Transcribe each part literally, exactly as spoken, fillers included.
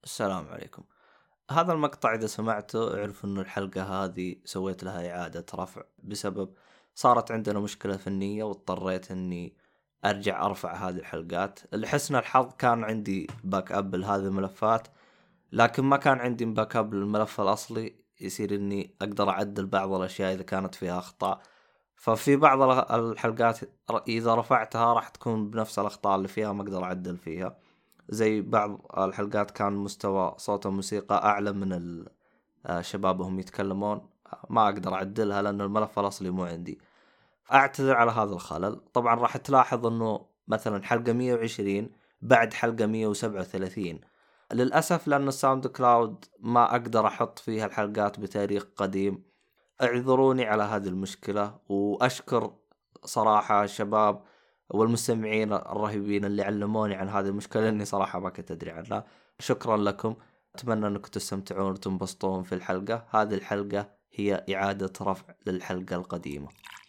السلام عليكم. هذا المقطع إذا سمعته اعرف أن الحلقة هذه سويت لها إعادة رفع بسبب صارت عندنا مشكلة فنية واضطريت أني أرجع أرفع هذه الحلقات. لحسن الحظ كان عندي باك أب لهذه الملفات، لكن ما كان عندي باك أب للملف الأصلي يصير أني أقدر أعدل بعض الأشياء إذا كانت فيها أخطاء. ففي بعض الحلقات إذا رفعتها راح تكون بنفس الأخطاء اللي فيها، ما أقدر أعدل فيها. زي بعض الحلقات كان مستوى صوت الموسيقى أعلى من الشباب وهم يتكلمون، ما أقدر أعدلها لأن الملف الأصلي مو عندي. أعتذر على هذا الخلل. طبعا راح تلاحظ أنه مثلا حلقة مية وعشرين بعد حلقة مية وسبعة وثلاثين للأسف، لأن الساوند كلاود ما أقدر أحط فيها الحلقات بتاريخ قديم. اعذروني على هذه المشكلة، وأشكر صراحة الشباب والمستمعين الرهيبين اللي علموني عن هذه المشكلة، لأني صراحة ما كنت أدري عنها. شكرا لكم، أتمنى أنكم تستمتعون وتنبسطون في الحلقة. هذه الحلقة هي إعادة رفع للحلقة القديمة.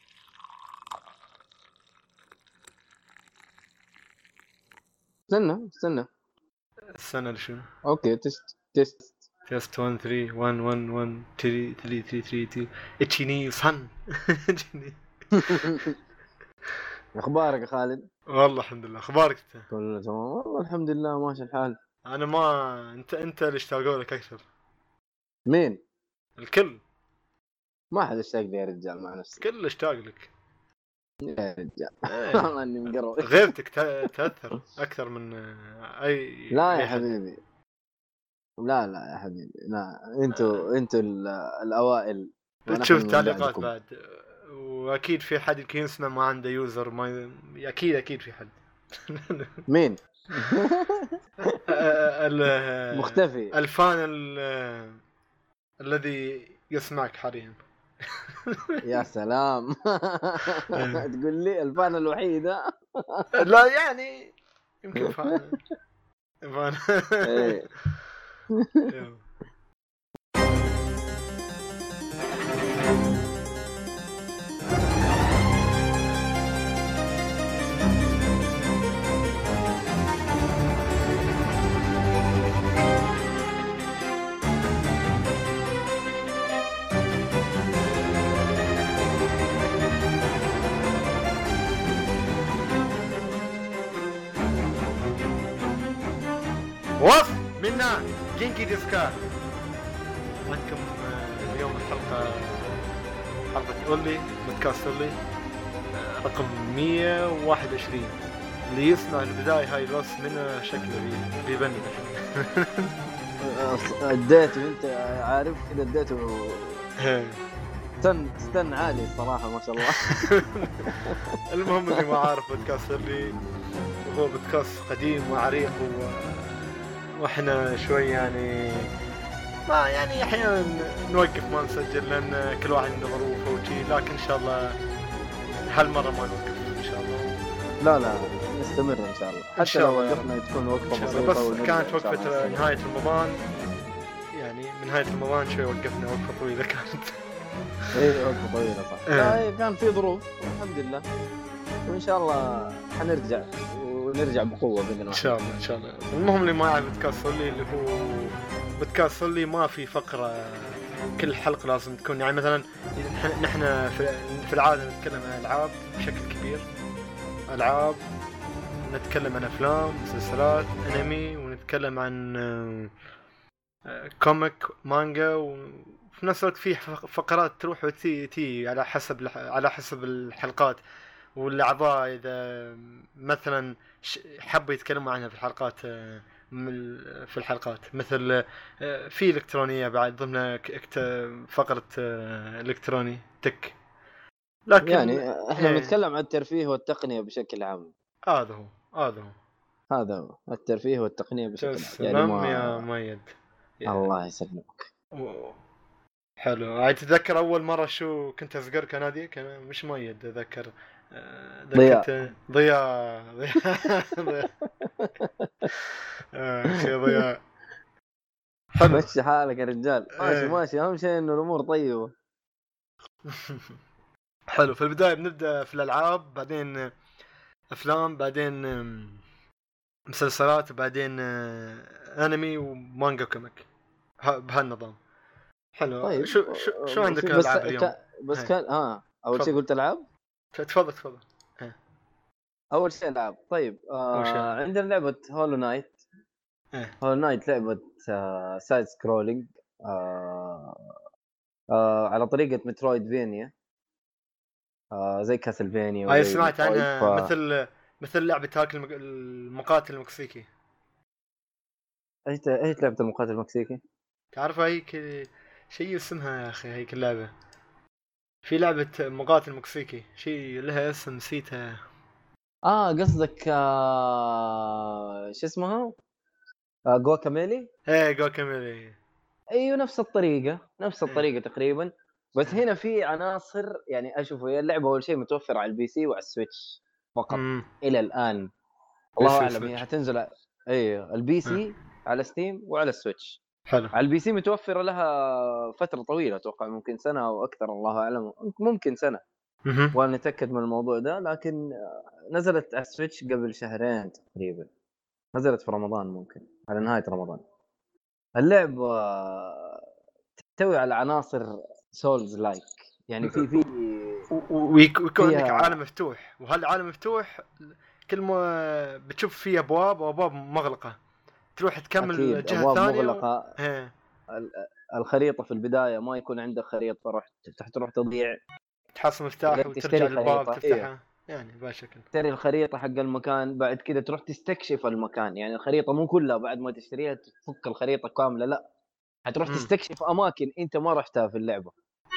استنى استنى السنة شو؟ اوكي تست تست تست واحد ثلاثة واحد واحد واحد ثلاثة ثلاثة ثلاثة ثلاثة اتشيني فن. اخبارك يا خالد؟ والله الحمد لله. اخبارك انت؟ كله تمام والله الحمد لله ماشي الحال. انا ما انت انت اللي اشتاقوا لك اكثر. مين؟ الكل ما حد اشتاق لي يا رجال مع نفسي الكل اشتاق لك يا رجال. ايه. والله اني مقروش. غيرتك تا- تاثر اكثر من اي لا يا أي حد. حبيبي، لا لا يا حبيبي، لا انتوا انتوا ال- الاوائل ونحن تشوف من التعليقات بعدكم. بعد، واكيد في حد يمكن يسمع ما عنده يوزر، ما اكيد اكيد في حد. مين؟ ال- مختفي. الفان ال- الذي يسمعك حاليا. يا سلام. تقول لي الفان الوحيدة؟ لا يعني يمكن فان فان ايه. يلا. وف منا جينكي ديسكا. معكم آه، اليوم الحلقة حلقة أولي بودكاست أولي آه، رقم مية وواحد وعشرين. اللي يسمع البداية هاي بس من شكله بي- بيبني. اديته انت عارف كذا، اديته استن استن عالي الصراحة ما شاء الله. المهم اللي ما عارف بودكاست اللي هو بودكاست قديم وعريق و... واحنا شوي يعني ما يعني احيانا نوقف ما نسجل لان كل واحد عنده ظروفه وشي، لكن ان شاء الله هالمره ما نوقف ان شاء الله. لا لا نستمر ان شاء الله، حتى شاء لو الله. وقفنا تكون وقفة بس بسيطة ونرجع كانت إن شاء الله وقفه نستمر. نهايه رمضان، يعني من نهايه رمضان شوي وقفنا وقفه طويله كانت. ايه وقفة طويلة صح. لا إيه كان في ظروف الحمد لله، وان شاء الله حنرجع ونرجع بقوة باذن الله. ان شاء الله ان شاء الله. المهم اللي ما يعرف بودكاست صلي اللي هو بودكاست صلي ما في فقرة كل حلقة لازم تكون، يعني مثلا نحن في في العادة نتكلم عن العاب بشكل كبير، العاب نتكلم عن افلام مسلسلات انمي، ونتكلم عن آه، كوميك مانجا، وفي نفس الوقت في فقرات تروح وتي تي على حسب على حسب الحلقات والاعضاء اذا مثلا حبوا يتكلموا عنها في الحلقات في الحلقات مثل في الكترونيه بعد ضمن فقره الكتروني تك، لكن يعني احنا ايه بنتكلم عن الترفيه والتقنية بشكل عام. هذا هو هذا هو هذا هو الترفيه والتقنية بشكل عام. يعني تسلم ما يا ميد. الله يسلمك. حلو. هاي تتذكر اول مره شو كنت اصغر كنادي كان مش ميد اتذكر ذكرت ضياء ضياء اخي ضياء. حلو مشي حالك يا رجال، ماشي ايه. ماشي، اهم شيء انه الامور طيبة. حلو. في البدايه بنبدا في الالعاب، بعدين افلام، بعدين مسلسلات وبعدين آه، انمي ومانجا كوميك بهالنظام. حلو. طيب شو شو شو عندك بس العاب اليوم؟ ك... بس كان ها اول شيء تفضل. قلت العاب. تفضل تفضل. ها. اول شيء العاب. طيب اول شيء آه عندنا لعبه هولو نايت. ها. هولو نايت لعبه آه سايد سكرولينج آه آه على طريقه مترويد فينيا، آه زي كاسلفينيا هاي وزي سمعت مترويد. ف عنها مثل مثل لعبة هاك المق... المقاتل المكسيكي. ايش ايش لعبه المقاتل المكسيكي؟ تعرف هيك شيء اسمها يا اخي هيك اللعبة، في لعبة مقاتل مكسيكي شيء لها اسم نسيتها. اه قصدك آه شو اسمها؟ آه جواكاميلي. ايه جو كاميري. ايوه نفس الطريقه، نفس ايه. الطريقه تقريبا. بس هنا في عناصر يعني اشوف هي اللعبه اول شيء متوفره على البي سي وعلى السويتش فقط امم الى الان. بس الله اعلم هي سويتش. حتنزل. ايوه البي اه. سي على ستيم وعلى السويتش. حلو. على البي سي متوفره لها فتره طويله، اتوقع ممكن سنه او اكثر، الله اعلم، ممكن سنه اها. وانا نتاكد من الموضوع ده. لكن نزلت على السويتش قبل شهرين تقريبا، نزلت في رمضان، ممكن على نهايه رمضان. اللعبه تحتوي على عناصر سولز لايك، يعني في في ويكون عندك فيها عالم مفتوح، وهالعالم مفتوح كل ما بتشوف فيه ابواب وابواب مغلقه تروح تكمل اكيد الجهه ابواب الثانيه و... مغلقه. ايه. ال- الخريطه في البدايه ما يكون عندك خريطه، روح تروح تضيع، تحصل مفتاح بعدين وترجع تشتري للباب خريطه. ايوه تفتحها يعني بهالشكل. تشتري الخريطه حق المكان، بعد كذا تروح تستكشف المكان. يعني الخريطه مو كلها بعد ما تشتريها تفك الخريطه كامله، لا، حتروح امم تستكشف اماكن انت ما رحتها في اللعبه.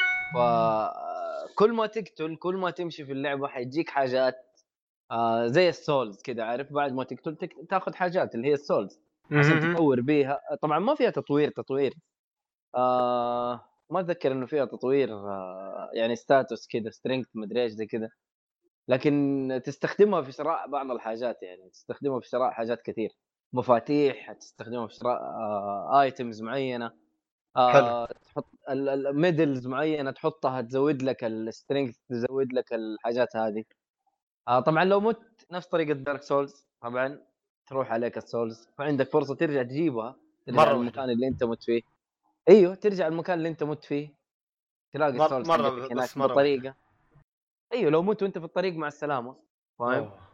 فكل ما تقتل، كل ما تمشي في اللعبه حيجيك حاجات آه زي السولز كذا، عارف؟ بعد ما تقتل تك... تاخذ حاجات اللي هي السولز عشان اها. تطور بيها. طبعا ما فيها تطوير تطوير آه ما اتذكر انه فيها تطوير آه يعني ستاتوس كذا، سترينث مدري ايش زي كذا، لكن تستخدمها في شراء بعض الحاجات. يعني تستخدمها في شراء حاجات كثير، مفاتيح، تستخدمها في شراء آه ايتمز معينه، حلو. آه تحط الميدلز معينه تحطها تزود لك السترينث، تزود لك الحاجات هذه. آه طبعا لو مت نفس طريقه دارك سولز طبعا تروح عليك السولز، فعندك فرصه ترجع تجيبها، ترجع مره واحده. للمكان اللي انت مت فيه. ايوه ترجع المكان اللي انت مت فيه، تلاقي مر... السولز مره حقتك بس هناك مره واحده. بطريقه. ايوه لو مت وانت في الطريق مع السلامه، فاهم؟ اوه.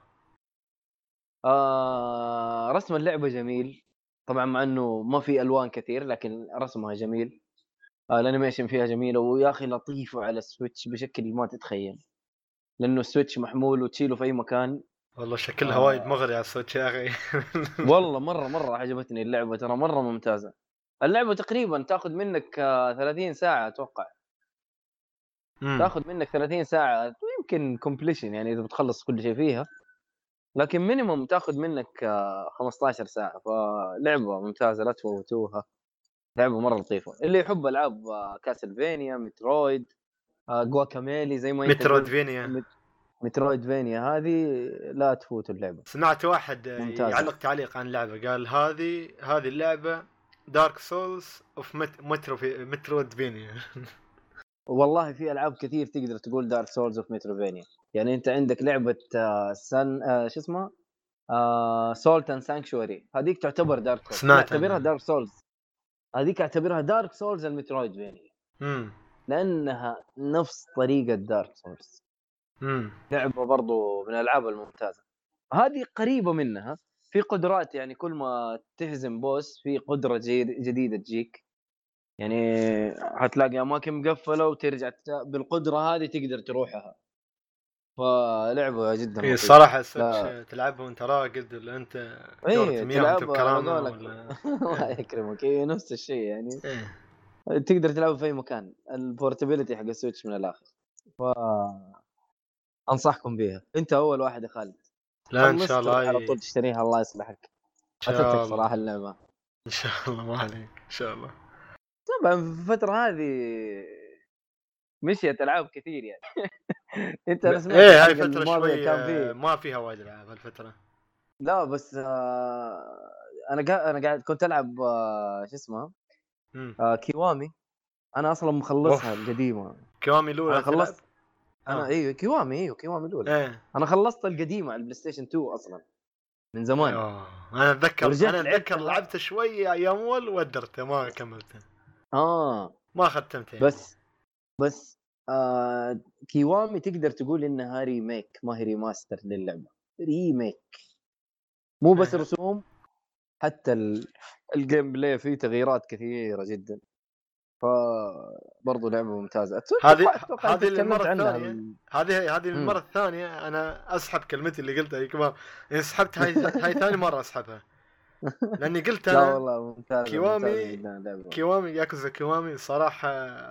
آه رسم اللعبه جميل طبعا، مع انه ما في الوان كثير لكن رسمها جميل. آه الانيميشن فيها جميله، ويا اخي لطيفه على السويتش بشكل ما تتخيل، لانه السويتش محمول وتشيله في اي مكان. والله شكلها وايد آه مغري على السويتش يا اخي. والله مره مره عجبتني اللعبه، ترى مره ممتازه. اللعبه تقريبا تاخذ منك آه ثلاثين ساعه اتوقع، امم تاخذ منك ثلاثين ساعه، ويمكن كومبليشن يعني اذا بتخلص كل شيء فيها، لكن مينيموم تاخذ منك آه خمسة عشر ساعه. فلعبه ممتازه لا تفوتوها، لعبه مره لطيفه. اللي يحب العاب آه كاسلفينيا، مترويد، آه جواكاميلي زي ما انت قلت، مترودفينيا. مت- مترويد فينيا هذه لا تفوتوا اللعبه، سمعت واحد ممتازه. يعلق تعليق عن اللعبه قال هذه هذه اللعبه دارك سولز اوف مترو في مترودفينيا. والله في العاب كثير تقدر تقول دارك سولز اوف متروفينيا. يعني انت عندك لعبه آه سن آه شو اسمها آه سولت اند سانكشوري، هذيك تعتبر دارك سولز، لا سمعت اعتبرها عنها. دارك سولز، هذيك اعتبرها دارك سولز المترويدفينيا، امم لانها نفس طريقه دارك سولز. امم لعبه برضو من الالعاب الممتازه. هذه قريبه منها في قدرات، يعني كل ما تهزم بوس في قدره جديده تجيك، يعني هتلاقي اماكن مقفله وترجع تت- بالقدره هذه تقدر تروحها. فلعبه جدا اي لطيفه. الصراحه السويتش لا تلعبها وانت راقد ولا انت دورة ايه المياه وانت تلعبها على بكرامه قولك. ولا الله ايه. يكرمك، ايه نفس الشيء يعني، ايه. تقدر تلعب في اي مكان. البورتابيلتي حق السويتش من الاخر، فانصحكم بيها. انت اول واحد يا خالد، لا ان خلص شاء الله تروح على اي. طول تشتريها، الله يصلحك. ان اتتك شاء صراحه الله. اللعبه. ان شاء الله ما عليك ان شاء الله. طبعا في الفتره هذه مشيت العاب كثير يعني. انت ب... انا سمعت ايه هاي الحلقه فتره الماضيه شوي كان آه، فيه، ما فيها وايد العاب هالفتره. لا بس آه انا قاعد انا قاعد كنت العب آه شو اسمه امم آه كيوامي. انا اصلا مخلصها اوف. القديمه. كوامي انا الاولى تلعب. خلصت، انا اه. ايوه كيوامي، ايوه كيوامي الاولى. ايه. انا خلصت القديمه على البلاي ستيشن تو اصلا. من زمان. آه. انا اتذكر ورجعت انا اتذكر لعبتها. لعبته شوي ايام اول ودرته ما كملته اه ما ختمته يعني. بس بس آه كيوامي تقدر تقول انها ريميك ما هي ريماستر للعبه. ريميك مو بس آه. رسوم، حتى ال... الجيم بلاي فيه تغييرات كثيره جدا. فبرضه لعبه ممتازه. اتوقع هذه اتوقع انت هذه تكلمت المره عنها الثانيه من... هذه هذه مم. المره الثانيه انا اسحب كلمتي اللي قلتها يا كبار. يعني سحبت هاي هاي ثاني مره اسحبها لاني قلت لا انا والله ممتازه ممتازه كيوامي جدا اللعبه. كيوامي ياكوزا كيوامي صراحه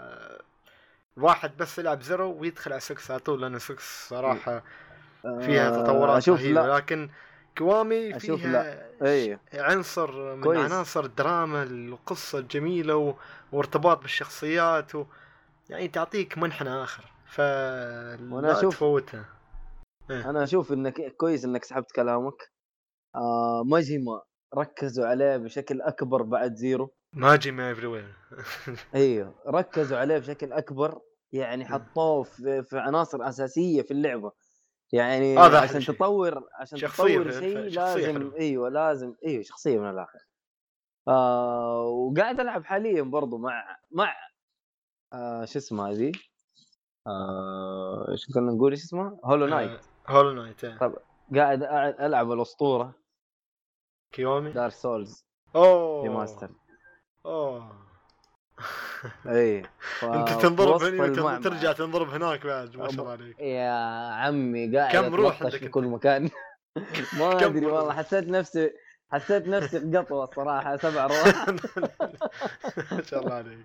واحد بس يلعب زيرو ويدخل على سكس على طول، لان سكس صراحه فيها آه تطورات اشوف رهيبه. لا لكن كيوامي اشوف لا فيها ش- اي عنصر من كويس. عناصر الدراما، القصه الجميله و... وارتباط بالشخصيات و... يعني تعطيك منحنى اخر، وانا فلا اشوف تفوتها. انا اشوف انك كويس انك سحبت كلامك. آه ماجما ركزوا عليه بشكل اكبر بعد زيرو. ماجي ما افري وير. ايوه ركزوا عليه بشكل اكبر، يعني حطوه في, في عناصر اساسيه في اللعبه. يعني هذا احلى عشان شيء، تطور عشان شخصيه تطور في... في... شيء شخصيه لازم حلوه. ايوه لازم ايوه شخصيه من الاخر. آه وقاعد العب حاليا برضو مع مع آه شو اسمه هذه آه ايش كنا نقول ايش اسمه هولو نايت. آه... هولو نايت. آه. طب قاعد أع- العب الاسطوره كيوامي. دار سولز اوه ريماستر. اوه اي انت ففي تنضرب وسط هني وترجع المعمعة تنضرب هناك بعد، ما شاء الله عليك. يا عمي قاعد كم روح اتلطش عندك في انت؟ كل مكان. ما كم ادري والله روح؟ حسيت نفسي حسيت نفسي قطوه الصراحه سبع ارواح. ما شاء الله عليك.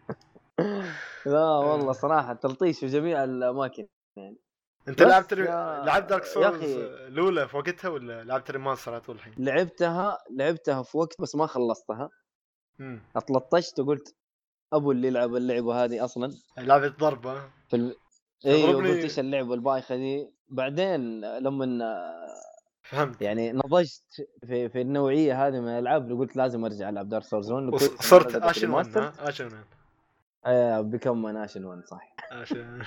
لا والله صراحه تلطيش في جميع الاماكن يعني. انت بس لعبت يا لعبت دارك يا سولز اخي الاولى في وقتها ولا لعبت ريماستر على طول الحين؟ لعبتها لعبتها في وقت بس ما خلصتها. امم اتلطشت وقلت ابو اللي يلعب اللعبه هذه اصلا لعبة ضربة. في ال... ايوه قلت تضربني. ايش اللعبه البايخه دي. بعدين لما فهمت. يعني نضجت في في النوعيه هذه من الالعاب قلت لازم ارجع العب دار سولز واحد. كويس انها وصرت نزلت اشن ون. ريماستر. ها اشن ون. ايه بكم ناشن ون صح. اشن.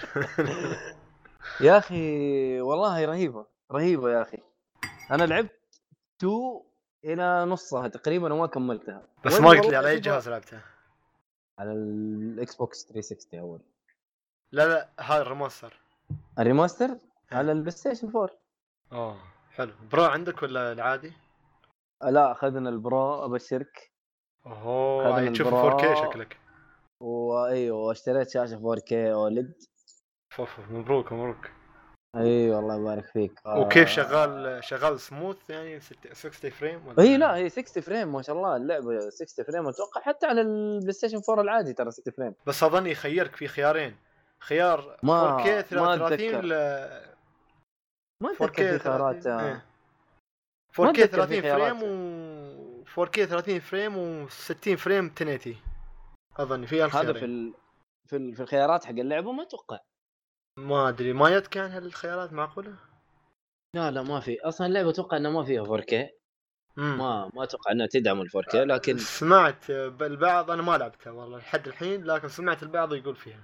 يا اخي والله رهيبه رهيبه يا اخي. انا لعبت تو الى نصها تقريبا وما كملتها. بس ما قلت لي على اي جهاز لعبتها. على الاكس بوكس ثلاثمية وستين اول. لا لا هاي الريماستر. الريماستر على البلاي ستيشن فور. اوه حلو. برو عندك ولا العادي؟ لا اخذنا البرو ابشرك. اوه اخذنا هاي تشوف البرو فور كيه شكلك. وايوه واشتريت شاشه فور كيه اولد. فوف مبروك مبروك. اي والله يبارك فيك. وكيف شغال شغال سموث يعني ستين فريم ولا؟ اي لا هي ستين فريم ما شاء الله اللعبه ستين فريم. اتوقع حتى على البلاي ستيشن فور العادي ترى ستين فريم. بس اظن يخيرك في خيارين، خيار ما فور كيه ما ثلاثة وثلاثين اتذكر ولا ما فور كيه اتذكر في خيارات. ثلاثين. ايه. ما فور كيه اتذكر في ثلاثين فريم خيارات. و فور كيه ثلاثين فريم و60 فريم ألف وثمانين. اظن في الخيارين. هذا في ال... في ال... في الخيارات حق اللعبه ما اتوقع. ما ادري ما يذكر هالخيارات معقوله. لا لا ما في اصلا اللعبه اتوقع انها ما فيها فور كيه. مم. ما ما اتوقع انها تدعم ال فور كيه لكن سمعت البعض، انا ما لعبتها والله لحد الحين، لكن سمعت البعض يقول فيها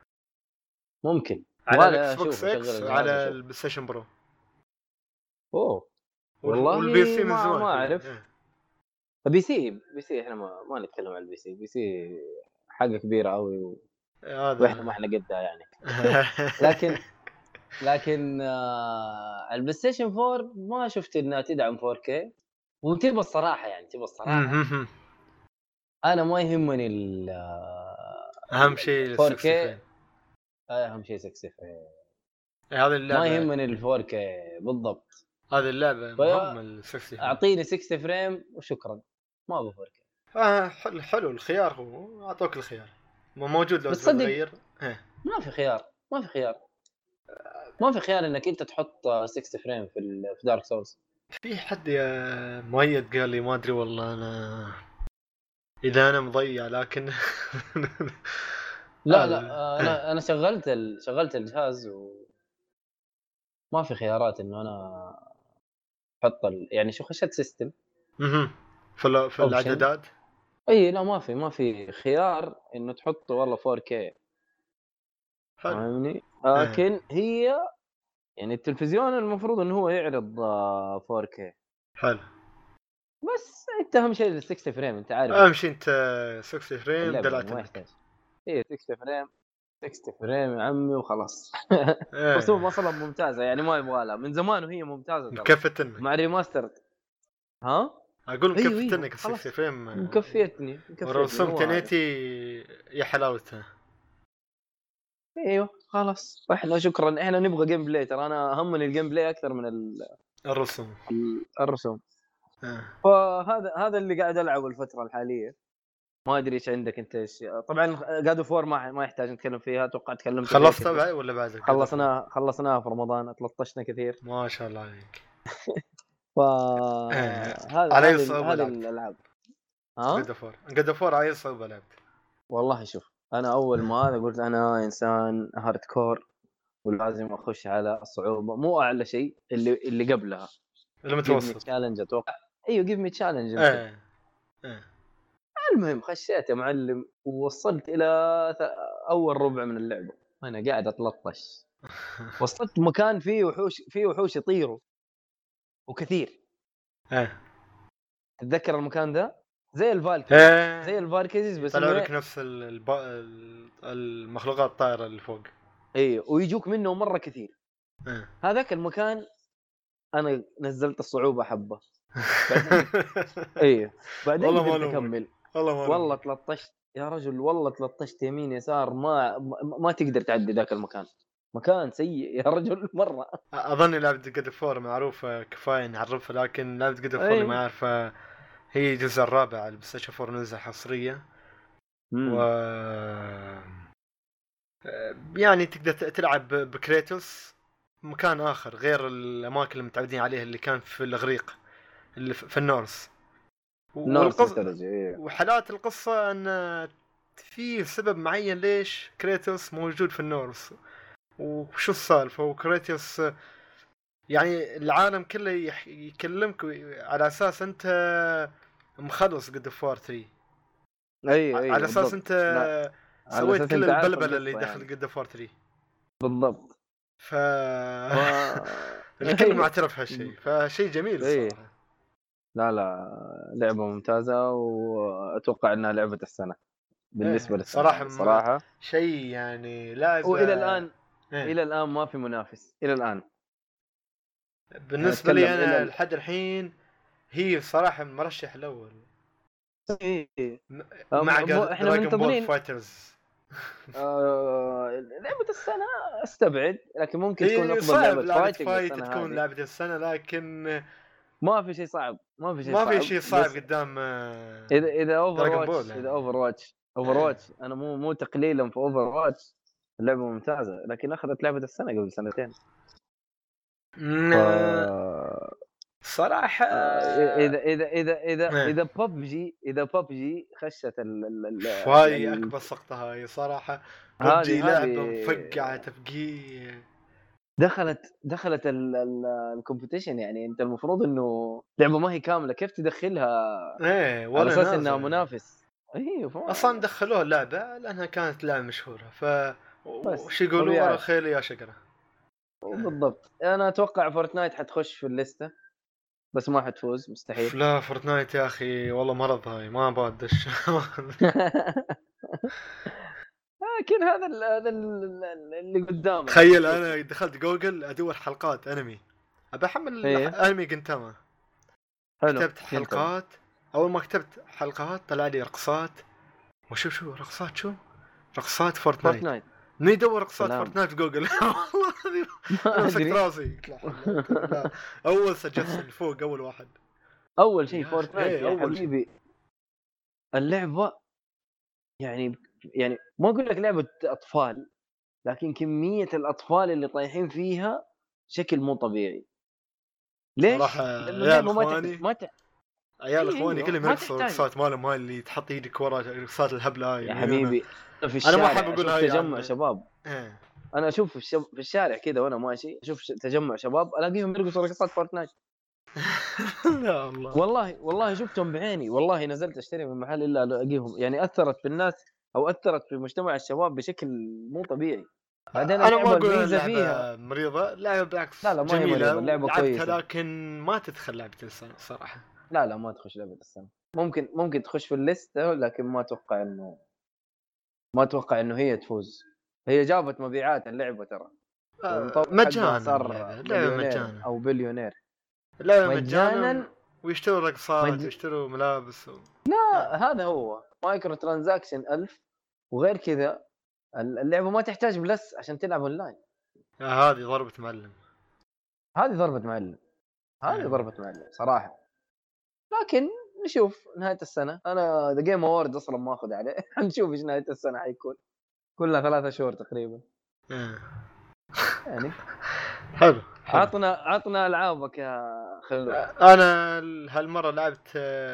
ممكن على الاكس بوكس اكس وعلى البلاي ستيشن برو. اوه والله والبي سي من ما زمان ما اعرف. إيه. بي سي بي سي احنا ما, ما نتكلم عن البي سي. بي سي حاجه كبيره قوي و... هذا واحنا ما احنا قدها يعني. لكن لكن آه البلاي ستيشن فور ما شفت انها تدعم فور كيه. وتبى الصراحه يعني تبى الصراحه انا ما يهمني ال اهم شيء فور كيه. اهم شيء ستين فريم. هذه اللعبه ما يهمني ال فور كيه بالضبط. هذه اللعبه مهمه ال ستين. اعطيني ستين فريم وشكرا ما ابغى فور كيه. اه حلو حلو الخيار، هو اعطوك الخيار موجود لو تغير. إيه. ما في خيار ما في خيار ما في خيار انك انت تحط ستين فريم في في دارك سولز. في حد يا مؤيد قال لي ما ادري والله انا اذا انا مضيع لكن لا لا انا انا شغلت ال... شغلت الجهاز وما في خيارات انه انا احط ال... يعني شو خشيت سيستم اها في في الاعدادات. اي لا ما في ما في خيار انه تحطه والله فور كيه فاهمني. لكن اه. هي يعني التلفزيون المفروض انه هو يعرض فور كيه حلو بس انت اهم شيء ال ستين فريم انت عارف امشي انت ستين فريم اللعبة دلعت ما لك. يحتاج ايه ستين فريم ستين فريم يا عمي وخلاص. إيه. رسوم اصلا ممتازه يعني ما يبغى لها من زمان وهي ممتازه ترى مكفت انك مع ريماستر. ها اقول أيوة مكفت أيوة، انك خلاص. ستين فريم مكفيتني مكفيتني ورسوم هو هذا. تنيتي يا حلاوتها. ايوه خلاص احنا شكرا احنا نبغى جيم بلاي ترى انا همني الجيم بلاي اكثر من ال- الرسوم ال- الرسوم. آه. فهذا هذا اللي قاعد العبه الفتره الحاليه. ما ادري ايش عندك انت ايش طبعا جادو فور ما ما يحتاج نتكلم فيها اتوقع تكلمت فيها خلصتها كثير. بعد ولا بعد؟ خلصناها خلصناها في رمضان اتلطشنا كثير. ما شاء الله عليك. ف آه. هذا على أي هذه صعوبة هذه لعبت؟ الالعاب. ها جاد فور جاد فور على صعوبة لعبت؟ والله شوف انا اول ما هذا قلت انا انسان هارد كور ولازم اخش على الصعوبه مو اعلى شيء اللي اللي قبلها. المتوسط. تشالنج اتوقع ايوه جيف مي تشالنج. ايه ايه المهم خشيت يا معلم ووصلت الى ث- اول ربع من اللعبه وانا قاعد اتلطش. وصلت مكان فيه وحوش فيه وحوش يطيروا وكثير. ايه تتذكر المكان ذا زي الفالكي ايه زي الفاركيزز بس طلعوا إنه لك نفس الب... المخلوقات الطائرة اللي فوق. ايه ويجوك منه مره كثير. ايه هذاك المكان انا نزلت الصعوبه حبه بعدين ايه بعدين والله ما قدرت ألومك. اكمل. والله ما والله ألومك. تلطشت يا رجل والله تلطشت يمين يسار ما ما, ما تقدر تعدي ذاك المكان. مكان سيء يا رجل مره. اظن لعبة جاد فور معروفة كفاية نعرفها لكن لعبة جاد فور اللي ما أيه. يعرفها هي الجزء الرابع على البلاي ستيشن فور نزل حصرية. مم. و يعني تقدر تلعب بكريتوس مكان اخر غير الاماكن اللي متعودين عليها اللي كان في الاغريق اللي في النورس. نورس والقصة ميثولوجي إيه. وحالات القصة ان في سبب معين ليش كريتوس موجود في النورس وشو السالفة. وكريتوس يعني العالم كله يح... يكلمك على اساس انت مخلص قد فور ثري. اي اي على اساس بالضبط. انت لا. على سويت أساس كل أنت عارف البلبله اللي القصة دخل يعني. قد فور ثري بالضبط. ف ف... الكل أيوه. معترف هالشيء فشيء جميل إيه. الصراحه. لا لا لعبة ممتازة وأتوقع أنها لعبة السنة بالنسبة إيه. للسنة صراحه يعني صراحة شيء يعني لعبه وإلى الآن إيه. إلى الآن ما في منافس إلى الآن. بالنسبه لي أتكلم انا إلى- لحد الحين هي صراحه المرشح الاول إيه. مع مو- إحنا دراجون بول منتظرين فايترز. آه... لعبة السنة استبعد لكن ممكن هي تكون أفضل صعب لعبة لعبه فايتنج فايت السنة تكون هذه. لعبه السنه لكن ما في شيء صعب ما في شيء ما صعب في شيء صعب بس قدام اذا اذا اوفر دراجون واتش بول اذا يعني. اوفر واتش اوفر واتش انا مو مو تقليلا في اوفر واتش اللعبه ممتازه لكن اخذت لعبه السنه قبل سنتين. ف... صراحة اذا اذا اذا اذا إيه. اذا ببجي اذا ببجي خشت ال ال ال هاي ال- اكبر سقطة هاي صراحة. هذه- ببجي لعبة هذه مفقعة تفقيع. دخلت دخلت الكومبيتيشن يعني انت المفروض انه لعبه ما هي كامله كيف تدخلها ايه على ولا اساس نازل. انها منافس. ايوه فما- اصلا دخلوها اللعبة لانها كانت لعبة مشهورة ف بس وش يقولوا طبيعي. ورا خيل يا شقرة. بالضبط انا اتوقع فورتنايت حتخش في الليسته بس ما حتفوز مستحيل. لا فورتنايت يا اخي والله مرض هاي ما بادش. لكن هذا ال هذا ال اللي قدامك. تخيل انا دخلت جوجل ادور حلقات انمي ابى احمل إيه. انمي جنتاما. حلو. كتبت حلقات اول ما كتبت حلقات طلع لي رقصات وشو شو رقصات شو رقصات فورتنايت. فورتنايت من يدور رقصات سلام. فورتنايت في جوجل. والله ما مسكت أدري. راسي. لا. اول سجلت فوق اول واحد اول شيء يا أخي، فورتنايت إيه، يا أول شيء. حبيبي اللعبه يعني يعني ما اقول لك لعبه اطفال لكن كميه الاطفال اللي طايحين فيها شكل مو طبيعي. ليش؟ صراحة لانه عيال اللعبه ما اخواني تحتاج ما ت... عيال إيه، اخواني أيوه، كلهم ما يرقصوا تحتاج. رقصات مالهم هاي اللي تحط ايدك ورا رقصات الهبله هاي يا اللي حبيبي أنا في أنا ما الشارع أحب أقول أشوف هاي تجمع عن- شباب إيه. انا اشوف في, الشب... في الشارع كذا وانا ماشي اشوف ش... تجمع شباب الاقيهم يرقصوا رقصات فورتنايت. لا والله والله والله شفتهم بعيني والله نزلت اشتري من محل الا الاقيهم يعني اثرت في الناس او اثرت في مجتمع الشباب بشكل مو طبيعي. بعدين انا ما اللعبة اقول الميزة اللعبه فيها مريضه. لعبه بالعكس لا لا ما هي جميله مريضة، اللعبة ولعبتها كويسة. لكن ما تدخل لعبه السنه صراحه. لا لا ما تخش لعبة السنة. ممكن ممكن تخش في الليستة لكن ما اتوقع انه ما اتوقع انه هي تفوز. هي جابت مبيعات اللعبة ترى، والمطور حقها مجانا صار اللعبة، اللعبة مليونير مجانا، او بليونير اللعبة مجانا، مجانا. ويشتروا رقصات مج... ويشتروا ملابس و... لا هذا هو مايكرو ترانزاكشن ألف. وغير كذا اللعبة ما تحتاج بلس عشان تلعب اونلاين. هذه ضربة معلم، هذه ضربة معلم، هذه ضربة معلم صراحة. لكن نشوف نهاية السنة. أنا ذا جيم أوورد أصلا ما أخذ عليه. نشوف إيش نهاية السنة حيكون، كلها ثلاثة شهور تقريبا يعني. حلو. عطنا عطنا ألعابك يا خلود. أنا هالمرة لعبت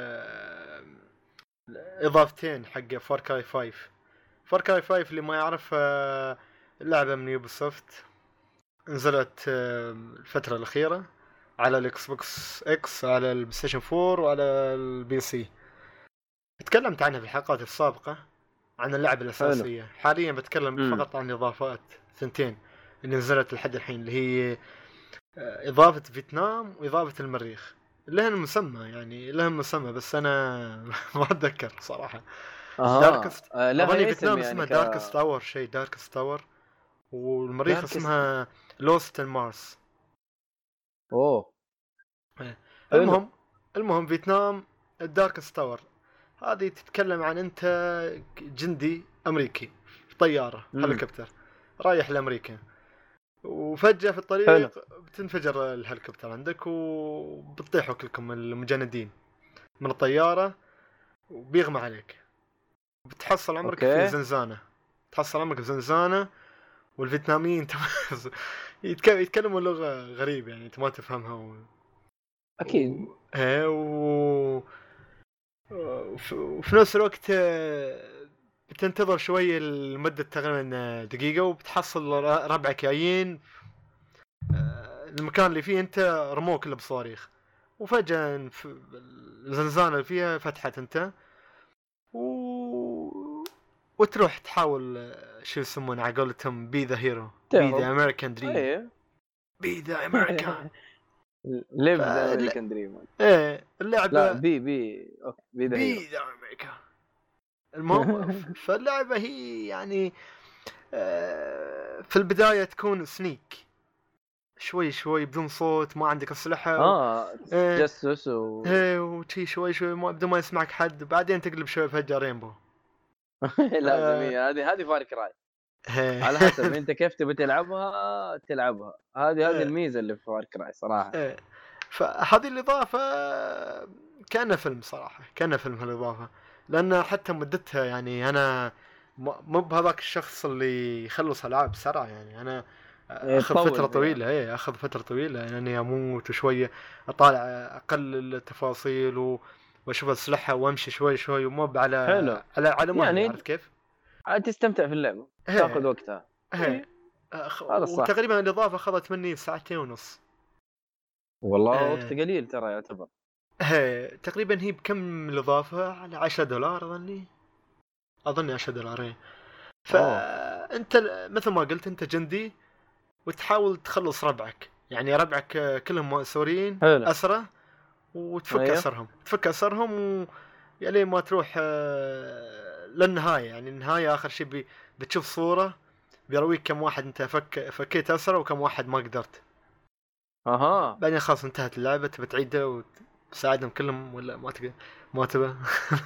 إضافتين حق فار كراي فايف. فار كراي فايف اللي ما يعرف لعبة من يوبيسوفت، نزلت الفترة الأخيرة على الإكس بوكس إكس، على البلايستيشن فور وعلى البي سي. تكلمت عنها في الحلقات السابقة عن اللعبة الأساسية. حلو. حاليا بتكلم م. فقط عن إضافات ثنتين اللي نزلت لحد الحين، اللي هي إضافة فيتنام وإضافة المريخ. لها المسمى يعني، لها مسمى بس أنا ما أتذكر صراحة. آه. داركست آه أظني فيتنام يعني اسمها ك... داركست تاور، شيء داركست تاور، والمريخ داركست... اسمها لوست مارس. أوه المهم المهم فيتنام الداركست تاور هذه تتكلم عن أنت جندي أمريكي في طيارة هليكوبتر رايح لأمريكا، وفجأة في الطريق حلو. بتنفجر الهليكوبتر عندك وبتطيحوا كلكم المجندين من الطيارة وبيغمى عليك، بتحصل عمرك أوكي. في زنزانة، تحصل عمرك في زنزانة، والفيتناميين يتكلموا لغة غريبة يعني انت ما تفهمها و... اكيد و... و... وفي نفس الوقت بتنتظر شوية لمدة تقريبا دقيقة، وبتحصل ربعك جايين المكان اللي فيه انت رموك اللي بصواريخ، وفجأة الزنزانة اللي فيها فتحت انت و... وتروح تحاول شو يسمون على قولتهم بي ذا هيرو، بي ذا امريكان دريم، بي ذا امريكان ليف ذا امريكان دريم. ايه اللعبه لا بي بي اوكي بي ذا بي ذا امريكان. المهم فاللعبه هي يعني في البدايه تكون سنيك شوي شوي بدون صوت، ما عندك اسلحه اه و... جسس و ايه وشي شوي شوي ما بدون ما يسمعك حد، بعدين تقلب شوي فجأة رينبو. لازمية هذه هذه فار كراي على حسب انت كيف تبي تلعبها تلعبها. هذه هذه الميزه اللي في فار كراي صراحه. فهذه الاضافه كان فيلم صراحه، كان فيلم هالاضافه، لان حتى مدتها يعني انا مو بهذاك الشخص اللي يخلص العاب بسرعه يعني، انا اخذ فتره طويله ايه اخذ فتره طويله يعني اني اموت وشويه اطالع اقل التفاصيل و... واشوف الاسلحه وامشي شوي شوي ومو على حلو. على على ما يعني عرفت كيف تستمتع في اللعبه تاخذ وقتها. هي أخ... وتقريبا الاضافه اخذت مني ساعتين ونص والله اه. وقت قليل ترى يعتبر. هي تقريبا هي بكم الاضافه على عشرة دولار اظني اظني عشرة دولار. فانت مثل ما قلت انت جندي وتحاول تخلص ربعك، يعني ربعك كلهم مأسورين أسرة وتفك أيوه. أسرهم تفك أسرهم و... يعني ما تروح للنهاية، يعني النهاية آخر شيء بي... بتشوف صورة بيرويك كم واحد انت فك... فكيت أسرة وكم واحد ما قدرت. أها بعدين خلاص انتهت اللعبة، تبي تعيدها وتساعدهم كلهم ولا ما تبي ما تبي.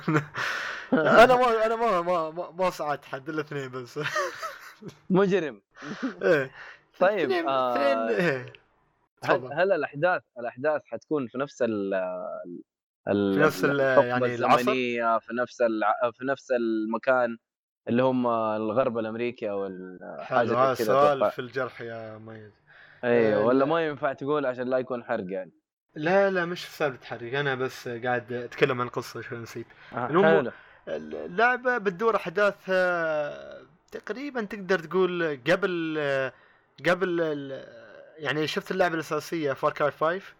أنا ما أنا ما ما ما, ما ساعدت حد الاثنين بس. مجرم. إيه. طيب آه هل, هل الاحداث الاحداث حتكون في نفس ال ال في نفس يعني الزمنيه في نفس الع... في نفس المكان اللي هم الغرب الامريكي او حاجه كذا؟ سؤال في الجرح يا ميز. ايوه ولا ما ينفع تقول عشان لا يكون حرق يعني؟ لا لا مش سالفه حرق، انا بس قاعد اتكلم عن القصه شوي نسيت. آه اللعبه بتدور احداثها تقريبا تقدر تقول قبل قبل يعني شفت اللعبه الاساسيه فار كراي فايف.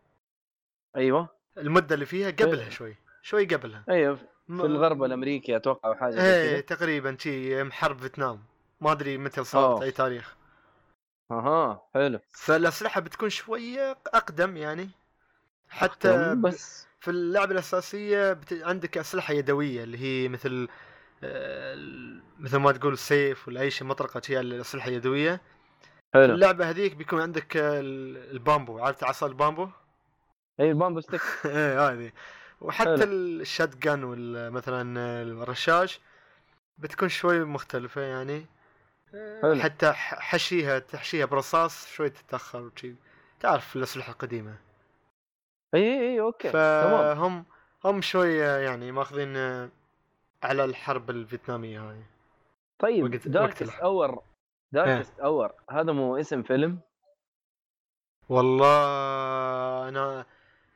ايوه المده اللي فيها قبلها شوي شوي قبلها. ايوه في م... الغرب الامريكي اتوقع او حاجه زي كذا. ايه تقريبا شيء حرب فيتنام، ما ادري متى صارت اي تاريخ. اها حلو. فالاسلحه بتكون شويه اقدم يعني، حتى بس في اللعبة الأساسية بت... عندك أسلحة يدوية اللي هي مثل آه... مثل ما تقول سيف ولا أي شيء مطرقة هي الأسلحة اليدوية. في حلو. اللعبة هذيك بيكون عندك البامبو، عرفت عصا البامبو؟ اي البامبو ستيك. ايه هذه. وحتى حلو. الشات جان ولا مثلا الرشاش بتكون شوي مختلفة يعني. حلو. حتى ح- حشيها تحشيها برصاص شوي تتأخر وشي، تعرف الأسلحة القديمة. اي اي اي اوكي تمام. فهم هم شوي يعني ماخذين على الحرب الفيتنامية هاي. طيب وقت وقت داركست الح- اور، إيه. داركست اور هذا مو اسم فيلم؟ والله أنا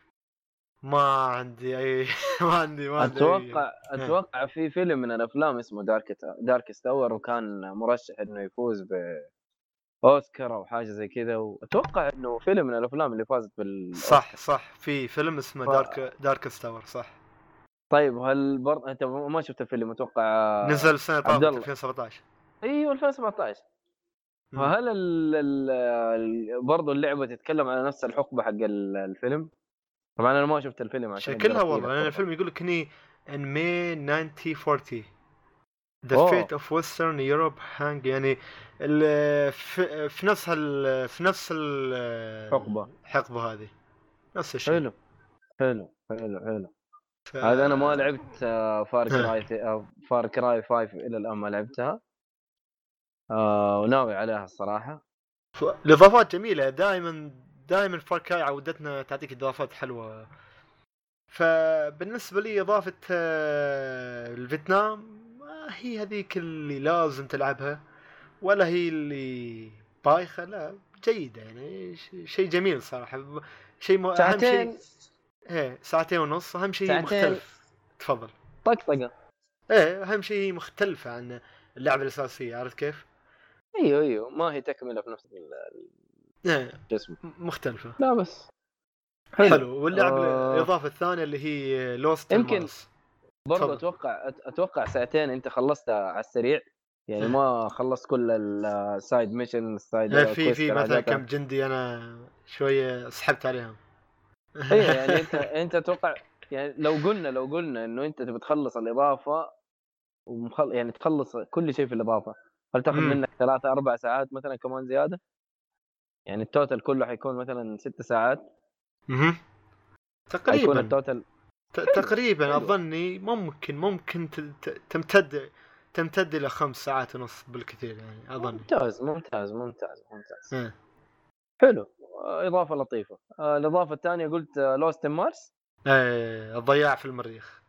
ما عندي أي ما عندي ما عندي أي. اتوقع إيه. اتوقع في فيلم من الافلام اسمه داركست داركست اور، وكان مرشح انه يفوز باوسكار او حاجه زي كذا، واتوقع انه فيلم من الافلام اللي فازت بالاوسكار. صح صح في فيلم اسمه ف... دارك داركست تاور صح. طيب هل برضه انت ما شفت الفيلم اتوقع؟ نزل السنة عبد طافت الله. ألفين وسبعة عشر. ايوه ألفين وسبعة عشر. مم. فهل ال... ال... ال- برضه اللعبه تتكلم على نفس الحقبه حق ال- الفيلم؟ طبعا انا ما شفت الفيلم عشان اقدر شكلها احكي والله لك لأن برضه. الفيلم يقول لك هني in May nineteen forty The أوه. fate of Western Europe hang يعني ال في, في نفس هال في نفس حقبة. الحقبة هذه نفس الشيء. حلو حلو حلو حلو. ف... هذا انا ما لعبت فار ها. كراي فار كراي خمسة الى الان ما لعبتها، آه وناوي عليها الصراحه. ف... الإضافات جميلة دائما دائما فار كراي عودتنا تعطيك إضافات حلوة. فبالنسبة لي إضافة آه، الفيتنام ما هي هذيك اللي لازم تلعبها ولا هي اللي بايخة، لا جيدة يعني ش- شيء جميل صراحة. ب- شيء م... أهم ساعتين شيء ايه ساعتين ونص أهم شيء ساعتين مختلف. تفضل. طقطقه. ايه أهم شيء مختلفة عن اللعبة الأساسية، عرفت كيف؟ ايوه ايوه ما هي تكمله في نفس ال- ايه الجسم. م- مختلفة. لا بس حلو, حلو. واللعبة آه الإضافة الثانية اللي هي لوست يمكن مارس. برضه تفضل. اتوقع أت- اتوقع ساعتين انت خلصتها على السريع يعني، ما خلصت كل السايد ميشن السايد إيه، في كويست في مثلا حاجاتها. كم جندي أنا شوية سحبت عليهم. ايوه يعني انت انت اتوقع يعني لو قلنا لو قلنا انه انت تبي تخلص الاضافه ومخل... يعني تخلص كل شيء في الاضافه، هل تاخذ امم منك ثلاثة اربع ساعات مثلا كمان زياده؟ يعني التوتال كله حيكون مثلا ست ساعات. اها حيكون تقريبا. التوتال. ت- حلو تقريبا حلو اظني ممكن ممكن ت- ت- تمتد تمتد الى خمس ساعات ونص بالكثير يعني اظني. ممتاز ممتاز ممتاز ممتاز. إيه. حلو. آه، اضافه لطيفه. آه، الاضافه الثانيه قلت لوست ان مارس. ايه الضياع في المريخ.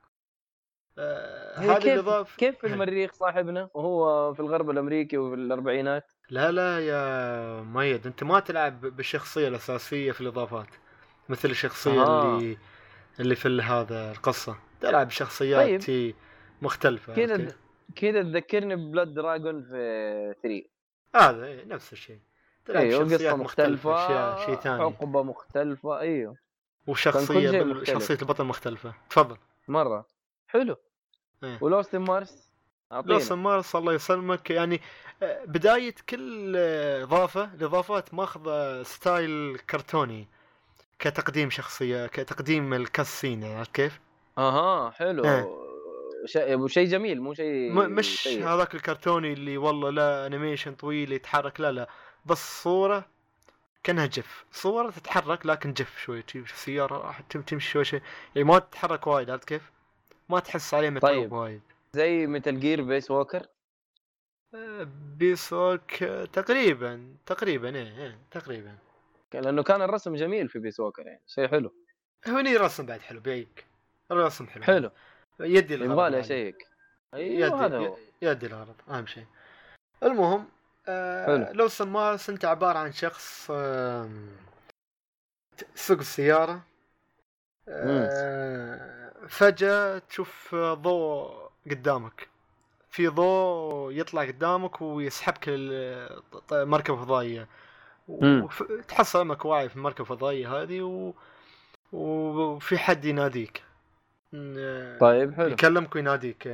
آه هي هذه كيف الاضافه. كيف في المريخ صاحبنا وهو في الغرب الامريكي وفي الاربعينات؟ لا لا يا ميد انت ما تلعب بالشخصيه الاساسيه في الاضافات مثل الشخصيه اها اللي اللي في هذا القصه، تلعب شخصيات طيب تي مختلفه، عرفت كذا كيف؟ كذا تذكرني ببلاد دراجون في ثلاثة. هذا إيه نفس الشيء، تلعب ايوه قصة شخصيات مختلفة، مختلفه اشياء شيء ثاني حقبة مختلفة، ايوه كان كل وشخصيه شيء بال... مختلف شخصيه البطل مختلفه. تفضل. مرة. حلو. إيه. ولوست ان مارس لوس اعطينا. مارس الله يسلمك يعني آه، بداية كل آه، إضافة الإضافات ماخذة ستايل كرتوني كتقديم شخصية كتقديم الكاسين يعني، عرفت كيف؟ اها حلو. إيه. شيء شيء جميل مو شيء م- مش سيء. هذاك الكرتوني اللي والله لا انيميشن طويل يتحرك، لا لا بس صورة كأنها جف، صورة تتحرك لكن جف شوي، تجيب السيارة راح تم- تمشي شوي شوي يعني ما تتحرك وايد، عرفت كيف؟ ما تحس عليه متعوب طيب وايد. زي ميتال جير بيس ووكر. آه، بيسوك آه، تقريبا تقريبا ايه ايه تقريبا. لانه كان الرسم جميل في بيس ووكر يعني شيء حلو. هوني رسم بعد حلو بيك، الرسم حلو حلو يدي الغرض يبغى لي يعني. اشيك. ايوه هذا يدي هو. يدي الغرض اهم شيء. المهم آه حلو. لو سمارس انت عبارة عن شخص آه تسوق السيارة امم آه فجأة تشوف ضوء قدامك، في ضوء يطلع قدامك ويسحبك المركبة الفضائية امم وتحصل امك واعي في المركبة الفضائية هذه و... وفي حد يناديك. طيب حلو. يكلمك ويناديك.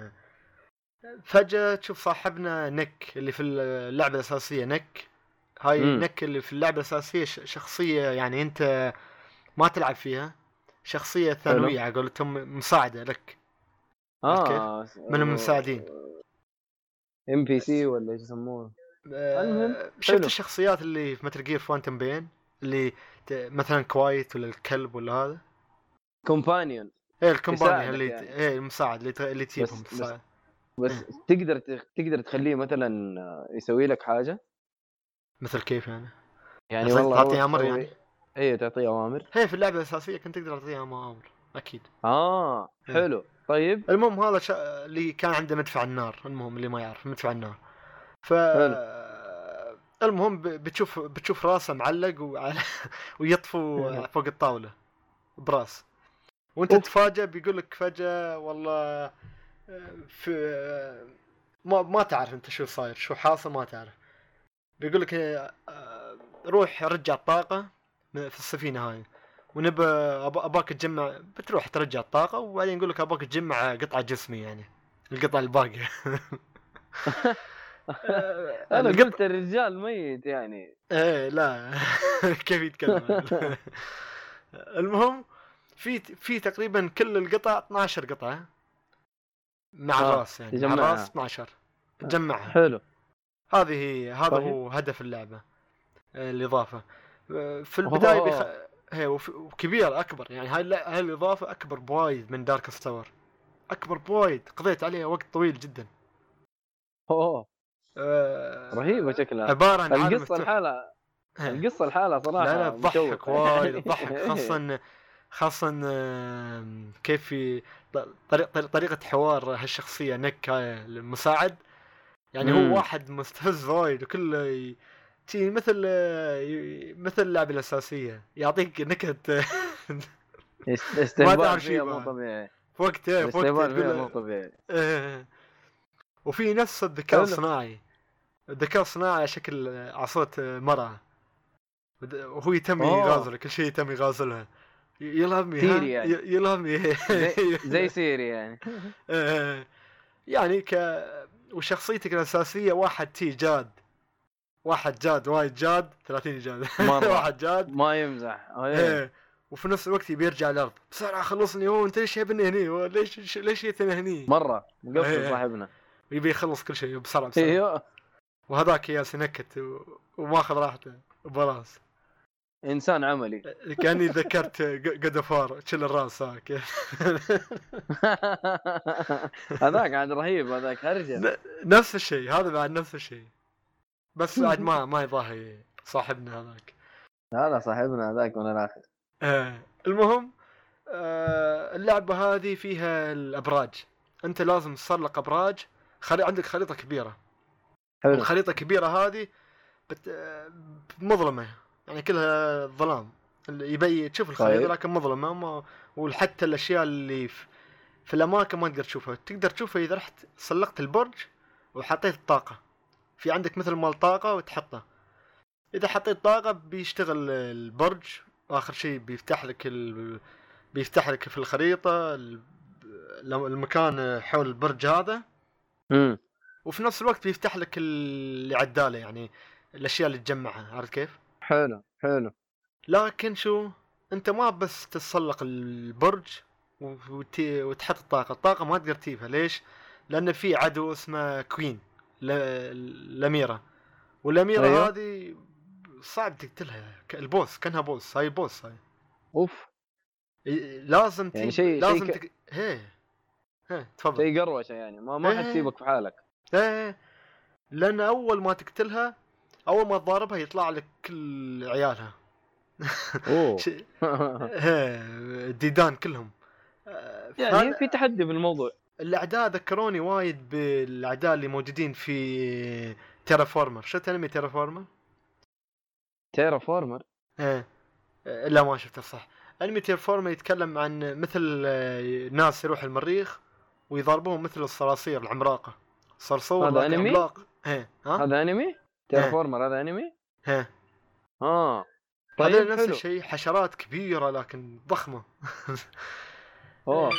فجأة تشوف صاحبنا نك اللي في اللعبة الأساسية. نك هاي مم. نك اللي في اللعبة الأساسية شخصية يعني أنت ما تلعب فيها، شخصيه ثانويه على قولتهم، مساعده لك. اه من المساعدين ام بي سي ولا ايش يسموه. المهم آه شفت الشخصيات اللي في متل جير فانتوم بين اللي مثلا كوايت ولا الكلب ولا هذا كومبانيون. ايه الكومبانيون اللي يعني. ايه المساعد اللي اللي تجيبهم بس, بس, بس إيه؟ تقدر تقدر تخليه مثلا يسوي لك حاجه مثل كيف يعني يعني والله تعطيه امر يعني ايه تعطيه اوامر. هي في اللعبه الاساسيه كنت تقدر تعطيه اوامر اكيد. اه حلو. طيب المهم هذا ش... اللي كان عنده مدفع النار. المهم اللي ما يعرف مدفع النار ف حلو. المهم بتشوف بتشوف راسه معلق وعلى ويطفو فوق الطاوله براس وانت أوف. تتفاجئ بيقول لك فجاه والله في ما ما تعرف انت شو صاير شو حاصل ما تعرف. بيقول لك روح رجع الطاقه في السفينه هاي ونبى اباك تجمع. بتروح ترجع الطاقه وبعدين يقول لك اباك تجمع قطعه جسمي يعني القطعه الباقيه. انا قلت الرجال ميت يعني. ايه لا كيف يتكلم. المهم في في تقريبا كل القطع اثناشر قطعه مع آه. الراس يعني مع الراس اثناشر تجمعها. حلو. هذه هذا طيب. هو هدف اللعبه الاضافه في البدايه بيخ... هي وكبير اكبر يعني هاي هاي الاضافه اكبر بوايد من داركست تاور. اكبر بوايد قضيت عليها وقت طويل جدا. اوه آه... رهيبه شكلها. عباره عن القصه الحالة القصه الحالة صراحه لا لا تضحك وايد تضحك خاصه خاصه كيف في طريقه طريقه حوار هالشخصيه نك المساعد يعني مم. هو واحد مستفز وايد وكله شيء مثل مثل اللعبه الاساسيه يعطيك نكت استهبال فيها مو طبيعي في وقته في وقته مو طبيعي. وفي نفس الذكاء الصناعي الذكاء الصناعي شكل عصوت مرة وهو يتم يغازل كل شيء يتم يغازلها يلهمني سيري يعني. يلهمني زي, زي سيري يعني. يعني ك وشخصيتك الأساسية واحد تي جاد واحد جاد وايد جاد ثلاثين جاد واحد جاد ما يمزح. ايه وفي نفس الوقت بيرجع الأرض بسرعة خلصني. هو انت ليش يبني هني ليش ليش يتني هني مرة مقفل صاحبنا يبي يخلص كل شيء بسرعة بسرعة. ايوه وهذاك يا سنكت و... وماخذ راحته وبراس انسان عملي. كاني ذكرت قدفار تشيل الراس هاك. هذاك عاد رهيب هذاك هرجه. نفس الشيء هذا بعد نفس الشيء بس بعد ما ما يضاهي صاحبنا هذاك. هذا صاحبنا هذاك من الاخر. آه. المهم آه اللعبه هذه فيها الابراج. انت لازم تسلق ابراج. خلي عندك خريطه كبيره. حلو. الخريطه الكبيره هذه بت... مظلمه يعني كلها ظلام يبي تشوف الخريطه طيب. لكن مظلمه ما... وحتى الاشياء اللي في... في الاماكن ما تقدر تشوفها. تقدر تشوفها اذا رحت سلقت البرج وحطيت الطاقه. في عندك مثل مال طاقه وتحطه. اذا حطيت طاقه بيشتغل البرج واخر شيء بيفتح لك ال... بيفتح لك في الخريطه المكان حول البرج هذا. امم وفي نفس الوقت بيفتح لك اللي عداله يعني الاشياء اللي تجمعها. عرفت كيف؟ حلو حلو. لكن شو انت ما بس تسلق البرج وتي... وتحط الطاقه. الطاقه ما تقدر تجيبها. ليش؟ لان في عدو اسمه كوين ل... الاميره والاميره أيوه. هذه صعب تقتلها. البوس كانها بوس. هاي بوس هاي اوف لازم يعني شيء لازم شي ك... تك... هي هي تفضل. شيء قروشه يعني ما ما حتسيبك في حالك. ايه لان اول ما تقتلها اول ما تضاربها يطلع لك كل عيالها. اوه الديدان كلهم يعني في تحدي بالموضوع. الاعداء ذكروني وايد بالاعداء اللي موجودين في تيرافورمر. شفت انمي تيرافورمر؟ تيرافورمر ايه لا ما شفته صح. انمي تيرافورمر يتكلم عن مثل ناس يروح المريخ ويضربوهم مثل الصراصير العملاقه. صرصور هذا انمي عملاق. ايه ها هذا انمي تيرافورمر. هذا انمي ها اه طيب هذا نفس الشيء حشرات كبيره لكن ضخمه. اوه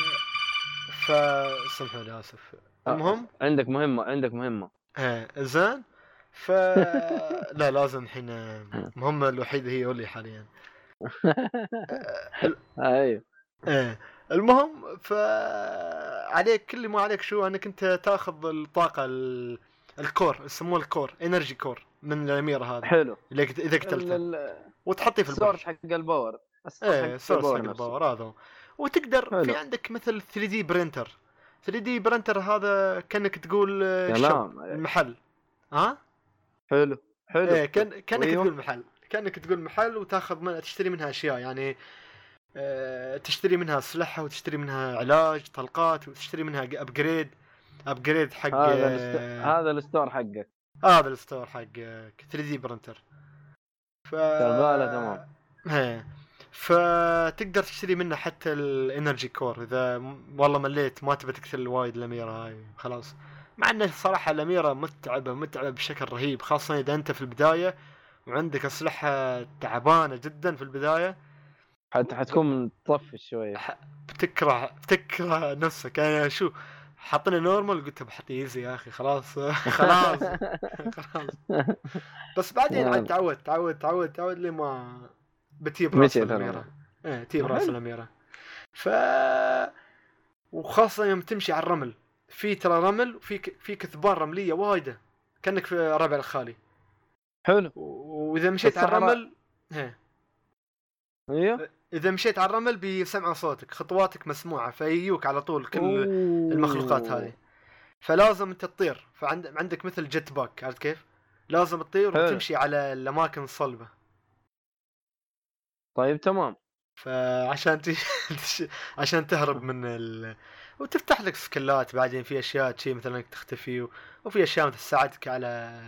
فسمحوا لي اسف. المهم عندك مهمه عندك مهمه ايه زين ف لا لازم الحين المهمه الوحيده هي اولي حاليا. ايوه ايه المهم فعليك كل ما عليك شو انك انت تاخذ الطاقه ال... الكور يسموه الكور انرجي كور من الاميره هذه حلو اللي كت- اذا قتلته وتحطيه في البرج. السورس حق الباور السورس ايه حق سورس حق الباور نفسه. الباور هذا. وتقدر حلو. في عندك مثل ثري دي برينتر. ثري دي برينتر هذا كانك تقول آه، شوب سلام عليك. محل. ها حلو حلو. ايه كان كانك أيوه. تقول محل كانك تقول محل وتاخذ من تشتري منها اشياء يعني آه، تشتري منها اسلحه وتشتري منها علاج طلقات وتشتري منها ابجريد ابجريد حق هذا الست... آه، هذا الستور حقك هذا الستور حق ثري دي برينتر. ف شغاله تمام. ايه فتقدر تشتري منه حتى الانرجي كور اذا م- والله مليت ما تبي تقتل وايد الاميره هاي خلاص. مع انه صراحه الاميره متعبه متعبه بشكل رهيب خاصه اذا انت في البدايه وعندك اسلحه تعبانه جدا في البدايه. حتى حتكون تطفش شويه. بتكره بتكره نفسك. انا شو حاطينه نورمال قلت بحط ايزي يا اخي خلاص خلاص خلاص. بس بعدين عاد تعود تعود تعود تعود لي ما بتجيب راس مشي الاميره. ايه تجيب راس حلو. الاميره. ف وخاصه يوم تمشي على الرمل في ترى رمل وفي ك- في كثبان رمليه وايده كانك في ربع الخالي. حلو. و- واذا مشيت على الصحراء. الرمل ايه ايوه. اذا مشيت على الرمل بيسمع صوتك خطواتك مسموعه فيجيوك على طول كل أوه. المخلوقات هذه. فلازم انت تطير فعند عندك مثل جيت باك عرفت كيف لازم تطير حلو. وتمشي على الاماكن الصلبه. طيب تمام. فعشان ت... عشان تهرب من ال... وتفتح لك سكلات بعدين في اشياء شيء مثلا انك تختفي و... وفي اشياء مثل تساعدك على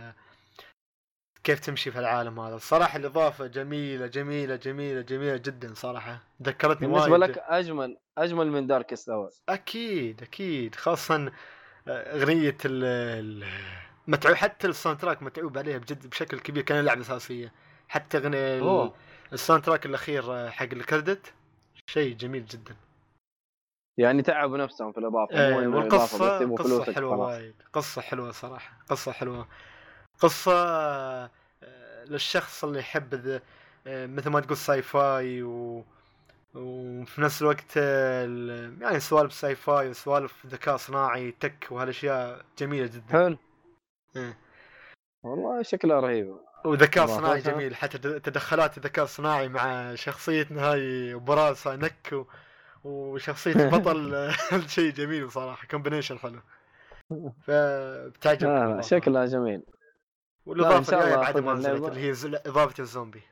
كيف تمشي في العالم هذا. الصراحه الاضافه جميله جميله جميله جميله جدا صراحه ذكرتني بالنسبه وايد. لك اجمل اجمل من داركست اور. اكيد اكيد خاصه اغنيه ال ال- متعوب حتى الساوند تراك متعوب عليها بجد بشكل كبير كان لعبه اساسيه. حتى اغنيه ال- أوه. الساوند تراك الاخير حق الكردت شيء جميل جدا. يعني تعبوا نفسهم في الاضافه. آه، مو إنه والقصه إضافة بس يبغوا قصه فلوسك حلوه خلاص. وايد قصه حلوه صراحه قصه حلوه قصه آه، للشخص اللي يحب ذا- آه، مثل ما تقول ساي فاي و وفي نفس الوقت ال- يعني سوالف ساي فاي وسوالف ذكاء صناعي تك وهالاشياء جميله جدا. حلو. إيه. والله شكلها رهيب. وذكاء صناعي إضافاتها. جميل حتى تدخلات الذكاء الصناعي مع شخصيتنا هاي وبراس نك و... وشخصية البطل شيء جميل صراحة كومبينيشن حلو. فبتعجبك آه الإضافة. شكلها جميل. لا، إن والإضافة شاء الجاية الله بعد ما أخذها نزلت اللعبة. اللي هي زل- إضافة الزومبي.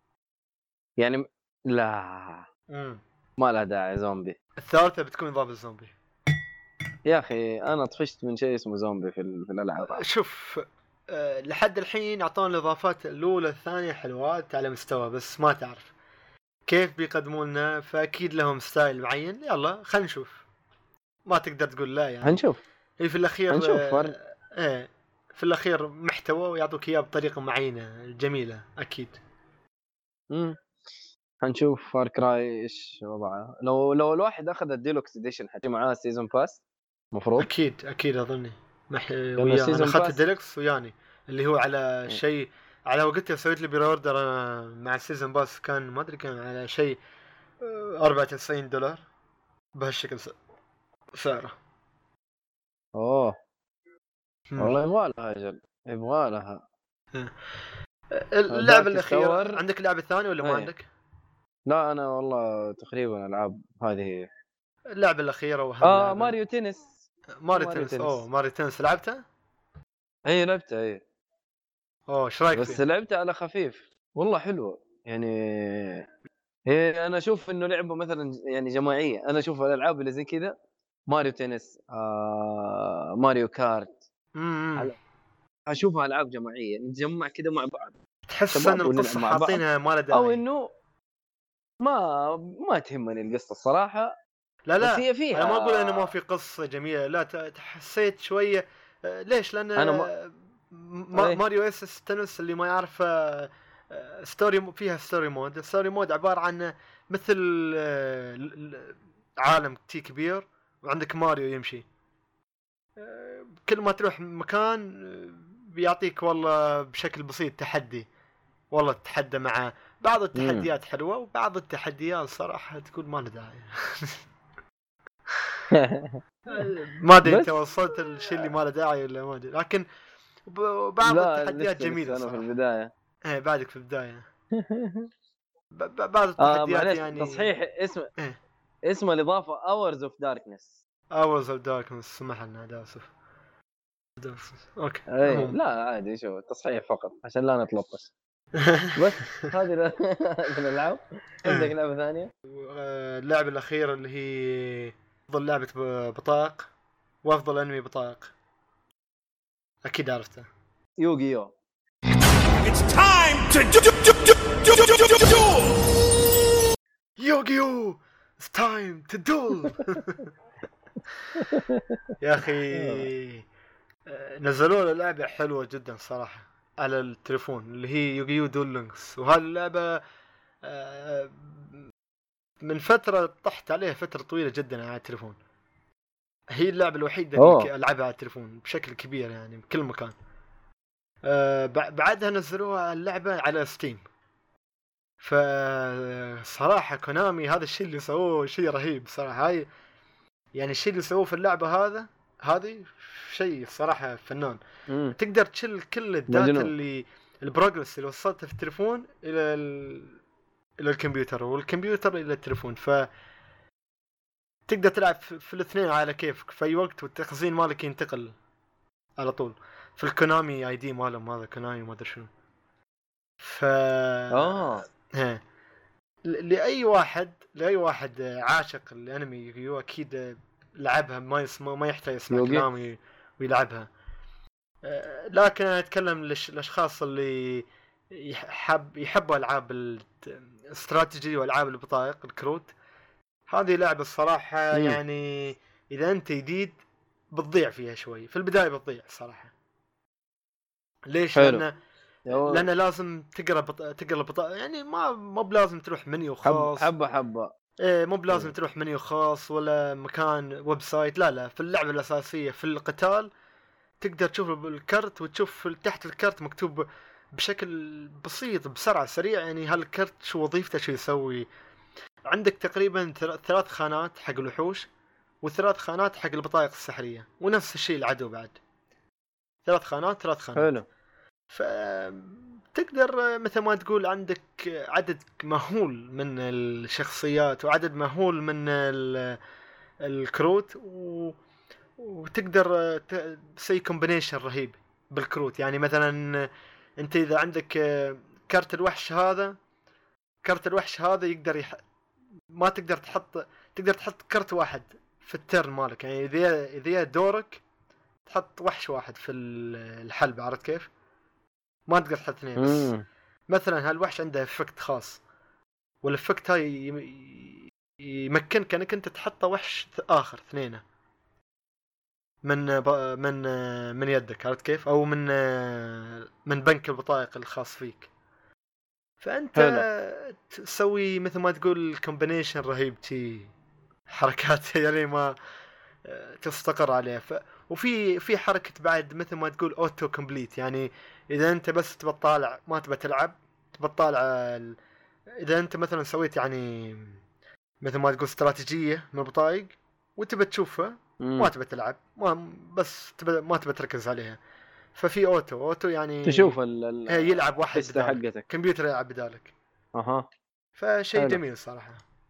يعني لا امم ما لها داعي زومبي. الثالثة بتكون إضافة الزومبي. يا اخي انا طفشت من شيء اسمه زومبي في, ال- في الالعاب. شوف أه لحد الحين أعطونا الإضافات الأولى الثانية حلوات على مستوى بس ما تعرف كيف بيقدمون لنا. فأكيد لهم ستايل معين. يلا خلينا نشوف ما تقدر تقول لا يعني. هنشوف هي في الأخير هنشوف آه، فرق. ايه في الأخير محتوى ويعطوك إياه بطريقة معينة جميلة أكيد. امم هنشوف فار كراي ايش وضعها. لو لو الواحد اخذ الديلوكس اديشن حتى معاه سيزون باس مفروض. أكيد أكيد أظني مح... وياه السيزون أنا أخذت باس- الديلكس وياني اللي هو على شيء على وقتها سويت لي بري اوردر أنا مع السيزون باس كان ما أدري كان على شيء آه، أربعة وتسعين دولار بهالشكل س- سعره. اوه مم. والله يبغى لها اجل يبغى لها. اللعبة Dark الأخيرة Tower. عندك لعبة ثانية ولا ما إيه. عندك؟ لا انا والله تقريبا العاب هذه هي. اللعبة الأخيرة وهم اه لعبة. ماريو تنس. ماريو ماريو تنس. تنس. أوه ماريو تنس لعبتها؟ هي لعبتها هي أوه إيش رأيك بس فيها؟ لعبتها على خفيف والله حلوه يعني. هي انا اشوف انه لعبه مثلا يعني جماعيه. انا اشوف الالعاب اللي زي كذا ماريو تنس آه ماريو كارت امم على- اشوفها العاب جماعيه نتجمع كذا مع بعض تحس شباب ان ونلعب القصه مع بعض. حاطينها ما لها داعي. او انه ما ما تهمني القصه الصراحه. لا لا بس هي فيها انا ما اقول انه ما في قصه جميله لا ت- تحسيت شويه آه، ليش لان أنا ما- آه، ما إيه. ماريو اس اس تنس اللي ما يعرف آه، آه، ستوري م- فيها ستوري مود. الستوري مود عباره عن مثل آه، ل- ل- عالم تي كبير وعندك ماريو يمشي آه، كل ما تروح مكان آه، بيعطيك والله بشكل بسيط تحدي. والله تتحدى مع بعض التحديات حلوه وبعض التحديات صراحه تقول ما له داعي. ما ادري انت وصلت الشيء اللي ما له داعي ولا ما ادري، لكن بعض التحديات جميله صراحه. صراحه. في البدايه ايه بعدك في البدايه. بعض التحديات التحديات يعني تصحيح اسم إيه؟ اسم الاضافه Hours of Darkness. Hours of Darkness سمح لنا داسف. اوكي اي لا عادي شو تصحيح فقط عشان لا نتلطش. بس هذه الالعاب. عندك لعبه ثانيه؟ اللعبه الاخيره اللي هي افضل لعبه بطاق وافضل انمي بطاق، اكيد عرفتها. يوغيو. It's time to do do do do do do do do. يوغيو it's time to duel. يا اخي نزلوا له لعبه حلوه جدا صراحه على التليفون اللي هي يوغيو دول لينكس، وهذه اللعبه من فتره طحت عليها فتره طويله جدا على التليفون. هي اللعبه الوحيده أوه. اللي العبها على التليفون بشكل كبير يعني بكل مكان. أه بعدها نزلوها اللعبه على ستيم. فصراحه كونامي هذا الشيء اللي سووه شيء رهيب صراحه. هاي يعني الشيء اللي سووه في اللعبه هذا هذه شيء صراحه فنان. مم. تقدر تشيل كل الداتا اللي البروجرس اللي وصلته في التليفون الى ال... الى الكمبيوتر والكمبيوتر الى التليفون، ف تقدر تلعب في الاثنين على كيفك في اي وقت، والتخزين مالك ينتقل على طول في الكونامي اي دي مالهم هذا كونامي ما ادري شنو. ف اه ها لاي واحد لاي واحد عاشق الانمي يوغيو اكيد لعبها، ما يسمع ما يحتاج يسمع كلامي ويلعبها. لكن انا اتكلم للاشخاص اللي يحب يحبوا العاب الاستراتيجي والعاب البطايق الكروت. هذه لعبه الصراحه مم. يعني اذا انت جديد بتضيع فيها شوي في البدايه، بتضيع الصراحه. ليش؟ حلو. لان لان لازم تقرا بط... تقرا بطاقه يعني ما مو بلازم تروح منيو حب خاص حبه حبه ايه مو بلازم تروح منيو خاص ولا مكان ويب سايت. لا لا في اللعبه الاساسيه في القتال تقدر تشوف الكرت وتشوف تحت الكرت مكتوب بشكل بسيط بسرعه سريع يعني هالكرت شو وظيفته شو يسوي. عندك تقريبا ثلاث خانات حق الوحوش وثلاث خانات حق البطايق السحريه، ونفس الشيء العدو بعد ثلاث خانات ثلاث خانات. حلو. فتقدر مثل ما تقول عندك عدد مهول من الشخصيات وعدد مهول من الكروت و... وتقدر تسوي كومبينيشن رهيب بالكروت. يعني مثلا انت اذا عندك كارت الوحش هذا كارت الوحش هذا يقدر يح... ما تقدر تحط تقدر تحط كرت واحد في التيرن مالك. يعني اذا اذا دورك تحط وحش واحد في الحلبة، عرفت كيف؟ ما تقدر تحط اثنين بس. مم. مثلا هالوحش عنده افكت خاص والافكت هاي يمكنك انك انت تحط وحش اخر اثنينه من ب... من من يدك، عرفت كيف؟ او من من بنك البطايق الخاص فيك. فانت حلو. تسوي مثل ما تقول كومبينيشن رهيب تي حركات يعني ما تستقر عليها. ف... وفي في حركه بعد مثل ما تقول اوتو كومبليت. يعني اذا انت بس تبى تطالع ما تبى تلعب تبى تطالع ال... اذا انت مثلا سويت يعني مثل ما تقول استراتيجيه من البطايق وتبى تشوفها ما تبى تلعب ما بس تبى ما تبى تركز عليها، ففي اوتو اوتو يعني تشوف ال يلعب واحد بدالك كمبيوتر يلعب بدالك. اها فشيء جميل صراحه.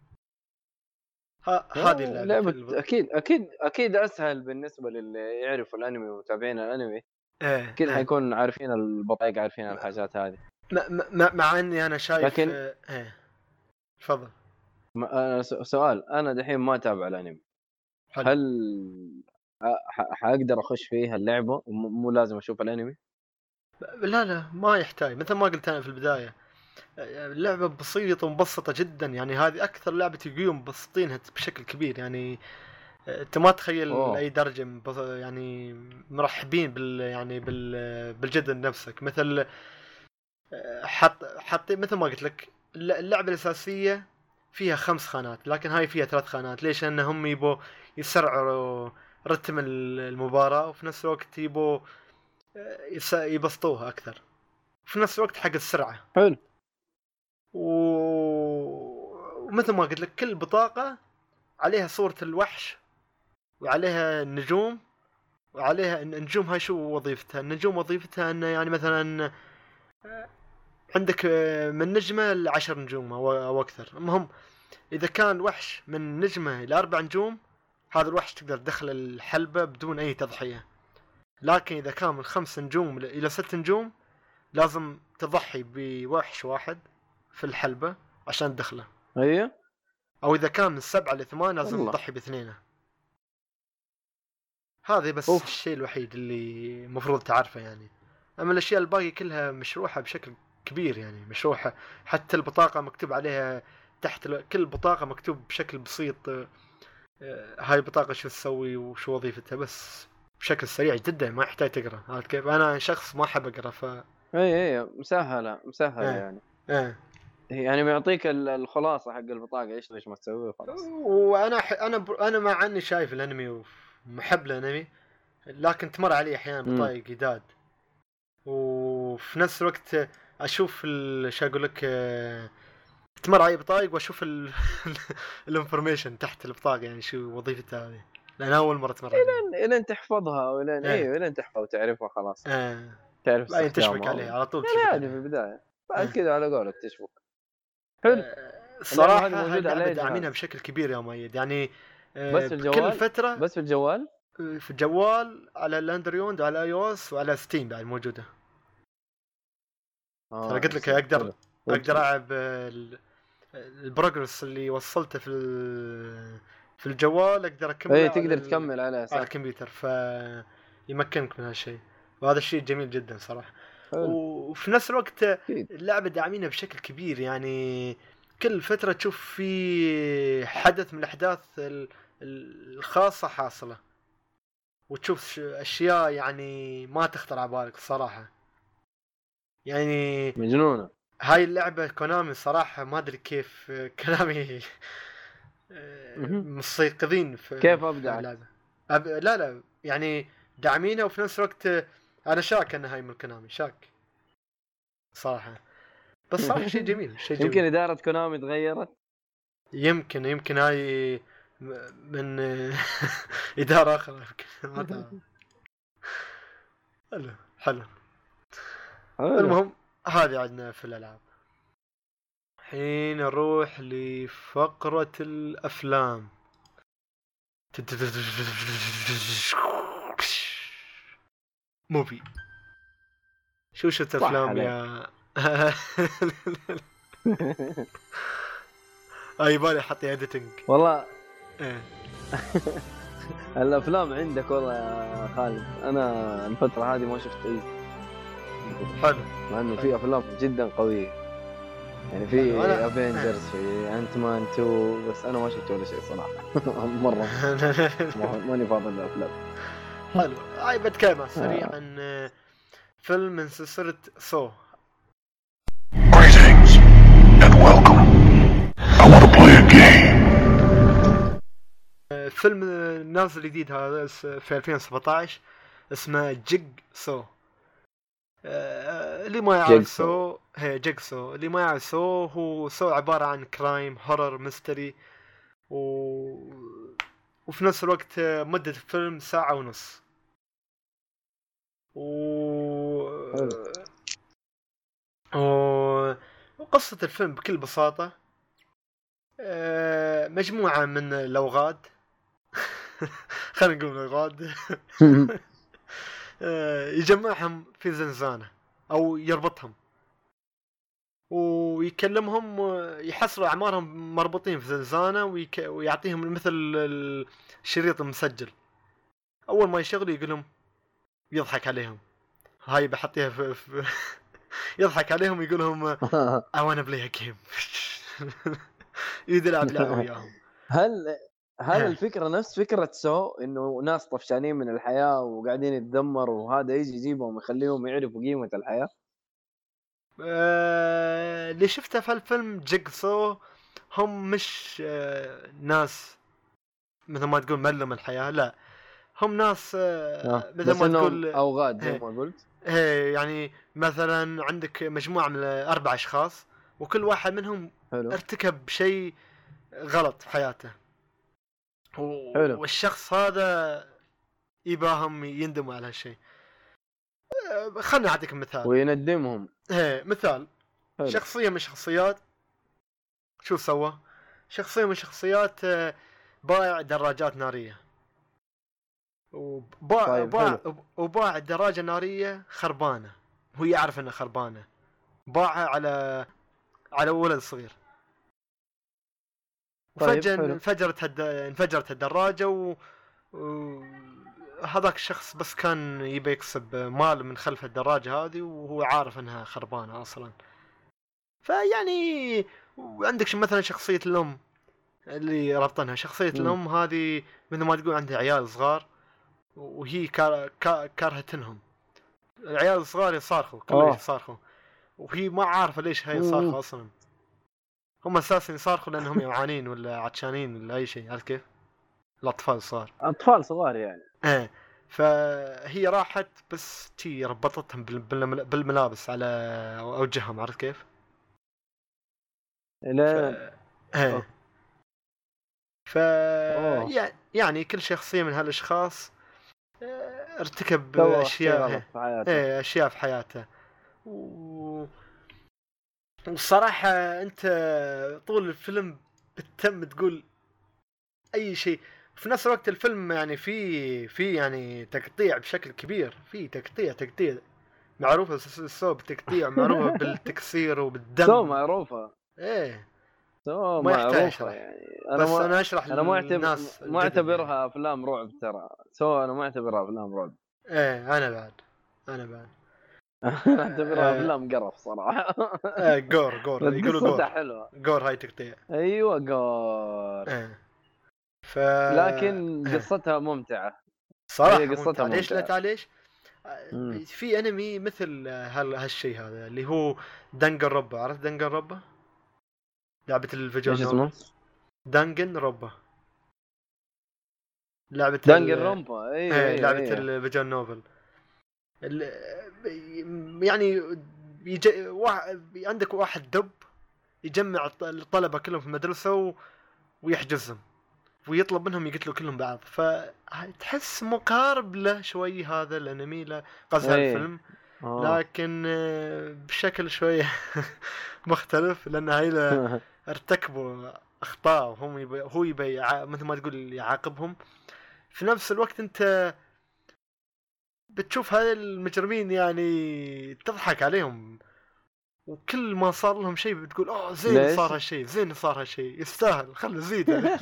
ها هذه اللعبه الب... اكيد اكيد اكيد اسهل بالنسبه للي يعرفوا الانمي ومتابعين الانمي. ايه اكيد ايه. حيكون عارفين البطايق عارفين الحاجات هذه. مع, مع اني انا شايف لكن ايه تفضل. ما... سؤال انا دحين ما اتابع الانمي. حل. هل حاقدر اخش فيها اللعبه مو لازم اشوف الانمي؟ لا لا ما يحتاج. مثل ما قلت انا في البدايه اللعبه بسيطه ومبسطه جدا. يعني هذه اكثر لعبه يوغيو مبسطينها بشكل كبير. يعني انت ما تخيل أوه. اي درجه يعني مرحبين بال يعني بال بالجد نفسك. مثل حط حط مثل ما قلت لك اللعبه الاساسيه فيها خمس خانات لكن هاي فيها ثلاث خانات. ليش؟ لانهم يبوا يسرعوا رتم المباراه وفي نفس الوقت يبوا يبسطوها اكثر في نفس الوقت حق السرعه. حلو. ومثل ما قلت لك كل بطاقة عليها صورة الوحش وعليها النجوم، وعليها النجوم هاي شو وظيفتها. النجوم وظيفتها أن يعني مثلا عندك من نجمة لعشر نجوم أو أكثر. المهم إذا كان وحش من نجمة إلى أربع نجوم هذا الوحش تقدر تدخل الحلبة بدون أي تضحية. لكن إذا كان من خمس نجوم إلى ست نجوم لازم تضحي بوحش واحد في الحلبة عشان تدخله. ايوه. أو إذا كان من سبعة لثمان لازم والله. تضحي باثنينه. هذا بس أوف. الشيء الوحيد اللي مفروض تعرفه يعني. أما الأشياء الباقي كلها مشروحة بشكل كبير يعني، مشروحة. حتى البطاقة مكتوب عليها تحت ال... كل بطاقة مكتوب بشكل بسيط آه، هاي البطاقة شو تسوي وشو وظيفتها، بس بشكل سريع جدا ما يحتاج تقرأ. عرفت كيف؟ أنا شخص ما أحب أقرأ ف اي اي مسهله مسهله إيه. يعني إيه. يعني معطيك ال- الخلاصه حق البطاقه ايش ليش ما تسوي وخلاص. وانا ح... انا ب... انا مع اني شايف الانمي ومحب الانمي، لكن تمر علي احيانا مم. بطايق جداد، وفي نفس الوقت اشوف ال... شو اقول لك آه، تمر علي بطايق واشوف ال... الانفورميشن تحت البطاقه يعني شو وظيفتها هذه، لان اول مره تمر علي. الين تحفظها ولين إيه. ايوه الين تحفظها وتعرفها خلاص آه. تعرف بعدين تشبك استخدامها عليه على طول يعني تشبك عادي في عليه. البدايه بعد إيه. كذا على قولك تشبك. حلو. آه، الصراحه اللعبة هذه هاي موجودة على اللعبه أي جهاز؟ داعمينها بشكل كبير يا مؤيد يعني آه، بس في بكل الجوال؟ فتره بس في الجوال في الجوال على الاندرويد وعلى اي او اس وعلى ستيم بعد موجوده. آه ترى قلت لك حلو. اقدر حلو. اقدر العب ال- البروجرس اللي وصلته في ال- في الجوال اقدر اكمله ايه على تقدر ال- تكمل عليه صح. على الكمبيوتر، ف يمكنك من هالشيء، وهذا الشيء جميل جدا صراحه. حلو. وفي نفس الوقت أكيد. اللعبه داعمينها بشكل كبير يعني، كل فتره تشوف في حدث من الاحداث ال- الخاصه حاصله، وتشوف ش- اشياء يعني ما تخطر على بالك الصراحه يعني. مجنونة. هاي اللعبة كونامي صراحة ما أدري كيف كونامي مهم. مستيقظين في كيف في أبدعت؟ اللعبة. أب... لا لا يعني داعمينها، وفي نفس الوقت أنا شاك أن هاي من كونامي شاك صراحة، بس صراحة شيء جميل شيء جميل. يمكن إدارة كونامي تغيرت. يمكن يمكن هاي م- من إدارة أخرى يمكن ما تعرف. حلو حلو. حلو. المهم هذه عندنا في الألعاب. حين نروح لفقرة الأفلام. موفي. شو شفت صح أفلام عليك. يا أي بالي حطي إديتنج. والله إيه. الأفلام عندك والله يا خالد. أنا الفترة هذه ما شفت أي، حلو. مع إنه في أفلام جدا قوية يعني في أنا- افنجرز في انت مان تو، بس انا ما شفت ولا شيء صراحه مره ما- ماني فاضي للافلام. حلو. هاي بتكلم على السريع عن فيلم من سلسلة سو. Greetings and welcome. I want to play a game. فيلم نازل جديد هذا في ألفين وسبعطعش اسمه جيج سو. اللي ما يعرف سو هي جيج سو، اللي ما يعرف سو هو سو عبارة عن كرايم هورر ميستري، و... وفي نفس الوقت مدة الفيلم ساعة ونص. و... و... وقصة الفيلم بكل بساطة مجموعة من الأوغاد خلينا نقول الأوغاد يجمعهم في زنزانة أو يربطهم ويكلمهم، يحصلوا أعمارهم مربوطين في زنزانة، ويك... ويعطيهم مثل الشريط المسجل. أول ما يشغلوا يقولهم يضحك عليهم. هاي بحطيها في, في... يضحك عليهم يقولهم I wanna play a game. يريد يلعب لعبة وياهم. هل هل الفكرة نفس فكرة سو إنه ناس طفشانين من الحياة وقاعدين يتدمروا، وهذا يجي يجيبهم يخليهم يعرفوا قيمة الحياة؟ آه... اللي شفته في الفيلم جيكسو هم مش آه... ناس مثل ما تقول ملم الحياة، لا هم ناس آه... مثل ما تقول أوغاد زي ما قلت. ايه يعني مثلا عندك مجموعة من أربع أشخاص وكل واحد منهم حلو ارتكب شيء غلط في حياته و... حلو. والشخص هذا يباهم يندموا على هالشيء. أه، خلنا أعطيك مثال. ويندمهم. ايه مثال حلو. شخصية من شخصيات شو سوى؟ شخصية من شخصيات آه، بائع دراجات نارية وباع طيب باع حلو. وباع الدراجة النارية خربانة وهو يعرف انها خربانة، باعها على على ولد صغير. طيب وفجأة حلو. انفجرت هد... انفجرت الدراجة و... وهذاك الشخص بس كان يبي يكسب مال من خلف الدراجة هذه وهو عارف انها خربانة اصلا. فيعني عندك مثلا شخصية الام اللي ربطنها، شخصية مم. الام هذه مثل ما تقول عندها عيال صغار وهي كار... كا... كارهتنهم. العيال الصغار يصارخوا كلهم آه. يصارخوا وهي ما عارفة ليش هاي مم. يصارخوا اصلا. هم اساسا يصارخوا لانهم يعانين ولا عطشانين ولا اي شيء، عارف كيف؟ الاطفال صار اطفال صغار يعني. ايه. فهي راحت بس تي ربطتهم بال- بالمل- بالملابس على اوجههم، عارف كيف؟ ف... لا ايه. ف أوه. يع- يعني كل شخصية من هالاشخاص آه، ارتكب سوى شيء غلط اشياء في حياته. ايه اشياء في حياته و... والصراحة انت طول الفيلم بتتم تقول اي شيء. في نفس الوقت الفيلم يعني في في يعني تقطيع بشكل كبير، في تقطيع تقطيع معروفة الصوب تقطيع معروفة بالتكسير وبالدم. سو معروفة. ايه سو ما يحتاج معروفة أشرح. يعني. بس ما انا اشرح انا ما اعتبر للناس ما الجدد اعتبرها يعني. افلام رعب ترى. سو انا ما اعتبرها افلام رعب. ايه انا بعد انا بعد اعتبرها آه، افلام قرف صراحة. آه جور جور بس يقولوا قصتها جور حلوة. جور هاي تقطيع. ايوه قار. ايه ف لكن إيه. قصتها ممتعة. صراحة هي قصتها ممتع. ليش لا ممتعة. تعال ليش مم. في انمي مثل هال هالشيء هذا اللي هو دنجن روبا. عرفت دنجن روبا؟ لعبة الفيجوال ايش نوفل. اسمه؟ دنجن روبا لعبة دانجر ال... رومبا. ايوه ايه ايوه لعبة ايوه. الفيجوال نوفل. ال... يعني يجي... واحد... عندك واحد دب يجمع الط- الطلبة كلهم في المدرسة و... ويحجزهم ويطلب منهم يقتلوا كلهم بعض. فتحس مقارب له شوي هذا الانمي له قصد إيه. الفيلم، آه. لكن آه، بشكل شوية مختلف لان هاي له ارتكبوا اخطاء وهم يبي هو يبي يع... مثل ما تقول يعاقبهم. في نفس الوقت انت بتشوف هذه المجرمين يعني تضحك عليهم وكل ما صار لهم شيء بتقول اوه زين ليش؟ صار هالشيء زين صار هالشيء يستاهل خلنا نزيد يعني.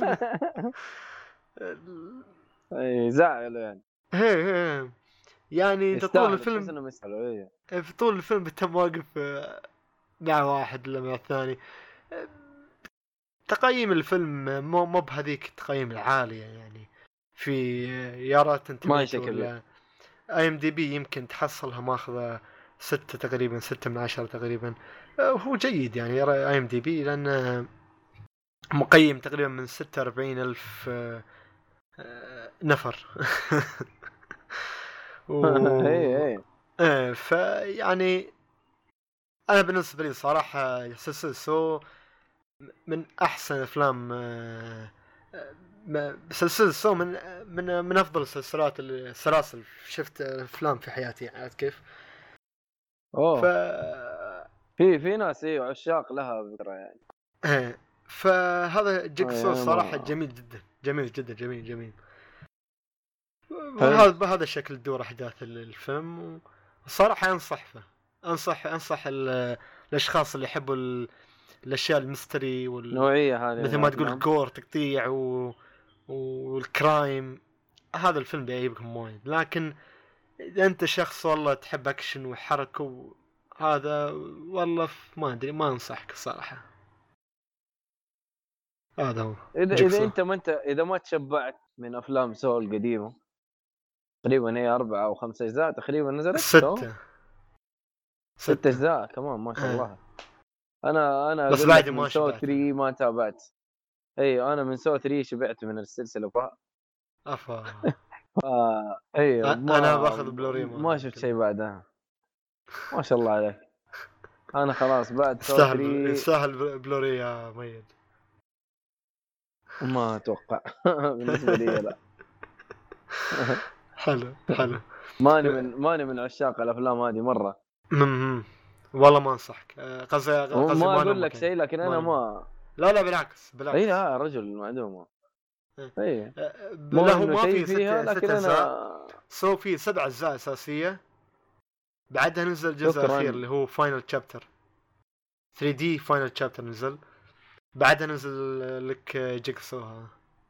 اي زعل يعني. هي هي يعني انت طول يستاهل. تحس الفيلم انهم يستاهلوا. ايه. في طول الفيلم بتم واقف آه، مع واحد ولا مع الثاني. آه، تقييم الفيلم مو مو بهذيك التقييم العالية يعني. في آه، يا روتن ما توميتو يشكل ولا اي ام دي بي يمكن تحصلها ماخذة ستة تقريبا، ستة من عشرة تقريبا. آه، هو جيد يعني اي ام دي بي لان مقيم تقريبا من ستة وأربعين ألف آه، آه، نفر. و... ايه ايه. ايه فيعني انا بالنسبه لي صراحه سلسله سو من احسن افلام آه، آه، سلسله سو من من من افضل السلسلات السلاسل شفت افلام في حياتي، عرفت كيف؟ اوه. ف في في ناس ايه عشاق لها بكره يعني. ايه فهذا جيك أي سو أنا صراحه ما- جميل جدا جميل جدا جميل جميل. حلو. وهذا بهذا الشكل تدور احداث الفيلم. وصراحه انصح فيه انصح انصح ال- الاشخاص اللي يحبوا ال- الاشياء الميستري وال نوعية هذه مثل من ما تقول الأفلام. جور تقطيع و... والكرايم. هذا الفيلم بيعجبكم وايد. لكن اذا انت شخص والله تحب اكشن وحركه هذا والله ف- ما ادري ما انصحك الصراحه. هذا هو اذا جيكسو. اذا انت ما انت اذا ما تشبعت من افلام سول القديمه تقريبا هي اربعه او خمسة اجزاء تقريبا نزلت. سو ستة ست اجزاء كمان ما شاء آه. الله. انا انا بس اقول بعد لك من ما سو شبعت ثلاثة ما تابعت. اي انا من سو ثلاثة شبعت من السلسله ف افا. آه اي أ- ما انا باخذ بلوري ما شفت شيء بعدها. ما شاء الله عليك. انا خلاص بعد سو يستاهل ثري يستاهل بلوري يا ميد. ما اتوقع. بالنسبه لي لا. حلو حلو. ماني من ماني من عشاق الافلام هذه مره. امم والله ما انصحك. قصدي قصدي ما ما اقول لك نومك شيء يعني. لكن انا ما لا لا بالعكس بالعكس. اي لا رجل معدومه. اي لا مو هو انه ما شيء في فيها ست, ست لكن اجزاء. انا سو في سبع اجزاء اساسيه، بعدها نزل الجزء شكراً. الاخير اللي هو فاينل تشابتر ثري دي. فاينل تشابتر نزل، بعدها نزل لك جيكسو.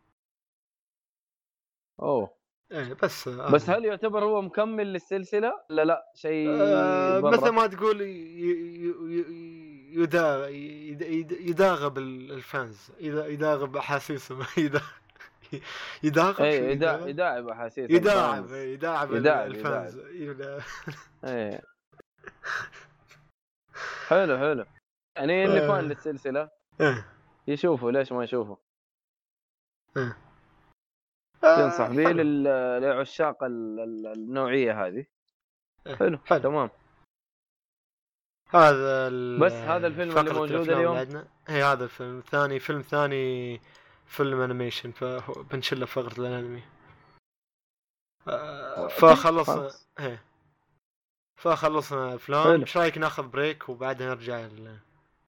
اوه ايه بس بس هل يعتبر هو مكمل للسلسله لا لا شيء آه برا؟ مثل ما تقول ي- ي- ي- يدا يد- يد- يداغب الفانز، يدا- يداغب احاسيسهم. يدا- يداغب شو اي يداعب يدا- يداعب احاسيس يداعب الفانز. يداعب يداعب الفانز. يدا- ايه حلو حلو يعني اللي فان للسلسله إيه. يشوفوا، ليش ما يشوفوا؟ إيه. تنصح آه، به حلو. لل- لعشاق ال- ال- النوعيه هذه. إيه، حلو حلو. تمام. هذا ال- بس هذا الفيلم اللي فقرة موجود الأفلام اليوم؟ اللي عندنا هي هذا الفيلم. ثاني فيلم ثاني فيلم انيميشن، فبنشله فقرة الانمي. آه، فخلصنا خلاص. ايه فخلصنا افلام. حلو. ايش رايك ناخذ بريك وبعدها نرجع ال...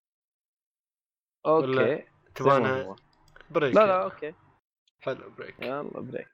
اوكي ولا زي ما تبغانا هو. بريك؟ لا يلا. لا اوكي حلو بريك. يلا بريك.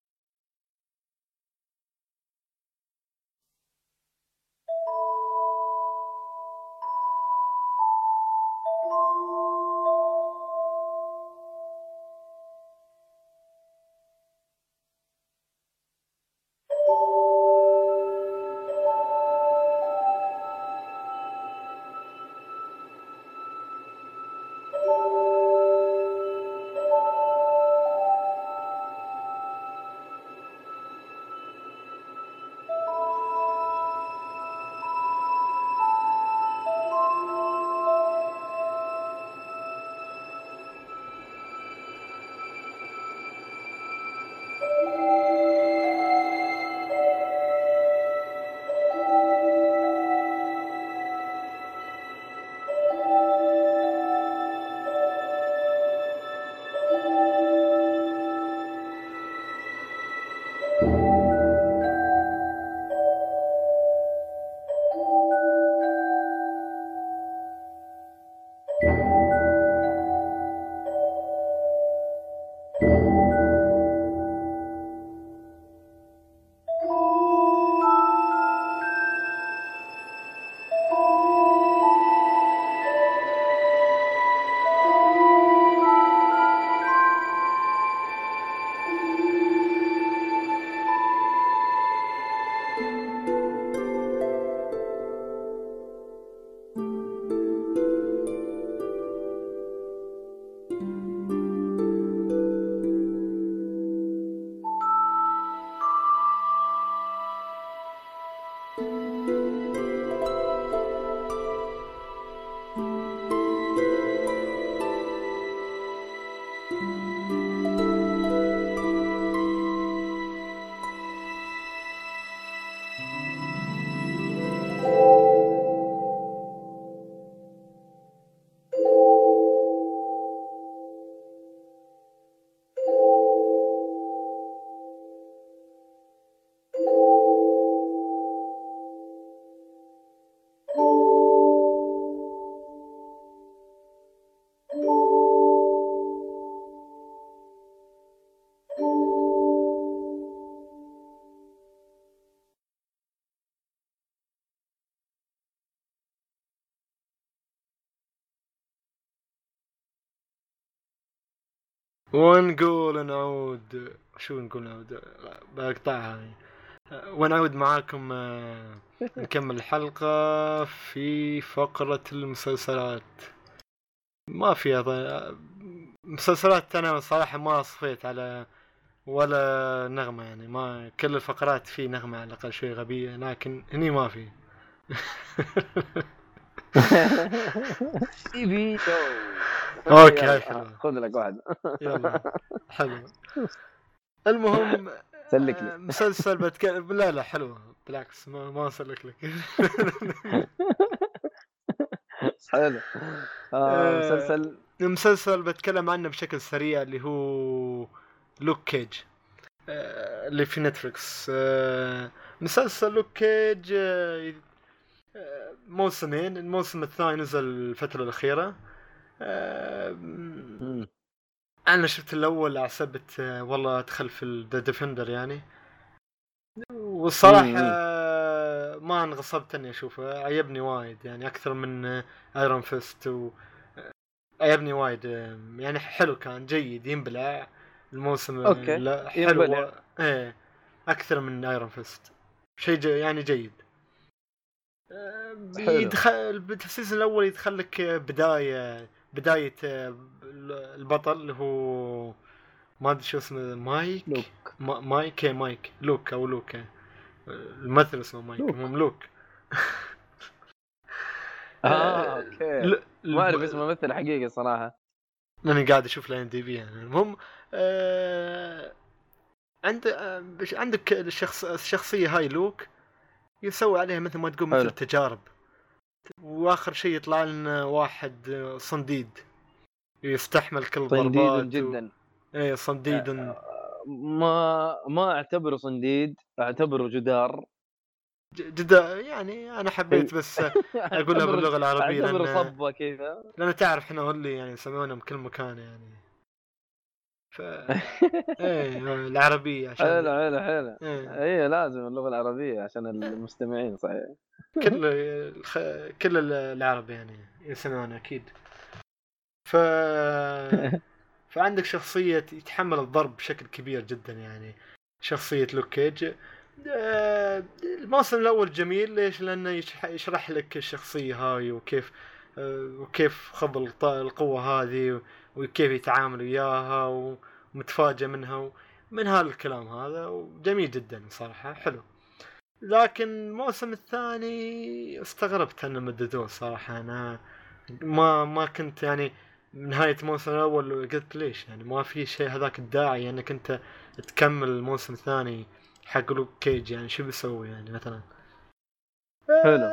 ونقول نعود. شو نقول نعود؟ بقطعها يعني. ونعود معاكم آه، نكمل الحلقة في فقرة المسلسلات. ما فيها ضي... مسلسلات أنا صراحة ما صفيت على ولا نغمة يعني. ما كل الفقرات في نغمة على الأقل شوي غبية، لكن هني ما في. تي في شو. اوكي هاي يلا، حلوة. خذ لك واحد. يلا حلو. المهم سلك لي. آه، مسلسل بتكلم. لا لا حلوة بالعكس، ما ما اسلك لك. حلو. آه مسلسل المسلسل بتكلم عنه بشكل سريع اللي هو لوك كيج آه اللي في نتفليكس. آه مسلسل لوك كيج آه موسمين، الموسم الثاني نزل الفترة الأخيرة. آه أنا شفت الأول عصبت آه والله أدخل في ذا ديفندر يعني، والصراحة آه ما انغصبت اني اشوفه، عجبني وايد يعني اكثر من ايرون فيست، و عجبني وايد يعني، حلو كان جيد ينبلع الموسم. أوكي. لا حلو ينبلع. و... ايه اكثر من ايرون فيست، شيء جي يعني جيد. حلو. يدخل بالسيزون الاول يدخلك بدايه بدايه البطل اللي هو ما ادري شو اسمه، مايك لوك. ما... مايك مايك لوك او لوكا، الممثل اسمه مايك لوك. مملوك. اه اوكي. ل... ما اعرف اسمه ممثل حقيقي صراحه، انا قاعد اشوف الان دي بي يعني. المهم آه... عند آه... عندك الشخص الشخصيه هاي لوك يسوي عليها مثل ما تقول مثل حلو. تجارب، واخر شيء يطلع لنا واحد صنديد يستحمل كل الضربات. صنديد جدا. و... ايه صنديد. ما ما اعتبره صنديد، اعتبره جدار جدا يعني. انا حبيت بس اقولها باللغه العربيه اعتبره لان صبه كذا، لان تعرف احنا هولي يعني يسمعونا بكل مكان يعني. ف ايه العربيه عشان حلو حلو حلو. ايه اي لازم اللغه العربيه عشان المستمعين صحيح. كل الخ... كل العرب يعني يسمعون اكيد. ف فعندك شخصيه يتحمل الضرب بشكل كبير جدا يعني، شخصيه لوك كيج. الموسم الاول جميل ليش؟ لانه يشرح لك الشخصيه هاي وكيف وكيف خذ القوه هذه وكيف يتعامل وياها ومتفاجئ منها من هذا الكلام هذا، وجميل جدا صراحه حلو. لكن الموسم الثاني استغربت انه مددوه صراحه. انا ما ما كنت يعني نهاية الموسم الاول قلت ليش يعني ما في شيء هذاك الداعي انك انت تكمل الموسم الثاني حق لوك كيج يعني. شو بيسوي يعني مثلا؟ حلو.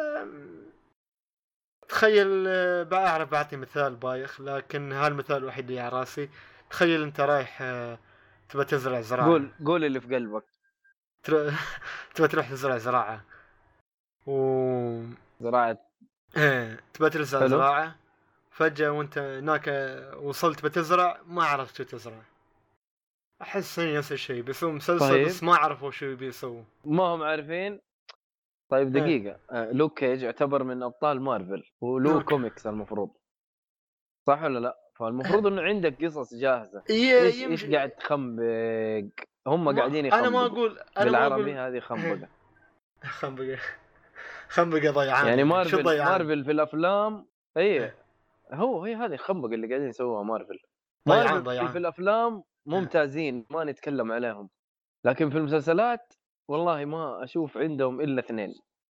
تخيل بعرف بعطي مثال بايخ لكن هالمثال الوحيد اللي على راسي. تخيل انت رايح تبى تزرع زراعة. قول قول اللي في قلبك. تبى تروح تزرع زراعة و زراعة ايه تبى تزرع زراعة، فجأة وانت هناك وصلت بتزرع ما عرفت شو تزرع. احس اني نفس الشيء بيسوي مسلسل طيب. بس ما عرفوا شو بيسووا، ما هم عارفين. طيب دقيقة ايه. لوك كيج يعتبر من ابطال مارفل ولو كوميكس المفروض صح ولا لا؟ فالمفروض انه عندك قصص جاهزة. ايش يمشي... ايش قاعد تخنبق؟ هم ما... قاعدين يخنبقوا. انا ما اقول انا بالعربي ما أقول... هذه خنبقة. خنبقة خنبقة ضيعان يعني مارفل مارفل في الافلام اي هو هي هذه الخنبقة اللي قاعدين يسووها مارفل. ضيعان ضيعان في الافلام ممتازين ما نتكلم عليهم، لكن في المسلسلات والله ما اشوف عندهم الا اثنين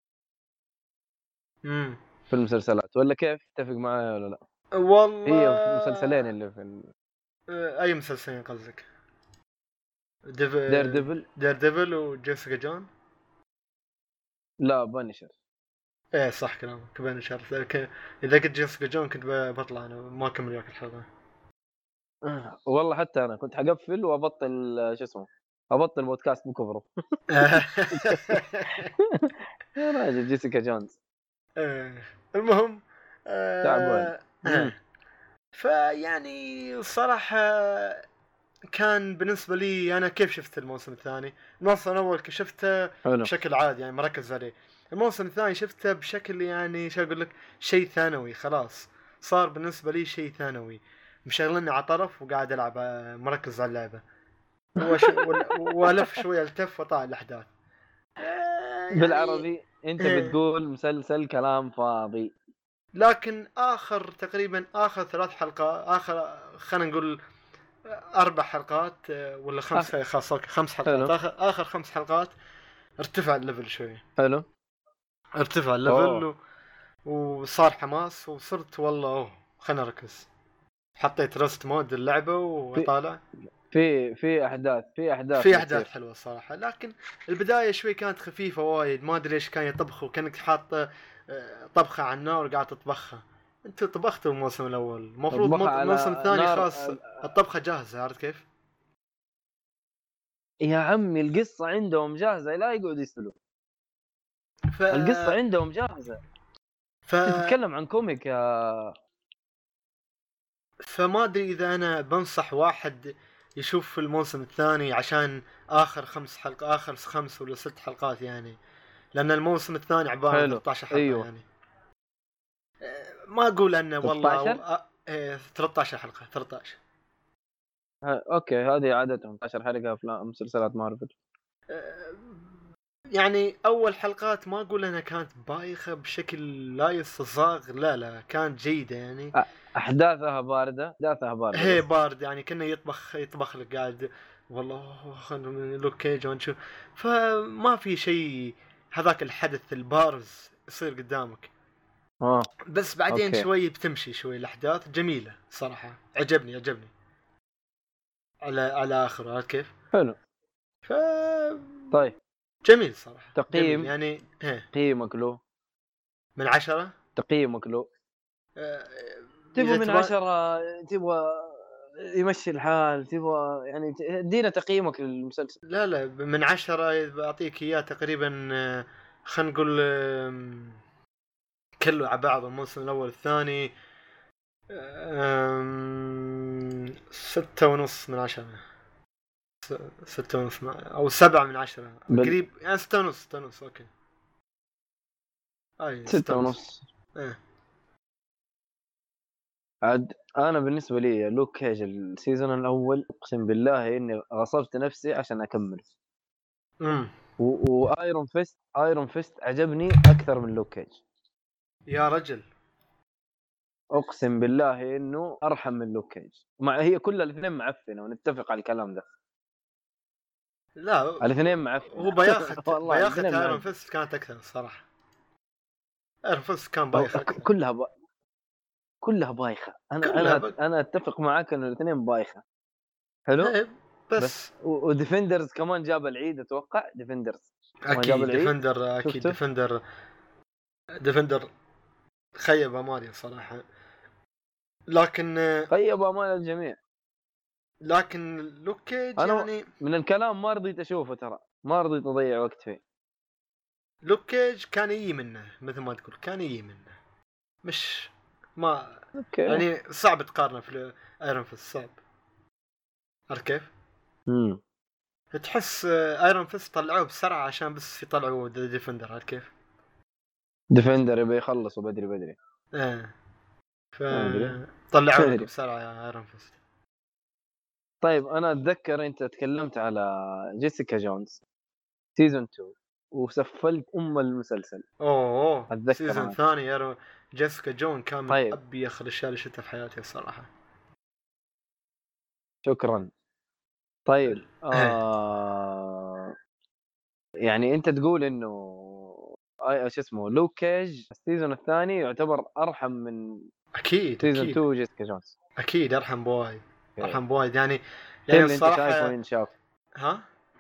امم في المسلسلات. ولا كيف تتفق معايا ولا لا؟ والله هي في المسلسلين اللي في ال... اي مسلسلين قصدك؟ ديف... دير ديفل دير ديفل وجيسيكا جون؟ لا بانشر. ايه صح كلامك بانشر. اذا كنت جيسيكا جون كنت بطلع انا ما اكمل وياك الحلقه. والله حتى انا كنت حقفل وابطل شو اسمه ابطل بودكاست بكبره. يا راجل جيسيكا جونز. المهم تعبان. فيعني الصراحه كان بالنسبه لي انا كيف شفت الموسم الثاني. الموسم الاول شفته بشكل عادي يعني مركز عليه. الموسم الثاني شفته بشكل يعني شو اقول لك شيء ثانوي، خلاص صار بالنسبه لي شيء ثانوي، مشغلني على طرف وقاعد العب مركز على اللعبه وش... والف شويه التف وطالع الاحداث. يعني بالعربي انت بتقول مسلسل كلام فاضي. لكن اخر تقريبا اخر ثلاث حلقات اخر خلينا نقول اربع حلقات ولا خمس خاصة خمس حلقات اخر اخر خمس حلقات ارتفع الليفل شوي. حلو ارتفع الليفل و... وصار حماس وصرت والله اوه خلنا نركز. حطيت رست مود اللعبه وطالع في في احداث في احداث في احداث حلوه صراحه. لكن البدايه شوي كانت خفيفه وايد، ما ادري ايش كان يطبخوا، كانك حاط طبخه على النار وقاعد تطبخها. انتوا طبختوا الموسم الاول، المفروض طبخها على الموسم الثاني نار- خلاص الطبخه جاهزه، عرفت كيف؟ يا عمي القصه عندهم جاهزه، لا يقعد يسألوا. ف... القصه عندهم جاهزه. ف... تتكلم عن كوميك يا فما ادري اذا انا بنصح واحد يشوف الموسم الثاني عشان اخر خمس حلقات، اخر خمس ولا ست حلقات يعني، لان الموسم الثاني عباره عن حلو. ثلاثة عشر حلقه. أيوه. يعني أه، ما اقول انه والله ستة عشر؟ أه، إيه، ثلاثة عشر حلقه ثلاثة عشر. ها، اوكي هذه عادتهم عشر حلقه افلام مسلسلات مارفل. أه، يعني اول حلقات ما اقول انها كانت بايخه بشكل لا يستساغ، لا لا كانت جيده يعني. احداثها بارده، احداثها بارده هي بس. بارد يعني كنا يطبخ يطبخ لك قاعد والله خلنا من لوك كيج ونشوف، فما في شيء هذاك الحدث البارز يصير قدامك. اه بس بعدين أوكي. شوي بتمشي شوي الاحداث جميله صراحه، عجبني عجبني على على اخره، عارف كيف؟ حلو. ف طيب جميل صراحه. تقييم. جميل يعني ها. تقييمك له؟ من عشرة تقييمك له آه، تبغى إذا من تبغى- عشرة؟ تبغى يمشي الحال؟ تبغى يعني ت- ادينا تقييمك للمسلسل. لا لا من عشرة بعطيك اياه تقريبا، آه، خلينا نقول آم، كله على بعض الموسم الاول الثاني آم، ستة ونص من عشرة، س- ستة ونص مع- او سبعة من عشرة بل- قريب يعني، ستة ونص ستة ونص اوكي. اي ستة ونص. ايه عاد انا بالنسبه لي لوك كيج السيزون الاول اقسم بالله اني غصبت نفسي عشان اكمل. امم و- وايرون فيست ايرون فيست عجبني اكثر من لوك كيج. يا رجل اقسم بالله انه ارحم من لوك كيج، مع هي كل الاثنين معفنه ونتفق على الكلام ده. لا الاثنين معفنه هو بياخت والله بياخت الاثنين ايرون معفنة. فيست كانت اكثر الصراحه. ايرون فيست كان أو- بايخ ك- اكثر كلها ب... كلها بايخه. انا كلها انا ب... انا اتفق معاك انه الاثنين بايخه. حلو. إيه، بس بس و- وديفندرز كمان جاب العيد اتوقع. ديفندرز ما جاب اكيد العيد. ديفندر اكيد شفته؟ ديفندر ديفندر خيب امالي صراحه، لكن طيب امال الجميع. لكن لوك كيج أنا- يعني من الكلام ما رضيت اشوفه، ترى ما رضيت اضيع وقت فيه. لوك كيج كان يجي منه مثل ما تقول، كان يجي منه مش ما اوكي. يعني صعب تقارنه في ايرون فيست، صعب. عارف كيف؟ امم تحس ايرون فيست طلعوه بسرعه عشان بس يطلعوا ذا ديفندر، عارف كيف؟ ديفندر يبي يخلصوا بدري بدري. ايه ف ما أدري. طلعوا ما لك أدري. بسرعه يا ايرون فيست. طيب انا اتذكر انت تكلمت على جيسيكا جونز سيزون اثنين وسفلت ام المسلسل. اوه أتذكر سيزون أنا. ثاني يا جيسيكا جون كان من طيب. ابيخ الاشياء اللي شفتها في حياتي الصراحه. شكرا. طيب آه... يعني انت تقول انه اي شو اسمه لوك كيج السيزون الثاني يعتبر ارحم من اكيد سيزون اكيد اثنين جيسيكا جونز. اكيد ارحم بوايد، أوكي. ارحم بوايد يعني. تل يعني انت شايفه الصراحه ينشاف. ها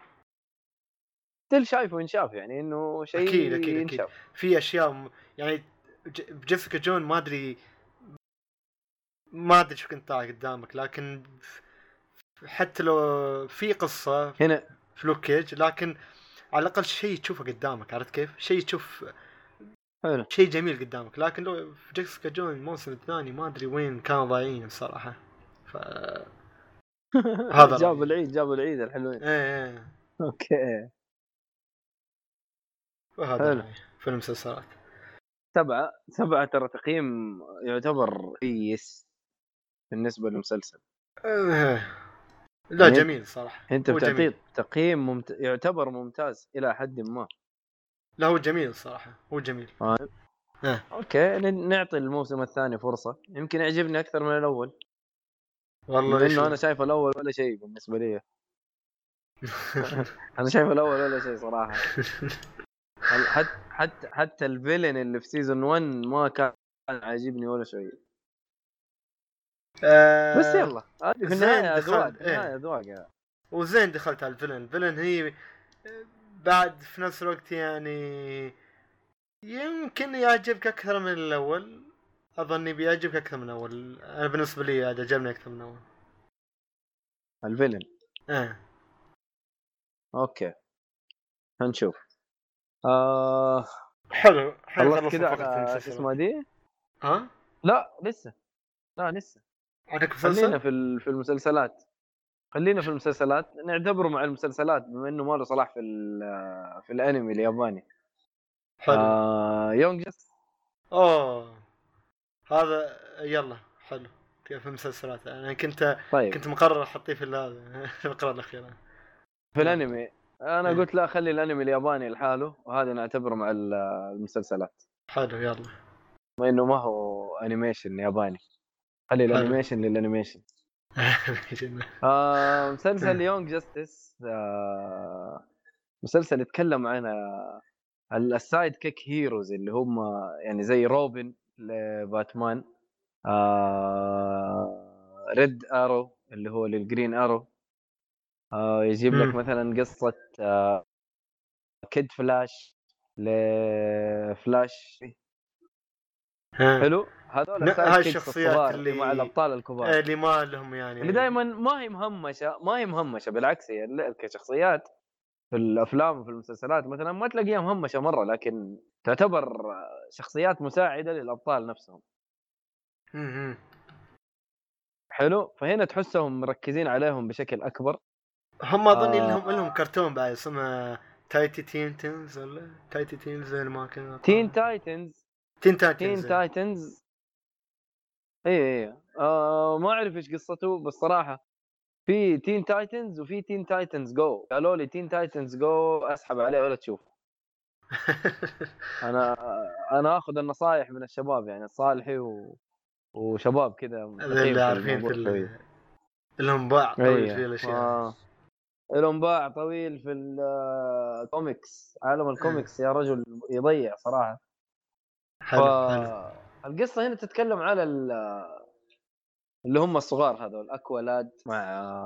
تل شايفه ينشاف يعني انه شيء اكيد اكيد اكيد ينشاف. في اشياء م... يعني ج- جيسيكا جون ما ادري ما ادري شو كنت طالع قدامك، لكن حتى لو في قصه هنا في لوك كيج لكن على الاقل شيء تشوفه قدامك، عرفت كيف؟ شيء تشوف حلو. شيء جميل قدامك. لكن لو في جيسيكا جون الموسم الثاني ما ادري وين كانوا ضايعين الصراحه. ف هذا جابوا رأيي. العيد جابوا العيد الحلوين. ايه ايه اوكي. وهذا حلو. رأيي في المسلسلات. سبعة سبعة ترى تقييم يعتبر كويس بالنسبة للمسلسل. إيه. لا يعني جميل صراحة، انت هو بتعطيه جميل. تقييم ممت... يعتبر ممتاز الى حد ما. لا هو جميل صراحة، هو جميل. فاهم؟ اه اوكي ن- نعطي الموسم الثاني فرصة، يمكن يعجبني اكثر من الاول. والله لانه ليش انا لا؟ شايف الاول ولا شيء بالنسبة لي. انا شايف الاول ولا شيء صراحة. حتى حتى حتى الفيلن اللي في سيزون واحد ما كان عاجبني ولا شيء. آه، بس يلا هذه في زين النهاية دخل- اذواق. إيه. النهاية اذواق يعني. وزين دخلت على الفيلن. الفيلن هي بعد في نفس الوقت يعني يمكن يعجبك اكثر من الاول. اظني بيعجبك اكثر من اول. انا بالنسبه لي هذا عجبني اكثر من اول. الفيلن اه اوكي هنشوف. آه حلو. الحين خلصت خلصنا كده فقره على شو المسلسلات. اسمها دي؟ ها لا لسه، لا لسه. عندك خلينا مسلسل؟ في ال- في المسلسلات، خلينا في المسلسلات، نعتبره مع المسلسلات بما انه ما له صلاح في ال- في الانمي الياباني. حلو. آه يونج جاستس. اوه هذا يلا حلو. في المسلسلات انا كنت طيب كنت مقرر احطيه في هذا في الفقره الاخيره. في الانمي انا إيه. قلت لا خلي الانمي الياباني لحاله، وهذا نعتبره مع ال- المسلسلات حلو يلا. بما انه ما هو انيميشن ياباني، خلي حلو. الانيميشن للانيميشن. آه مسلسل يونج جاستس، آه مسلسل يتكلم عن آه، السايد كيك هيروز اللي هم يعني زي روبن لباتمان، آه ريد ارو اللي هو للجرين ارو، آه يجيب لك مم. مثلا قصة آه كيد فلاش لفلاش. ها. حلو، هذول ن- السايد هاي كيكس الشخصيات الصغار اللي مع اللي الابطال الكبار، اللي ما لهم يعني اللي دائما ما هي مهمشه، ما هي مهمشه بالعكس، هي لا- كشخصيات في الافلام وفي المسلسلات مثلا ما تلاقيها مهمشه مره، لكن تعتبر شخصيات مساعده للابطال نفسهم. مم. حلو، فهنا تحسهم مركزين عليهم بشكل اكبر. هم اظن آه لهم لهم كرتون بعد اسمه تايتي تين تينز ولا تايتي تينز زي ما كنا تين تايتنز. تين تايتنز. تين تايتنز اي اي آه ما اعرف ايش قصته بس صراحه في تين تايتنز وفي تين تايتنز جو، قالوا لي تين تايتنز جو اسحب عليه ولا تشوف. انا انا اخذ النصائح من الشباب يعني الصالحي و... وشباب كذا هذا مثقين اللي في عارفين في الموضوع شويه. ال- لهم باع طويل في اي الاشياء. آه. لهم باع طويل في الكوميكس، عالم الكوميكس يا رجل يضيع صراحه. حلو حلو. فالقصه هنا تتكلم على ال... اللي هم الصغار هذول اكوالاد مع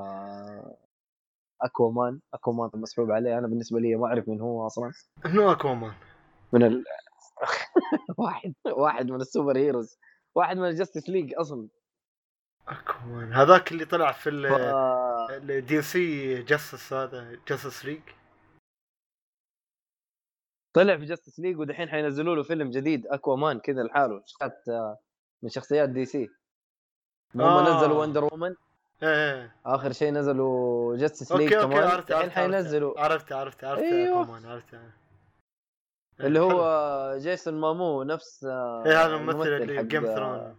اكوامان. اكوامان مسحوب عليه، انا بالنسبه لي ما اعرف من هو اصلا. منو اكوامان؟ من ال... واحد واحد من السوبر هيروز، واحد من الجاستس ليج اصلا. اكوامان هذاك اللي طلع في ف... الدي سي جاستس، هذا جاستس ليج. طلع في جاستس ليج ودحين حينزلوا له فيلم جديد اكوامان كذا لحاله، شخصيات من شخصيات دي سي. هم آه. نزلوا وندر وومن، ايه اخر شيء نزلوا جاستس ليج اوكي اوكي كمان، عرفت دحين عرفت حينزلوا عرفت عرفت عرفت ايوه اكوامان عرفت. إيه، اللي حلو. هو جيسون مامو، نفس ايه هذا الممثل الممثل اللي حق جيم ثرون.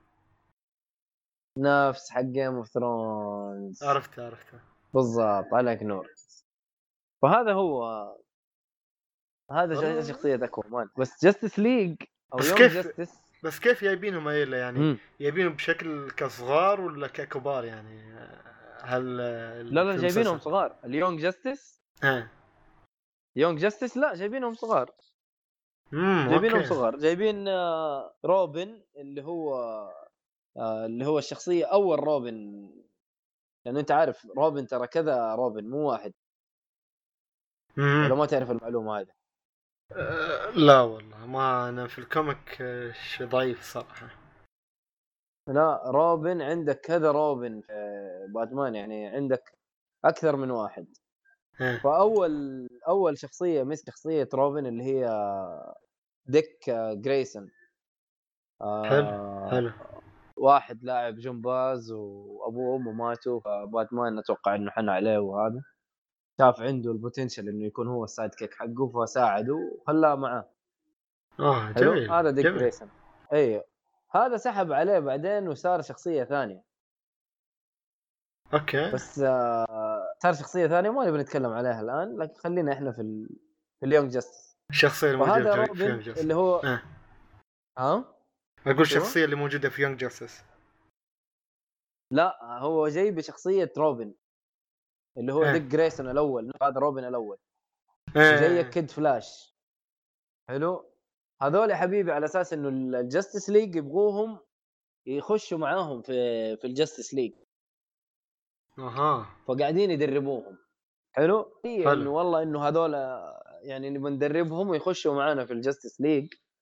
نفس حق جيم اوف ثرونز عرفت عرفته. بالضبط، عليك نور. فهذا هو، هذا والله. شخصية اكوامان. بس جاستس ليج او بس يونج كيف جاستس، بس كيف جايبينهم هيلا يعني؟ يبينهم بشكل كصغار ولا ككبار يعني؟ هل لا لا في جايبينهم المسلسل؟ صغار. اليونج جاستس، اه يونج جاستس لا جايبينهم صغار، امم جايبينهم اوكي. صغار. جايبين آه، روبن اللي هو آه، اللي هو الشخصية أول روبن، لأنه أنت عارف روبن ترى كذا روبن مو واحد، ولا امم ما تعرف المعلومة هذه؟ أه لا والله ما انا في الكوميك آه، شيء ضعيف صراحة. لا روبن عندك كذا روبن في باتمان، يعني عندك أكثر من واحد. اه فأول أول شخصية مسك شخصية روبن اللي هي ديك آه، جريسون، حلو آه، حلو. واحد لاعب جمباز وابوه وامه ماتوا، فباتمان اتوقع انه حن عليه، وهذا شاف عنده البوتنشل انه يكون هو السايد كيك حقه فساعده وخلاه معاه. اه حلو، جميل هذا ديك جميل. جريسون. ايوه هذا سحب عليه بعدين وصار شخصيه ثانيه، اوكي. بس آه صار شخصيه ثانيه ما نبي نتكلم عليها الان، لكن خلينا احنا في ال... في اليونج جاستس. الشخصية وهذا الموجودة في يونج روبن جاستس. اللي هو اه ها اقول ايش هو؟ الشخصية اللي موجودة في يونج جاستس. لا هو جاي بشخصيه روبن اللي هو اه ديك جريسون الاول، هذا روبن الاول. وجايك اه كيد فلاش. حلو، هذول يا حبيبي على اساس انه الجاستس ليج يبغوهم يخشوا معاهم في في الجاستس ليج، اها فقاعدين يدربوهم. حلو، هي حلو. انه والله انه هذول يعني نبغى ندربهم ويخشوا معانا في الجاستس ليج،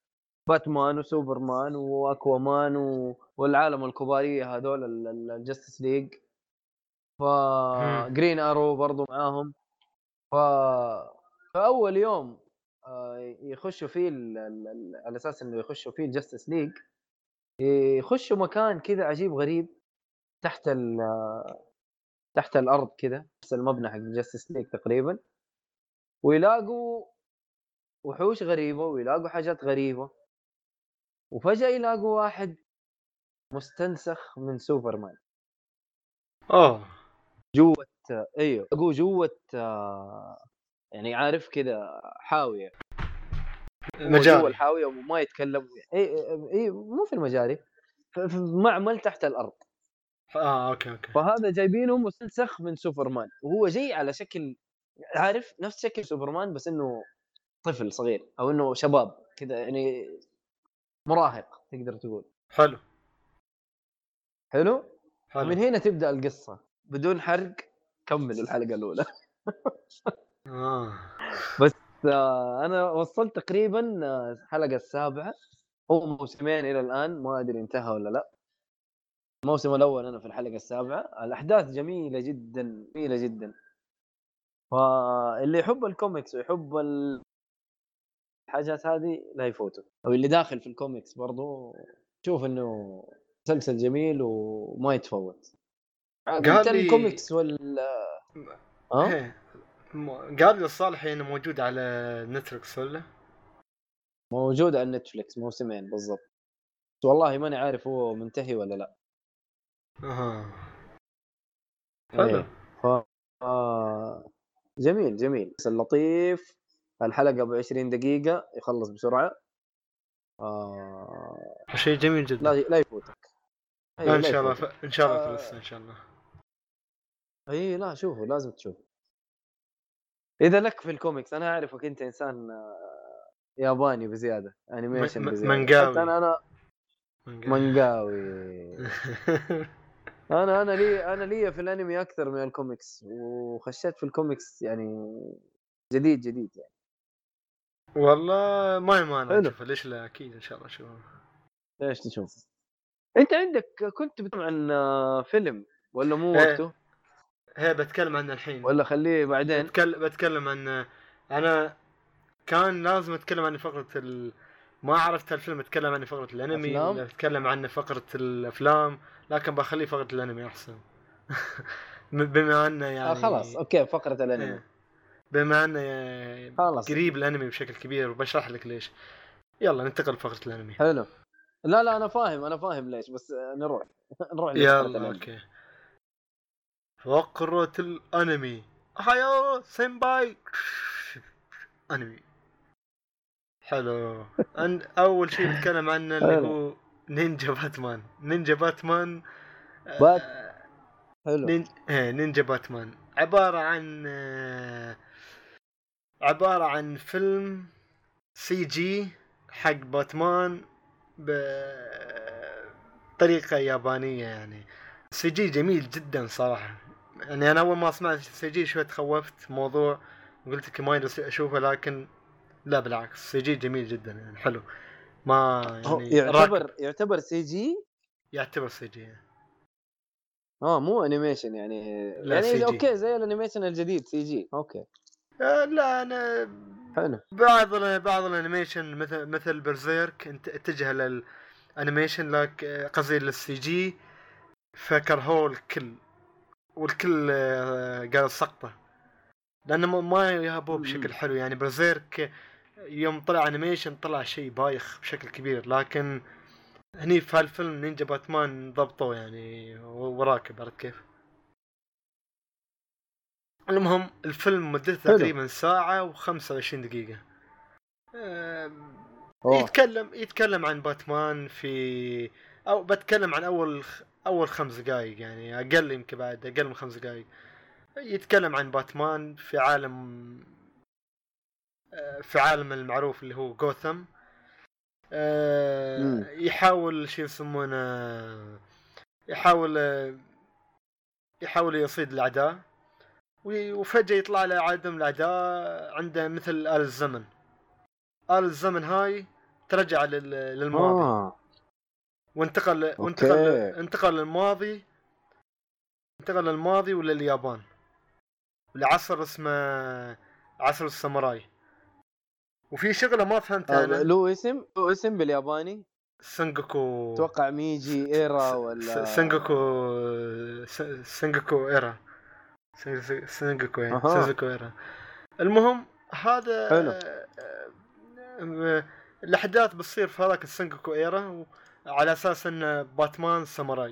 باتمان وسوبرمان واكوامان و... والعالم الكباريه هذول الجاستس ليج، فجرين ارو برضو معاهم. ف فاول يوم يخشوا فيه ال... ال... على اساس انه يخشوا فيه الجاستس ليج، يخشوا مكان كذا عجيب غريب تحت ال... تحت الارض كذا، نفس المبنى حق الجاستس ليج تقريبا، ويلاقوا وحوش غريبه ويلاقوا حاجات غريبه، وفجاه يلاقوا واحد مستنسخ من سوبرمان. اوه جوه ايوه لقوه جوه يعني عارف كذا حاويه، مجال جوه الحاويه وما يتكلم. اي اي مو في المجاري، في معمل تحت الارض. اه اوكي اوكي. فهذا جايبينه مستنسخ من سوبرمان، وهو جاي على شكل عارف نفس شكل سوبرمان بس انه طفل صغير او انه شباب كذا يعني مراهق تقدر تقول. حلو حلو, حلو. ومن هنا تبدا القصه بدون حرق. كملوا الحلقه الاولى. اه بس آه انا وصلت تقريبا الحلقه السابعه. هو موسمين الى الان، ما ادري انتهى ولا لا. الموسم الاول انا في الحلقه السابعه. الاحداث جميله جدا جميله جدا. فاللي يحب الكوميكس ويحب الحاجات هذه لا يفوته، او اللي داخل في الكوميكس برضو شوف انه مسلسل جميل وما يتفوت. قلت لي... الكوميكس وال اه قال لي الصالح انه موجود على نتفلكس ولا موجود على نتفلكس موسمين بالضبط، والله ماني عارف هو منتهي ولا لا. اها حلو. ف... آه... جميل جميل بس اللطيف. الحلقة بعشرين دقيقة يخلص بسرعة. آه... شيء جميل جدا. لا لا يفوتك. لا ان شاء الله ف... ان شاء الله في لسه ان شاء الله. اي لا شوفه لازم تشوفه اذا لك في الكوميكس. انا اعرفك انت انسان ياباني بزيادة، انيميشن م... بزيادة. منقاوي. انا انا منقاوي. انا انا لي انا لي في الانمي اكثر من الكوميكس، وخشيت في الكوميكس يعني جديد جديد يعني. والله ما يمانع نشوفه، ليش لا اكيد ان شاء الله اشوفه. ليش تشوف؟ انت عندك كنت بتكلم عن فيلم ولا مو وقته؟ هي بتكلم عنه الحين ولا خليه بعدين؟ بتكلم بتكلم عن انا كان لازم اتكلم عن فقرة ال... ما عرفت الفيلم اتكلم عن فقرة الانمي أفلام؟ ولا اتكلم عن فقرة الافلام، لكن بخلي فقرة الانمي احسن. بما انه يعني آه خلاص اوكي فقرة الانمي. ايه. بما انه يعني قريب الانمي بشكل كبير وبشرح لك ليش. يلا ننتقل لفقرة الانمي. حلو. لا لا انا فاهم انا فاهم ليش، بس نروح نروح يلا اوكي. فقرة الانمي. هايو سينباي. انمي حلو. عند اول شيء بتكلم عنه اللي هو نينجا باتمان. نينجا باتمان بات حلو. نين... نينجا باتمان عبارة عن عبارة عن فيلم سي جي حق باتمان بطريقة يابانية. يعني سي جي جميل جدا صراحة. يعني انا اول ما سمعت سي جي شوي تخوفت موضوع، قلت لك ما يدري اشوفه، لكن لا بالعكس سي جي جميل جدا يعني حلو. ما يعني يعتبر راكب. يعتبر سي جي. يعتبر سي جي اه مو انيميشن يعني. يعني اوكي زي الانيميشن الجديد سي جي اوكي. آه لا انا حلو. بعض بعض الانيميشن مثل مثل برزيرك انت اتجه للانيميشن، لك قصدي للسي جي فكرهوه الكل، والكل قال سقطه لانه ما يهابوه بشكل حلو. يعني برزيرك يوم طلع انيميشن طلع شيء بايخ بشكل كبير، لكن هني في هالفيلم نينجا باتمان ضبطوه يعني وراكب. عرفت كيف؟ المهم الفيلم مدته تقريبا ساعة وخمسة وعشرين دقيقة. أه يتكلم يتكلم عن باتمان في او بتكلم عن اول اول خمس دقائق، يعني اقل يمكن بعد اقل من خمس دقائق. يتكلم عن باتمان في عالم في عالم المعروف اللي هو غوثم. أه يحاول شيء يسمونه يحاول يحاول يصيد الاعداء، وفجأة يطلع له عدم الاعداء عنده مثل آلة الزمن. آلة الزمن هاي ترجع لل... للماضي اه وانتقل وانتقل أوكي. انتقل للماضي انتقل للماضي ولا اليابان لعصر اسمه عصر الساموراي. وفي شغله ما فهمتها آه انا. له اسم له اسم بالياباني سنجوكو اتوقع ميجي ايرا ولا سنجوكو سنجوكو ايرا سنجوكو يعني أها. سنجوكو ايرا. المهم هذا حلو. آه، الاحداث بتصير في هذاك السنجوكو ايرا على اساس ان باتمان ساموراي.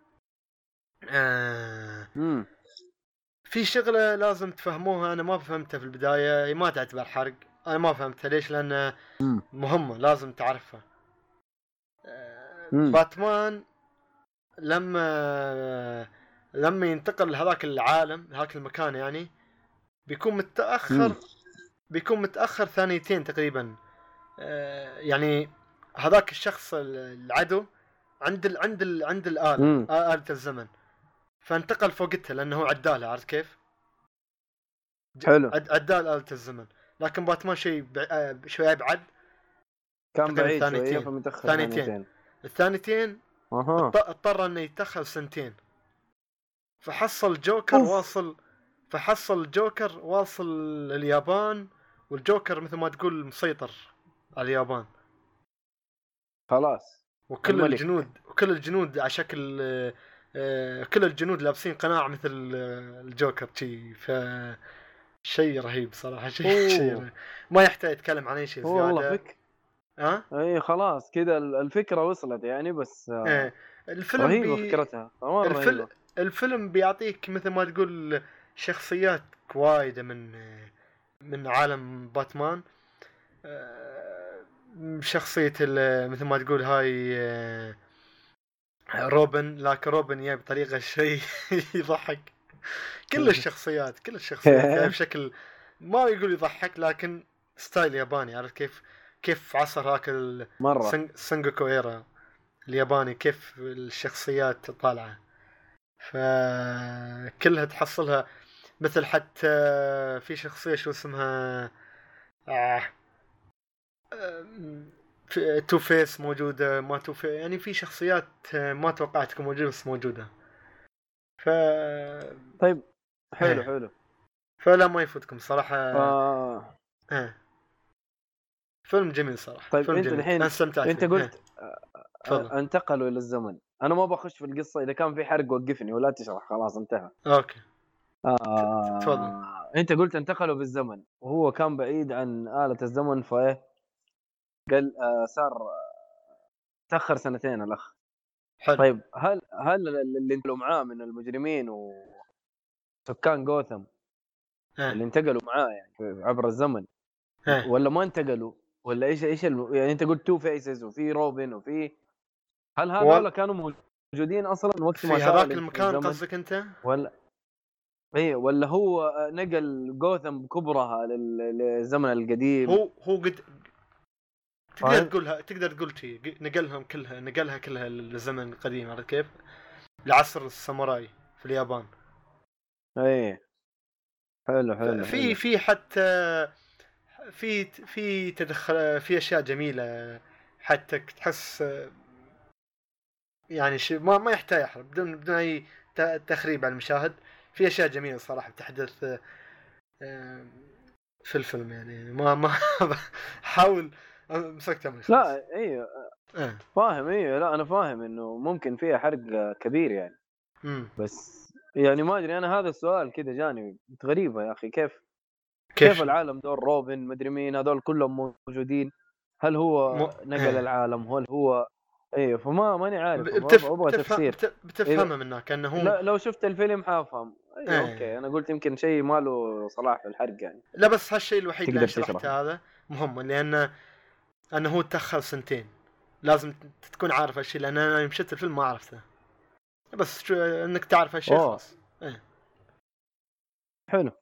آه امم في شغله لازم تفهموها انا ما فهمتها في البدايه، هي ما تعتبر حرق، انا ما فهمتها ليش لان امم مهمه لازم تعرفها. آه مم. باتمان لما لما ينتقل لهذاك العالم هذاك المكان يعني بيكون متاخر مم. بيكون متاخر ثانيتين تقريبا. آه يعني هذاك الشخص العدو عند ال عند ال عند الآلة مم. آلة الزمن، فانتقل فوقتها لانه هو عداله، عرفت كيف؟ حلو. عد عدال آلة الزمن. لكن باتمان شيء بع... آه، شوي ابعد، كان تقريباً بعيد شويه ثانيتين. فمتاخر ثانيتين. ثانيتين. الثانيتين اها اضط- اضطر انه يتاخر سنتين، فحصل جوكر أوف. واصل فحصل جوكر واصل اليابان، والجوكر مثل ما تقول مسيطر على اليابان، خلاص وكل الملك. الجنود وكل الجنود على شكل آه، آه، كل الجنود لابسين قناع مثل آه، الجوكر شي. ف شيء رهيب صراحه، شيء أوه. شيء رهيب. ما يحتاج يتكلم عن اي شيء هو والله زياده. فك ها اي خلاص كذا الفكره وصلت يعني، بس آه، آه. الفيلم رهيبه بي... فكرتها مره الفيلم رهيبه. الفيلم بيعطيك مثل ما تقول شخصيات وايدة من من عالم باتمان. آه، شخصية ال- مثل ما تقول هاي آه، روبن، لكن روبن يا بطريقة شيء يضحك. كل الشخصيات كل الشخصيات يعني بشكل ما يقول يضحك، لكن ستايل ياباني، عارف كيف كيف عصر هاك مره السنجوكو ايرا الياباني، كيف الشخصيات طالعة، فكلها تحصلها. مثل حتى في شخصية شو اسمها آه. في تو فيس موجودة، ما تو فيس يعني في شخصيات ما توقعت تكون موجودة بس موجودة. ف طيب حلو إيه. حلو. فلا ما يفوتكم صراحة. آه. آه. فيلم جميل صراحة. طيب فيلم انت جميل الحين أنا استمتعت انت فيه. قلت إيه. آه، تفضل. انتقلوا الى الزمن. انا ما بخش في القصه، اذا كان في حرق وقفني ولا تشرح، خلاص انتهى. اوكي تفضل. آه. انت قلت انتقلوا بالزمن وهو كان بعيد عن آلة الزمن، فايه قال آه صار تاخر سنتين الاخ. حلو. طيب هل هل اللي انتقلوا معاه من المجرمين وسكان غوثم إيه. اللي انتقلوا معاه يعني عبر الزمن، إيه. ولا ما انتقلوا، ولا ايش ايش الم... يعني انت قلت تو فيسز وفي روبن وفي، هل هذول وال... كانوا موجودين اصلا وقت ما في صار هذاك الانتقال المكان بالزمن؟ قصدك أنت؟ ولا اي ولا هو نقل غوثم بكبرها لل... للزمن القديم؟ هو هو قد تقدر فاهم؟ تقولها تقدر تقول شيء نقلهم كلها نقلها كلها للزمن القديم، عرفت كيف؟ لعصر الساموراي في اليابان. اي حلو حلو في حلو. في حتى في في تدخل في اشياء جميله، حتى تحس يعني شيء ما ما يحتاج يحرق بدون بدون اي ت- تخريب على المشاهد. في اشياء جميله صراحه بتحدث آه، في الفيلم يعني ما ما حاول مسكتها من خلاص. لا اي آه. فاهم. اي لا انا فاهم انه ممكن فيها حرق كبير يعني، مم. بس يعني ما ادري انا هذا السؤال كذا جاني غريبه يا اخي. كيف كيف, كيف العالم دول روبن مدري مين هذول كلهم موجودين؟ هل هو م... نقل العالم؟ هل هو ايوه؟ فما ماني عارف، بتف... ابغى بتفهم تفسير. بت... بتفهمها منك انه هو لا لو شفت الفيلم حافهم. ايوه ايه. اوكي انا قلت يمكن شيء ما له صلاح في الحرق يعني. لا بس هالشيء الوحيد اللي تقدر شرحته تشرحه. هذا مهم، لان انه هو تاخر سنتين، لازم تكون عارف هالشيء، لان انا يوم شفت الفيلم ما عرفته، بس شو انك تعرف هالشيء أوه. خلاص. ايه. حلو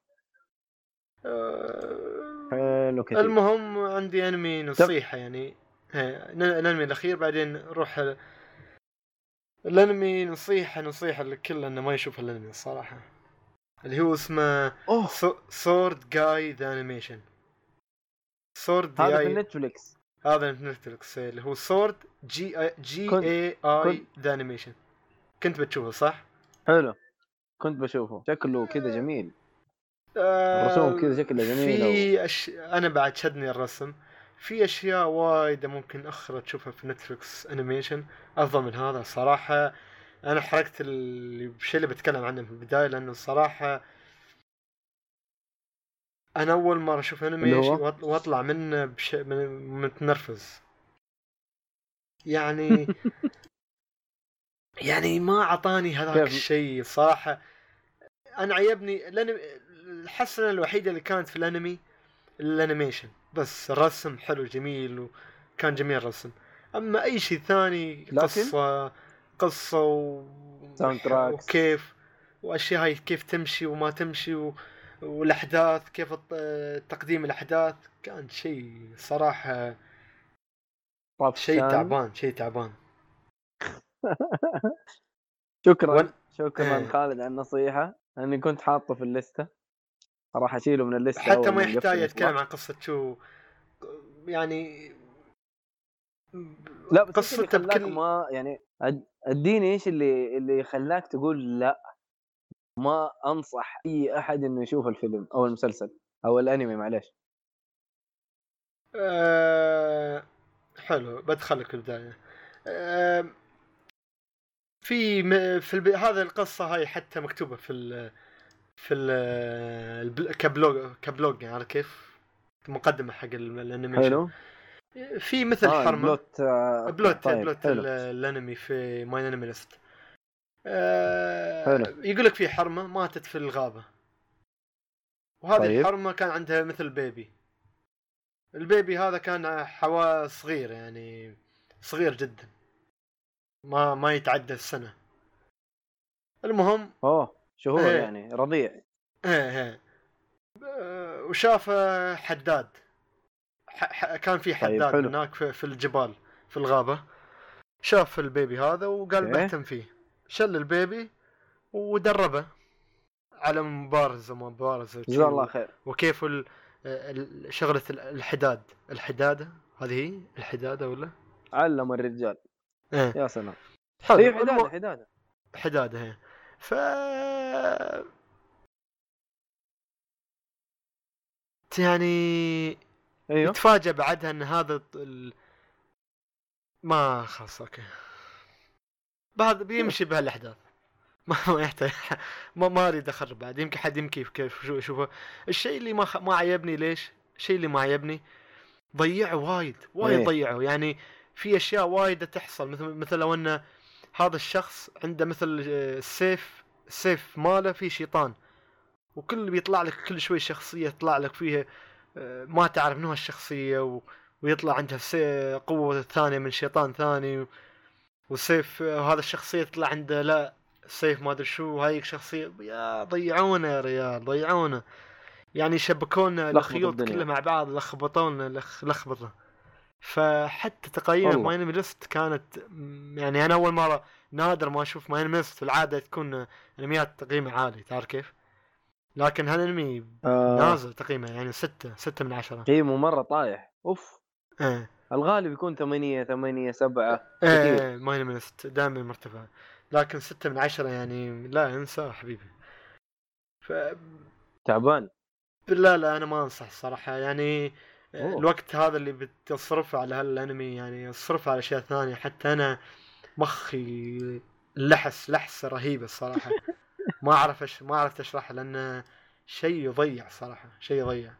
أه... حلو كثير. المهم عندي انمي نصيحه يعني إيه، الانمي الاخير بعدين نروح ال... الانمي نصيحه نصيحه لكل انه ما يشوف الانمي الصراحه، اللي هو اسمه اوه سورد جاي ذا انيميشن. سورد هذا في جاي النتفليكس. هذا نتفلكس اللي هو سورد جي جي كنت- اي اي كنت- ذا انيميشن. كنت بتشوفه صح؟ حلو، كنت بشوفه شكله كذا جميل. آه، الرسوم كذا شكلها جميلة في أش... انا بعد شدني الرسم. في اشياء وايد ممكن اخرى تشوفها في نتفلكس انيميشن افضل من هذا صراحه. انا حركت اللي الشيء اللي بتكلم عنه في البدايه لانه الصراحه انا اول مره اشوف اللي انمي هو؟ وأط- واطلع منه بش... من... متنرفز يعني. يعني ما اعطاني هذاك كيف؟ الشيء صراحه. انا عيبني لان الحسنه الوحيده اللي كانت في الانمي الانيميشن بس. الرسم حلو جميل وكان جميل الرسم. اما اي شيء ثاني لكن؟ قصه قصه و... ساوند تراكس. وكيف واشياء هاي كيف تمشي وما تمشي و... والاحداث كيف الت- تقديم الاحداث كان شيء صراحه شيء طفشان. تعبان شيء تعبان. شكرا ون... شكرا إيه. خالد على النصيحة، اني كنت حاطه في الليستة، راح اشيله من الليستة حتى أول ما نقفل يحتاج نطلع. يتكلم عن قصه شو يعني. لا بس ايش قصته اللي خلاك بكل ما يعني أد- اديني ايش اللي اللي خلاك تقول لا ما انصح اي احد انه يشوف الفيلم او المسلسل او الانمي معلش. آه... حلو بدخلك البدايه. آه... في م... في الب... هذا القصه هاي حتى مكتوبه في ال... في ال... البل... كبلوج كبلوج يعني كيف مقدمه حق ال- الانيميشن. حلو. في مثل اه حرمه البلوت آه بلوت طيب بلوت حلو. ال- الانمي في ماي انمي ليست. آه... حلو. يقول لك في حرمه ماتت في الغابه، وهذه طيب. الحرمه كان عندها مثل بيبي. البيبي هذا كان حوا صغير يعني صغير جدا ما ما يتعدى السنه. المهم اوه شهور إيه. يعني رضيع. ايه ايه آه، وشاف حداد. ح... ح... كان في حداد حلو. هناك في... في الجبال في الغابة. شاف البيبي هذا وقال إيه. بهتم فيه. شل البيبي ودربه على مبارزة مبارزة جزاه الله خير. وكيف ال... ال- شغلة ال- الحداد الحدادة هذه هي الحدادة ولا علم الرجال. ايه يا سلام. حلو ايه حداده الم... حداده حدادة هي. ف يعني ايوه يتفاجأ بعدها ان هذا ال... ما خلاص اوكي بعد بيمشي بهالاحداث. ما ما يحتاج ما ما اريد اخرب بعد. يمكن حد يمكن كيف شو شوفه. الشيء اللي ما خ... ما عجبني ليش الشيء اللي ما عجبني ضيعوا وايد وايد إيه. ضيعوا يعني. في اشياء وايد تحصل مثل مثل لو ان هذا الشخص عنده مثل آه، السيف السيف ماله فيه شيطان، وكل بيطلع لك كل شوي شخصية تطلع لك فيها آه، ما تعرف منو هالشخصية و... ويطلع عندها سي... قوة ثانية من شيطان ثاني، والسيف آه، هذا الشخصية تطلع عنده لا سيف ما ادري شو هايك شخصية. يا ضيعونا يا ريال ضيعونا يعني شبكونا لخبطوا الخيوط الدنيا. كلها مع بعض لخبطونا لخ... لخبطة. فحتى تقييم والله. ماي انمي ليست كانت م- يعني انا اول مرة نادر ما اشوف ماي انمي ليست. في العادة تكون انميات تقييمها عالي تعرف كيف، لكن هالانمي آه. نازل تقييمه يعني ستة ستة من عشرة. قيمه مره طايح. اوف. ايه الغالب يكون ثمانية ثمانية سبعة ايه كثير. ماي انمي ليست دائما مرتفع، لكن ستة من عشرة يعني لا انسى حبيبي. ف تعبان. لا لا انا ما انصح الصراحة يعني. أوه. الوقت هذا اللي بتصرفه على هالانمي يعني اصرفه على اشياء ثانية. حتى انا مخي لحس لحس رهيب الصراحة. ما اعرف ايش ما عرفت اشرح لانه شيء يضيع صراحة شيء يضيع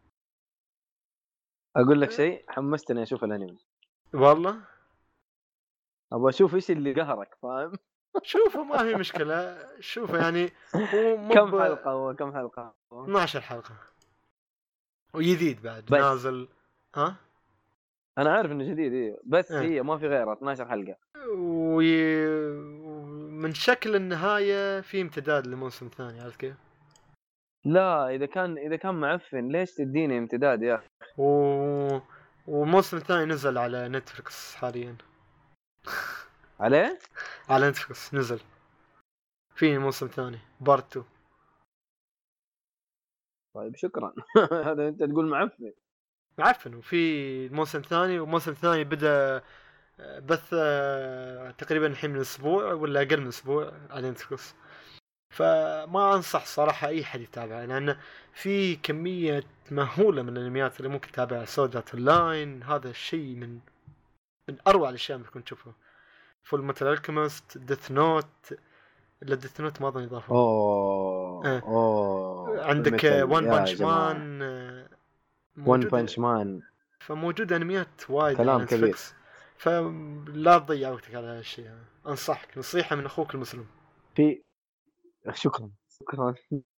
اقول لك شيء حمستني اشوف الانمي. والله. ابغى اشوف ايش اللي قهرك فاهم. شوفوا ما في مشكلة شوفوا يعني هو مو كم ب- حلقه هو كم حلقه هو؟ اثنا عشر حلقة وجديد بعد بس. نازل. ها انا عارف انه جديد إيه. بس إيه. هي ما في غيرها اثنا عشر حلقه. وي... ومن شكل النهاية في امتداد لموسم ثاني عرفت كيف. لا اذا كان اذا كان معفن ليش تديني امتداد يا اخي. و... وموسم ثاني نزل على نتفلكس حاليا. عليه على نتفلكس نزل في موسم ثاني بارت تو. طيب شكرا. هذا انت تقول معفن. معفن. وفي الموسم الثاني، والموسم الثاني بدا بث تقريبا الحين من اسبوع ولا اقل من اسبوع على نتفلكس. فما انصح صراحه اي حد يتابعه، لان في كميه مهوله من الانميات اللي ممكن تتابعها. سورد آرت أونلاين هذا الشيء من من اروع الاشياء اللي ممكن تشوفها. فول ميتال الكيمست، ديث نوت، الا ديث نوت ما اظن اضافه. اوه آه. اوه عندك Fullmetal. وان يا بانش جماعة. مان، ون موجود. بانش مان فموجود انميات وايد كلام على كبير. نتفلكس، فلا تضيع وقتك على هالشيء. انصحك نصيحه من اخوك المسلم. في شكرا شكرا.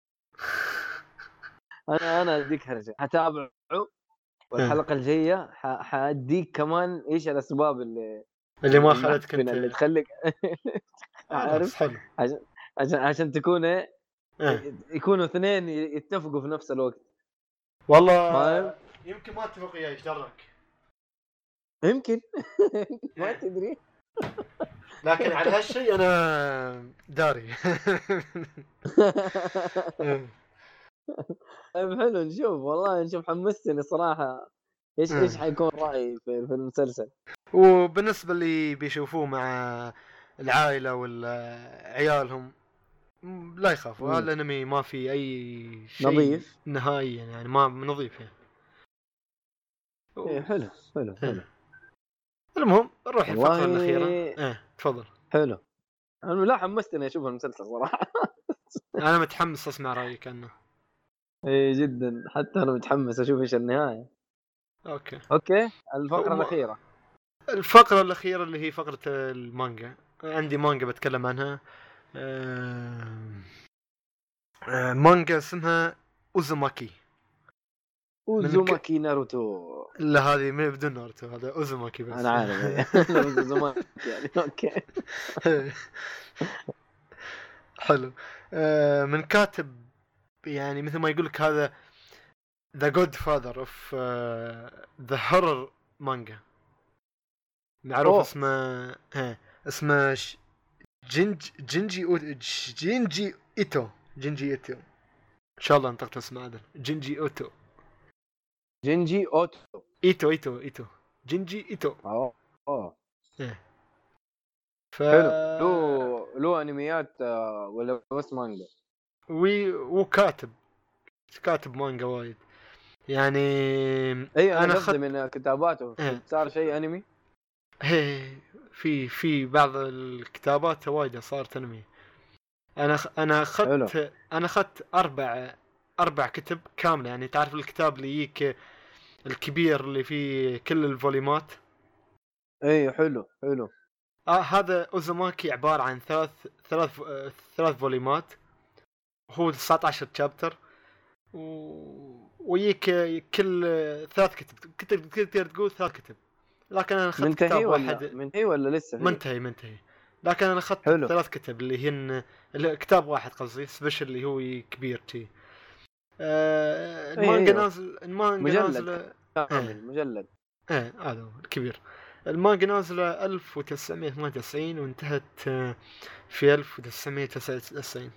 انا انا اديك هرجه هتابعه، والحلقه الجايه ح- حاديك كمان ايش الاسباب اللي اللي ما خلتك المعفنة اللي انت تخليك خلاص عارف، حلو. عشان عشان عشان تكون ايه آه. يكونوا اثنين يتفقوا في نفس الوقت. والله فاهم؟ يمكن ما اتفق وياي، ايش درك؟ يمكن ما تدري. لكن على هالشيء انا داري. طيب حلو، نشوف. والله نشوف، حمستني صراحة. ايش ايش حيكون رأيي في, في المسلسل. وبالنسبه اللي بيشوفوه مع العائله ولا عيالهم لا يخافوا، مم. هذا الانمي ما في اي شيء نظيف. نهائيا، يعني ما نظيف يعني. إيه حلو حلو حلو. المهم نروح والله الفقره الاخيره. ايه تفضل. حلو. انا لا حمستني اشوف المسلسل صراحة. انا متحمس اسمع رايك عنه. ايه جدا، حتى انا متحمس اشوف ايش النهاية. اوكي اوكي الفقرة وما- الأخيرة. الفقره الاخيره اللي هي فقره المانجا. عندي مانجا بتكلم عنها. آه... آه... مانجا اسمها اوزوماكي. اوزوماكي ناروتو. لا هذه ما بدون ناروتو، هذا اوزوماكي بس. انا عارف إيه. اوزوماكي يعني. اوكي حلو. آه... من كاتب يعني مثل ما يقولك هذا The Godfather of uh, the horror manga. معروف أوه. اسمه ها اسمه ش... جنج جنجي أو... جنجي إيتو. جنجي إيتو إن شاء الله نطقت اسمه عدل. جنجي أوتو. جينجي اوتو. إيتو إيتو إيتو جنجي إيتو. اوه اوه إيه. ف حلو. له له انميات آه، ولا بس مانجا؟ وي وكاتب كاتب مانجا وايد يعني. اي انا انا قصدي اخذت من كتاباته إيه. صار شيء انمي. هي في في بعض الكتابات وايد صارت انمي. انا خ... انا اخذت حلو. انا اخذت اربع اربع كتب كامله. يعني تعرف الكتاب اللي يجيك الكبير اللي فيه كل الفوليمات. اي حلو حلو. آه هذا اوزوماكي عباره عن ثلاث ثلاث آه، ثلاث فوليمات. هو تسعة عشر شابتر و... ويجيك كل ثلاث كتب كتب تقدر تقول ثلاث كتب. لكن انا اخذت منتهي كتاب ولا واحد. منتهي ولا لسه فيه؟ منتهي منتهي لكن انا اخذت حلو. ثلاث كتب اللي هن اللي كتاب واحد قصدي سبيشل اللي هو كبير تي. آه المانجا أيوه. نازل المانجا مجلد. نازله كامل مجلد. ايه هذا هو الكبير. المانجا نازله ألف وتسعمية وثمانية وتسعين وانتهت آه، في ألف وتسعمية وتسعة وتسعين.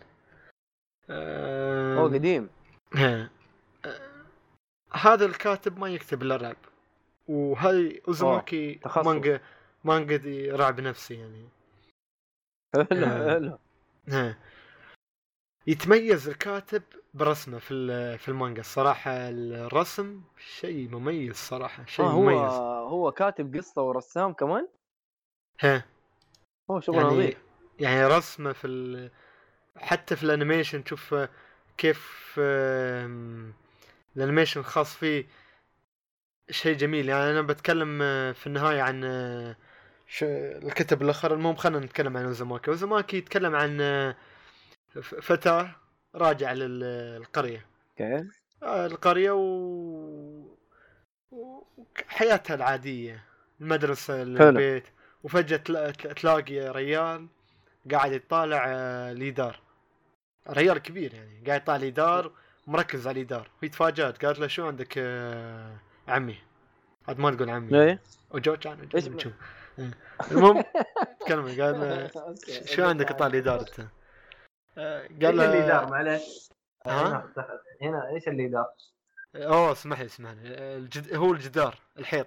هو آه قديم. ها. آه هذا الكاتب ما يكتب الا رعب، وهاي اوزوماكي تخصص. مانجا مانجا دي رعب نفسي يعني. حلو آه. حلو. ها. يتميز الكاتب برسمه في في المانجا الصراحه. الرسم شيء مميز صراحه، شيء آه هو مميز. هو كاتب قصة ورسام كمان. ها هو شغل يعني نظيف. يعني رسمه في ال... حتى في الانيميشن تشوف كيف آم، الانيميشن خاص فيه شيء جميل. يعني انا بتكلم آه، في النهايه عن آه، ش... الكتب الاخر. المهم خلينا نتكلم عن اوزوماكي. اوزوماكي يتكلم عن آه، ف- فتاه راجع للقريه. اوكي. آه، القريه و... وحياتها العاديه، المدرسه، البيت. وفجاه تلا- تلاقي ريال قاعد يطالع آه، ليدار. ريال كبير يعني قاعد يطالع ليدار مركز على ليدار. وهي تفاجأت قالت له شو عندك آه، عمي. عاد ما تقول عمي ايه وجو كان ايش شو. المهم تكلم قال له شو عندك طالع ليدار انت. آه، قال له اللي دار معلش. ها هنا هنا ايش اللي دار؟ اوه اسمح لي اسمح لي الجد... هو الجدار الحيط.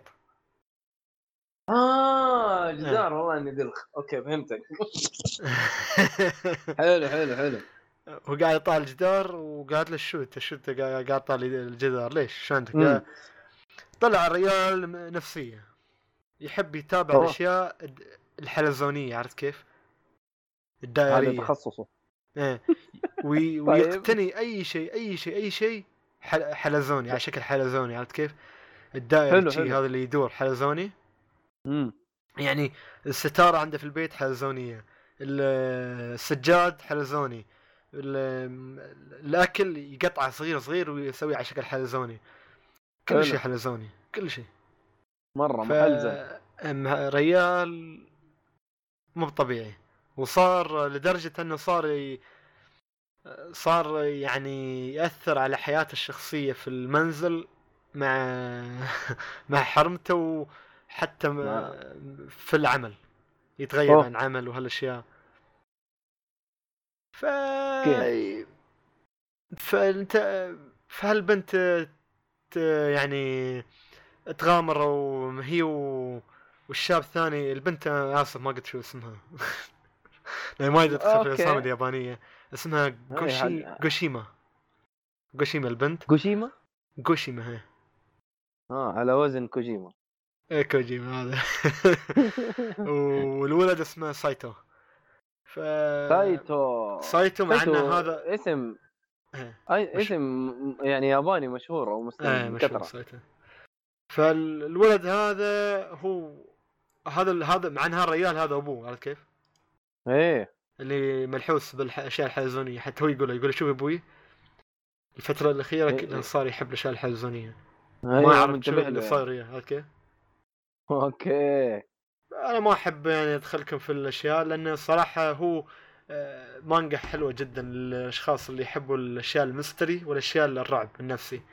اه جدار والله اني دلخ. اوكي فهمتك. حلو حلو حلو. هو قاعد يطالع الجدار وقاعد له الشوت الشوت قاعد قاعد طالع الجدار. ليش شو عندك؟ مم. قاعد- طلع الرجال م- نفسية يحب يتابع أوه. الاشياء الد- الحلزونية، عرفت كيف؟ هذا الدائرية. تخصصه. ايه وي... طيب. ويقتني اي شيء اي شيء اي شيء حل... حلزوني على شكل حلزوني، عرفت كيف؟ الدائري حلو، شيء حلو. هذا اللي يدور حلزوني. امم يعني الستارة عنده في البيت حلزونية، ال- السجاد حلزوني، ال- الأكل يقطع صغير صغير ويسوي على شكل حلزوني. كل حلو. شيء حلزوني كل شيء. مره ف محلزن. أم- ريال مو طبيعي، وصار لدرجة انه صار ي... صار يعني يأثر على حياته الشخصية في المنزل مع مع حرمته، وحتى م- مع- في العمل يتغير أوه. عن عمل وهالاشياء. ف كيف؟ فانت فهالبنت ت... يعني تغامر وهي و... والشاب الثاني. البنت اسف ما قلت شو اسمها لا ما يدخل في أوكي. الاسامي اليابانيه. اسمها هاي غوشي حد- غوشيما غوشيما البنت كوجيما. غوشيما هي اه على وزن كوجيما. ايه كوجيما هذا. والولد اسمه سايتو. ف سايتو. سايتو مع سايتو انه هذا اسم إيه. اي مش- اسم يعني ياباني مشهور او ايه مسلم مشهور بكثره. سايتو. فالولد هذا هو هذا ال- هذا مع ان هالرجال هذا ابوه، عرفت كيف؟ ايه اللي ملحوس بالاشياء الحلزونيه. حتى هو يقول يقول شوف ابوي الفتره الاخيره إيه. كلها صار يحب الاشياء الحلزونيه. ما ايوه اعرف شو منتبه اللي له صار وياه، عرفت كيف؟ اوكي. انا ما احب يعني ادخلكم في الاشياء، لان الصراحه هو آه، مانجا حلوه جدا للاشخاص اللي يحبوا الاشياء الميستري والاشياء الرعب النفسي،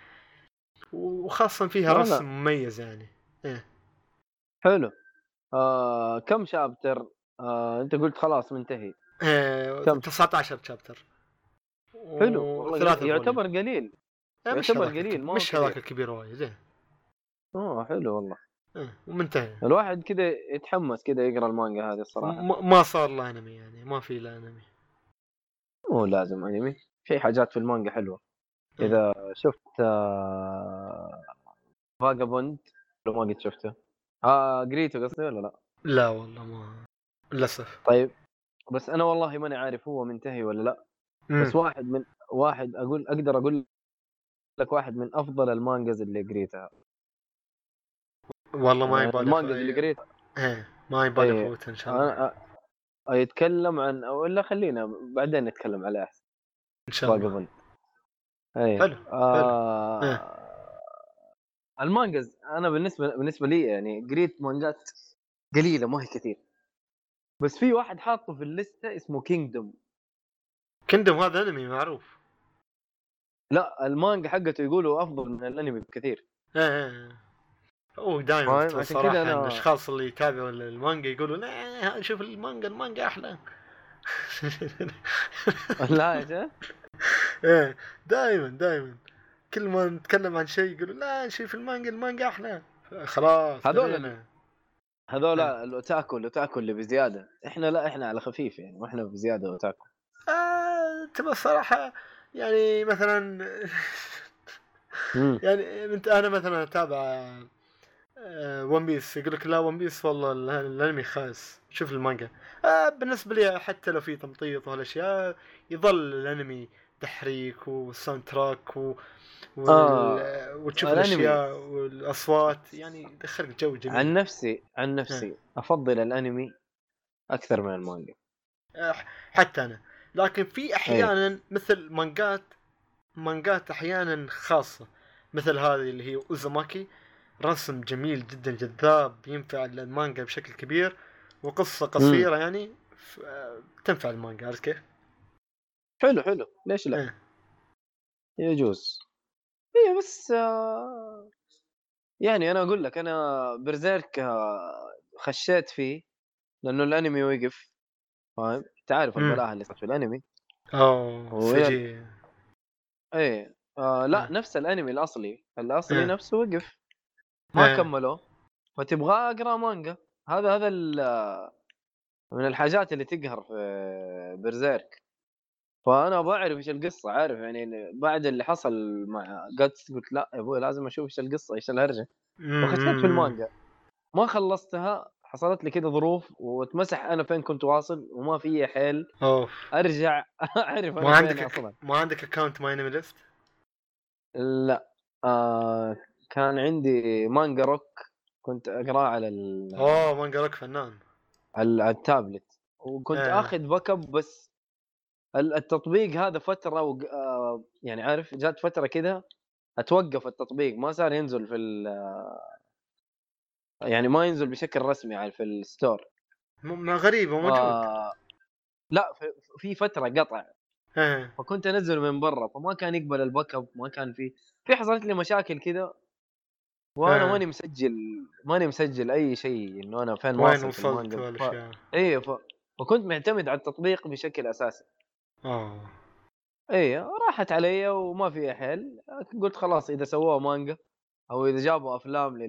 وخاصه فيها لا، لا. رسم مميز يعني. ايه حلو. آه كم شابتر؟ آه انت قلت خلاص منتهي. ايه كم؟ تسعة عشر شابتر. حلو والله وثلاثة يعتبر فوليوم. قليل. إيه مش يعتبر هذاك قليل، الكبير- ما هو مش هذاك كثير. الكبير وايد. ايه اه حلو والله. إيه، ومنتهي. الواحد كذا يتحمس كذا يقرا المانجا هذه الصراحه. م- ما صار له انمي يعني، ما في له انمي. مو لازم انمي، في حاجات في المانجا حلوه. اذا شفت آه فاجابوند لو ما قد شفته. اه قريته قصدي ولا لا؟ لا والله ما للاسف. طيب بس انا والله ماني عارف هو منتهي ولا لا. بس مم. واحد من واحد اقول اقدر اقول لك واحد من افضل المانجاز اللي قريتها. والله ما يبالي المانجاز اللي قريتها ايه ما يبالي إيه. فوت ان شاء الله. انا أ- يتكلم عن ولا خلينا بعدين نتكلم عليه احسن. ان شاء الله. فاجابوند. اي حلو آه... إيه. المانجاز انا بالنسبه بالنسبه لي يعني قريت مانجات قليله ما هي كثير، بس في واحد حاطه في الليسته اسمه كينجدوم. كندم هذا انمي معروف. لا المانجا حقته يقولوا افضل من الانمي بكثير. ايه ايه هو دائما فاهم؟ عشان الصراحه كذا أنا... أنا- الاشخاص اللي يتابعوا المانجا يقولوا لا شوف المانجا المانجا احلى. لا يا شيخ ايه دائما دائما كل ما نتكلم عن شيء يقولوا لا شوف المانجا المانجا احلى. خلاص هذول درينا. هذول الاوتاكو الاوتاكو اللي بزياده. احنا لا احنا على خفيف يعني، واحنا بزياده اوتاكو. آه تبى الصراحه يعني مثلا مم. يعني انت انا مثلا اتابع ون بيس يقول لك لا ون بيس والله ال- الانمي خايس شوف المانجا. آه بالنسبه لي حتى لو في تمطيط وهالاشياء يظل الانمي تحريك والساوند تراك و... وال... آه. وتشوف الأنمي. الاشياء والاصوات يعني يدخلك جو جميل. عن نفسي عن نفسي افضل الانمي اكثر من المانجا. آه حتى انا، لكن في احيانا مثل مانجات مانجات احيانا خاصه مثل هذه اللي هي اوزاماكي، رسم جميل جدا جذاب ينفع المانجا بشكل كبير، وقصة قصيرة م. يعني ف... تنفع المانجا، عرفت كيف؟ حلو حلو ليش لا اه. يجوز. ايه بس آه يعني انا اقول لك انا برزيرك آه خشيت فيه لانه الانمي وقف، فاهم؟ تعرف البلاهه اللي صارت في الانمي. اوه سجي. ايه آه لا آه. نفس الانمي الاصلي الاصلي آه. نفسه وقف ما آه. كملوه فتبغى اقرا مانجا. هذا هذا ال- من الحاجات اللي تقهر في برزيرك. فانا بعرف ايش القصه عارف يعني بعد اللي حصل مع جاتس قلت لا يا ابوي لازم اشوف ايش القصه ايش الهرجه. فخشيت في المانجا ما خلصتها حصلت لي كده ظروف واتمسح انا فين كنت واصل وما في حيل اوف ارجع اعرف ما انا فين عندك اصلا. ما عندك اكونت ماي انمي ليست؟ لا آه كان عندي مانجا روك كنت اقراه على ال... اوه مانجا روك فنان. على على التابلت وكنت آه. اخذ باك اب بس ال- التطبيق هذا فتره وق... آه يعني عارف جات فتره كده اتوقف التطبيق ما صار ينزل في ال... يعني ما ينزل بشكل رسمي على في الستور. م- ما غريبه موجود. آه لا في, في فتره قطع آه. فكنت انزل من برا فما كان يقبل الباك اب ما كان في في حصلت لي مشاكل كده وانا آه. ماني مسجل ماني مسجل اي شيء انه انا فين وين واصل في وصلت المانجا ف... والاشياء. ايه ف... فكنت معتمد على التطبيق بشكل اساسي. اه ايه راحت علي وما في حل قلت خلاص اذا سووها مانجا او اذا جابوا افلام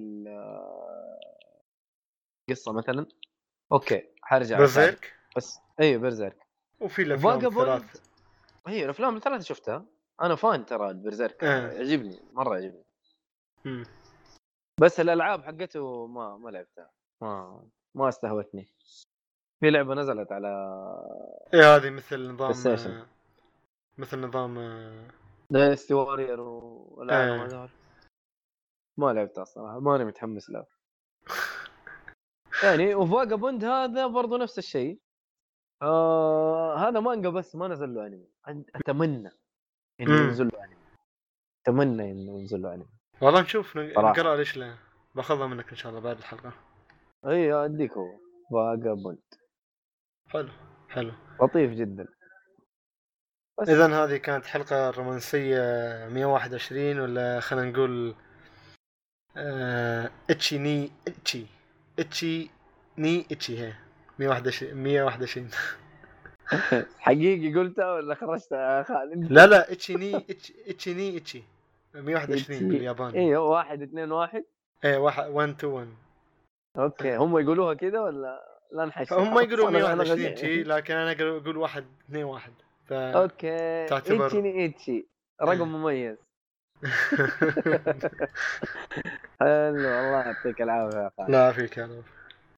للقصه مثلا اوكي حرجع اتابع برزيرك. بس ايه برزيرك وفي الافلام الثلاث. هي الافلام الثلاثه شفتها انا فان ترى البرزيرك آه. يعجبني مره يعجبني مم. بس الالعاب حقته ما ما لعبتها ما ما استهوتني. في لعبه نزلت على ايه هذه مثل نظام PlayStation. آه، مثل نظام آه، داينستي وارير والعالم آه. هذول ما لعبتها الصراحه ماني متحمس له يعني. وفاجابوند هذا برضو نفس الشيء آه هذا مانجا بس ما نزل له انمي. اتمنى انه مم. ينزل له انمي اتمنى انه ينزل له انمي والله نشوف ن- صراحة. نقرا ليش لا باخذها منك ان شاء الله بعد الحلقه. اي اديك هو فاجابوند حلو حلو. لطيف جدا. بس اذا هذه كانت حلقه رومانسيه مية وواحد وعشرين ولا خلينا نقول آه، اتشي ني اتشي اتشي ني اتشي هي مية وواحد وعشرين مية وواحد وعشرين. حقيقي قلتها ولا خرجتها يا خالد؟ لا لا اتشي ني اتشي اتشي ني اتشي مية وواحد وعشرين بالياباني. ايه واحد اثنين واحد ايه واحد واحد تو واحد. اوكي هم يقولوها كذا ولا لا نحش هم يقولوا مية أنا- وواحد أنا وعشرين غبي. شي لكن انا اقول اقول واحد اثنين واحد. ف اوكي تعتبر- اتشي اتشي رقم مميز. حلو الله يعطيك العافيه يا خالد. لا فيك يا رب.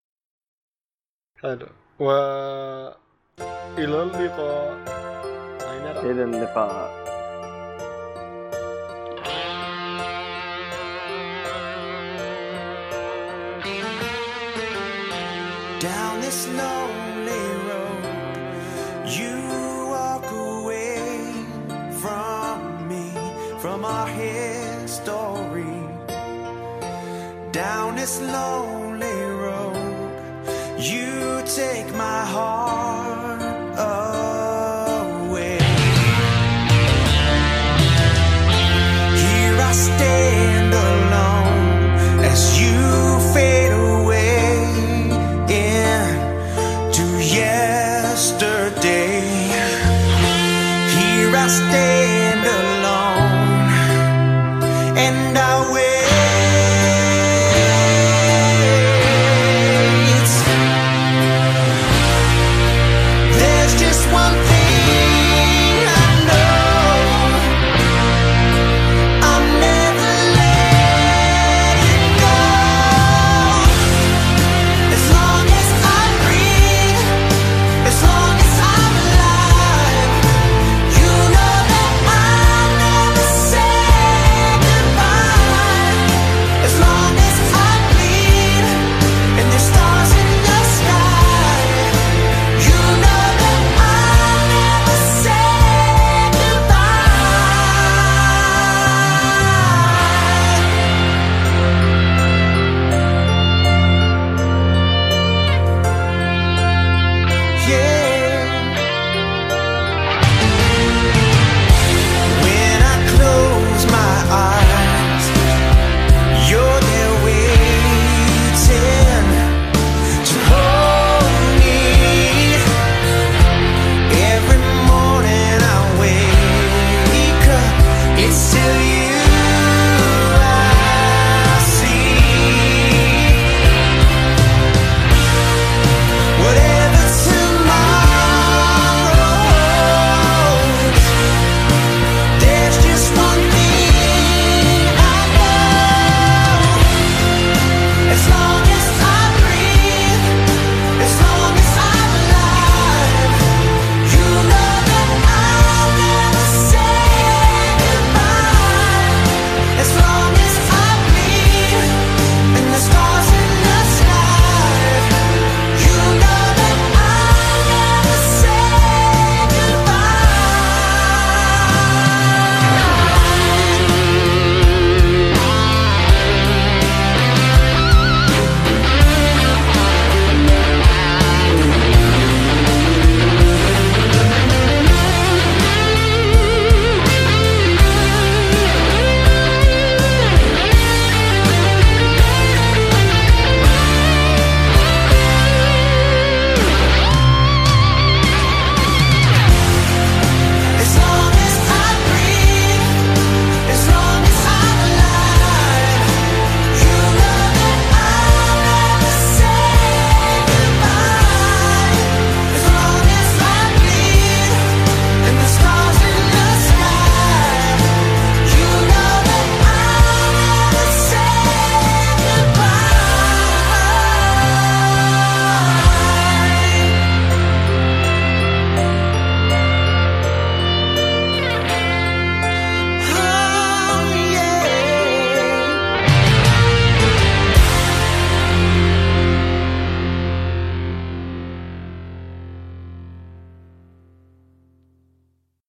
حلو و الى اللقاء. أين نرى؟ الى اللقاء. Down this lonely road, you walk away from me, from our history. Down this lonely road, you take my heart.